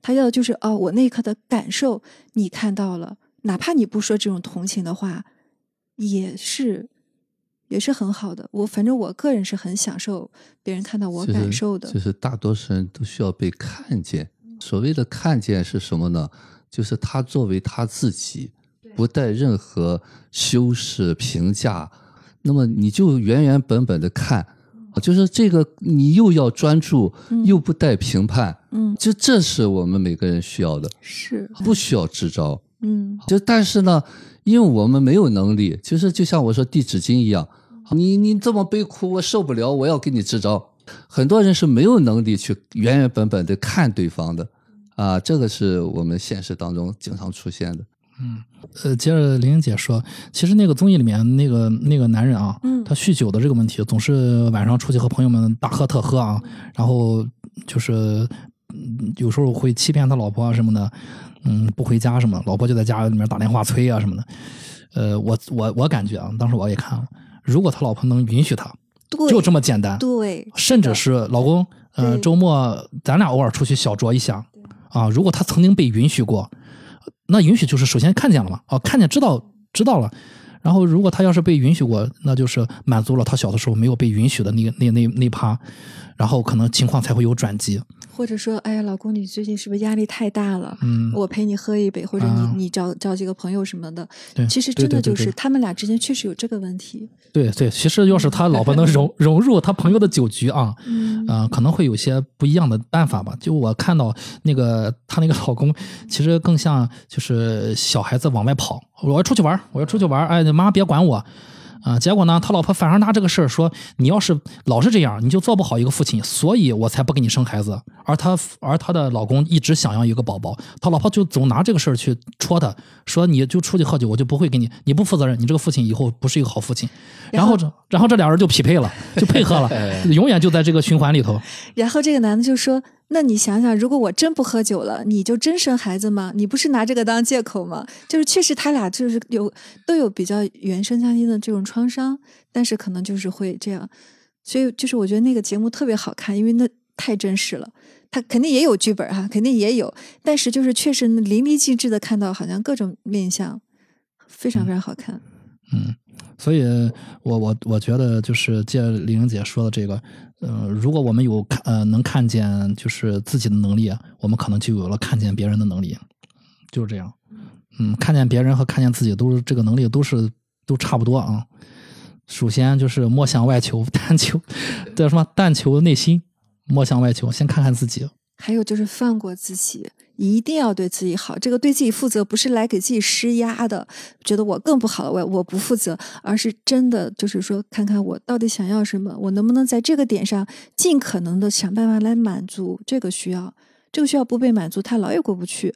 他要的就是我那一刻的感受你看到了，哪怕你不说这种同情的话，也是很好的。反正我个人是很享受别人看到我感受的。 就是大多数人都需要被看见。所谓的看见是什么呢？就是他作为他自己，不带任何修饰评价，那么你就原原本本的看，就是这个你又要专注，又不带评判，就这是我们每个人需要的， 是不需要支招，但是呢，因为我们没有能力，就像我说递纸巾一样，你这么悲哭我受不了，我要给你支招。很多人是没有能力去原原本本的看对方的啊，这个是我们现实当中经常出现的。 接着玲玲姐说，其实那个综艺里面那个男人啊，他酗酒的这个问题，总是晚上出去和朋友们大喝特喝啊，然后就是有时候会欺骗他老婆啊什么的，不回家什么，老婆就在家里面打电话催啊什么的。我感觉啊，当时我也看了，如果他老婆能允许他，就这么简单， 对， 甚至是老公，周末咱俩偶尔出去小酌一下啊，如果他曾经被允许过。那允许就是首先看见了嘛，看见知道了，然后如果他要是被允许过，那就是满足了他小的时候没有被允许的那趴，然后可能情况才会有转机。 或者说，哎呀，老公，你最近是不是压力太大了？我陪你喝一杯，或者你找几个朋友什么的。其实真的就是他们俩之间确实有这个问题。对， 其实要是他老婆能融入他朋友的酒局啊，可能会有些不一样的办法吧。就我看到他那个老公，其实更像就是小孩子往外跑，我要出去玩，哎，妈别管我。结果呢，他老婆反而拿这个事儿说，你要是老是这样，你就做不好一个父亲，所以我才不给你生孩子。而她的老公一直想要一个宝宝，他老婆就总拿这个事儿去戳他，说你就出去喝酒，我就不会给你，你不负责任，你这个父亲以后不是一个好父亲。然后这俩人就匹配了，就配合了，永远就在这个循环里头。 然后这个男的就说，那你想想，如果我真不喝酒了，你就真生孩子吗？你不是拿这个当借口吗？就是确实他俩就是都有比较原生家庭的这种创伤，但是可能就是会这样。所以就是我觉得那个节目特别好看，因为那太真实了。他肯定也有剧本哈，肯定也有，但是就是确实淋漓尽致的看到好像各种面相，非常非常好看。 所以我觉得就是借玲玲姐说的这个，如果我们有能看见就是自己的能力，我们可能就有了看见别人的能力，就是这样。看见别人和看见自己这个能力都差不多啊。首先就是莫向外求，但求内心，莫向外求，先看看自己。 还有就是放过自己，一定要对自己好。这个对自己负责不是来给自己施压的，觉得我更不好了，我不负责，而是真的就是说看看我到底想要什么，我能不能在这个点上尽可能的想办法来满足这个需要。这个需要不被满足，他老也过不去。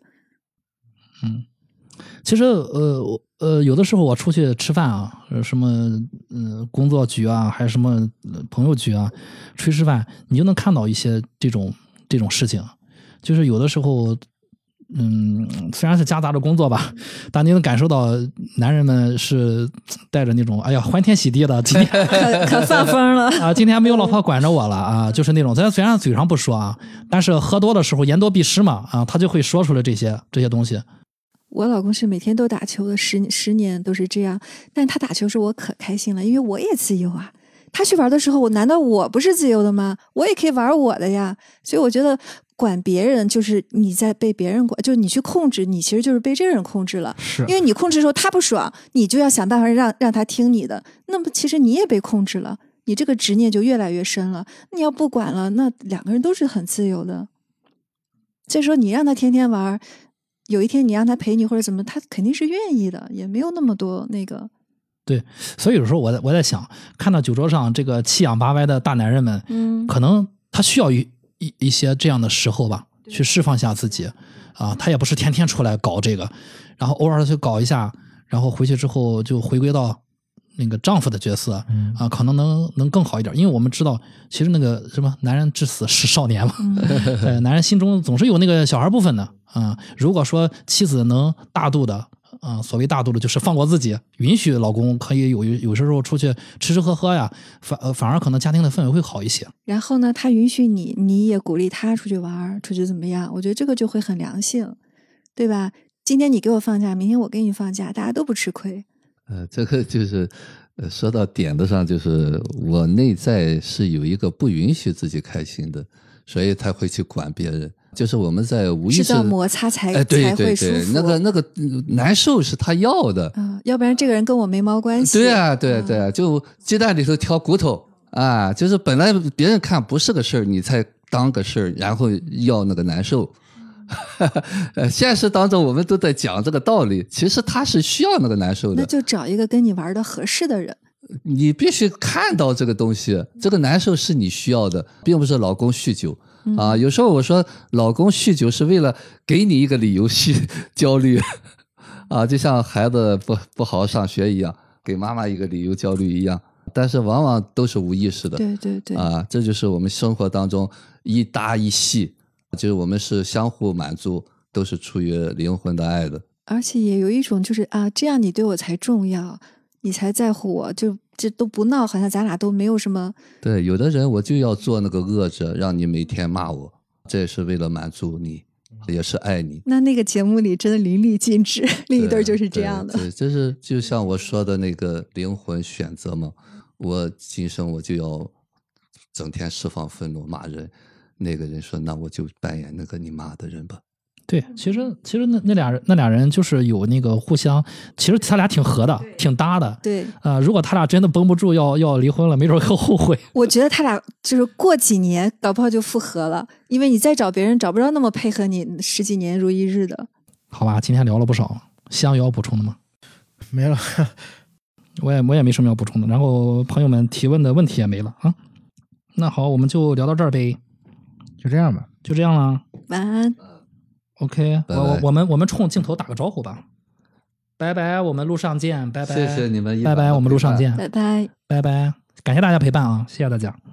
其实有的时候我出去吃饭啊，什么工作局啊，还是什么朋友局啊，出去吃饭，你就能看到一些这种事情。就是有的时候虽然是夹杂着工作吧，但你能感受到男人们是带着那种哎呀欢天喜地的，今天可放风了啊，今天没有老婆管着我了啊，就是那种咱虽然嘴上不说啊，但是喝多的时候言多必失嘛啊，他就会说出来这些东西。 我老公是每天都打球的，10年都是这样，但他打球时我可开心了，因为我也自由啊。他去玩的时候，难道我不是自由的吗？我也可以玩我的呀。所以我觉得管别人就是你在被别人管，就是你去控制，你其实就是被这个人控制了。 是， 因为你控制的时候他不爽，你就要想办法让他听你的。那么其实你也被控制了，你这个执念就越来越深了。你要不管了，那两个人都是很自由的。所以说你让他天天玩，有一天你让他陪你或者怎么，他肯定是愿意的，也没有那么多那个。 对，所以有时候我在想，看到酒桌上这个七仰八歪的大男人们，可能他需要一些这样的时候吧，去释放下自己啊，他也不是天天出来搞这个，然后偶尔去搞一下，然后回去之后就回归到那个丈夫的角色啊，可能能更好一点，因为我们知道，其实那个什么男人至死是少年嘛，男人心中总是有那个小孩部分的啊。如果说妻子能大度的所谓大度的就是放过自己，允许老公可以有时候出去吃吃喝喝呀，反而可能家庭的氛围会好一些。 然后呢，他允许你，你也鼓励他出去玩，出去怎么样？我觉得这个就会很良性，对吧？今天你给我放假，明天我给你放假，大家都不吃亏。 这个就是说到点子上，就是我内在是有一个不允许自己开心的，所以他会去管别人。就是我们在无意识制造摩擦才对会舒服。 那个难受是他要的， 要不然这个人跟我没毛关系。 对啊，就鸡蛋里头挑骨头啊，就是本来别人看不是个事儿，你才当个事儿，然后要那个难受。现实当中我们都在讲这个道理，其实他是需要那个难受的。 那就找一个跟你玩的合适的人。 你必须看到这个东西，这个难受是你需要的，并不是老公酗酒。有时候我说老公酗酒是为了给你一个理由焦虑就像孩子不好好上学一样，给妈妈一个理由焦虑一样，但是往往都是无意识的。 对这就是我们生活当中一搭一戏，就是我们是相互满足，都是出于灵魂的爱的。 而且也有一种就是这样你对我才重要，你才在乎我，就这都不闹，好像咱俩都没有什么。 对，有的人我就要做那个恶者，让你每天骂我，这也是为了满足你，也是爱你。 那个节目里真的淋漓尽致，另一对就是这样的。 对，这是就像我说的那个灵魂选择嘛，我今生我就要整天释放愤怒骂人，那个人说那我就扮演那个你骂的人吧。 对，其实那俩人就是有那个互相，其实他俩挺合的，挺搭的。 对， 如果他俩真的绷不住要离婚了，没准会后悔。我觉得他俩就是过几年搞不好就复合了，因为你再找别人找不着那么配合你十几年如一日的。 好吧，今天聊了不少，香有要补充的吗？ 没了， 我也没什么要补充的。然后朋友们提问的问题也没了啊。那好，我们就聊到这儿呗。 就这样吧， 就这样了。 晚安。 OK， 我们冲镜头打个招呼吧，拜拜，我们路上见，拜拜， 谢谢你们， 拜拜，我们路上见， 拜拜， 拜拜，感谢大家陪伴啊，谢谢大家。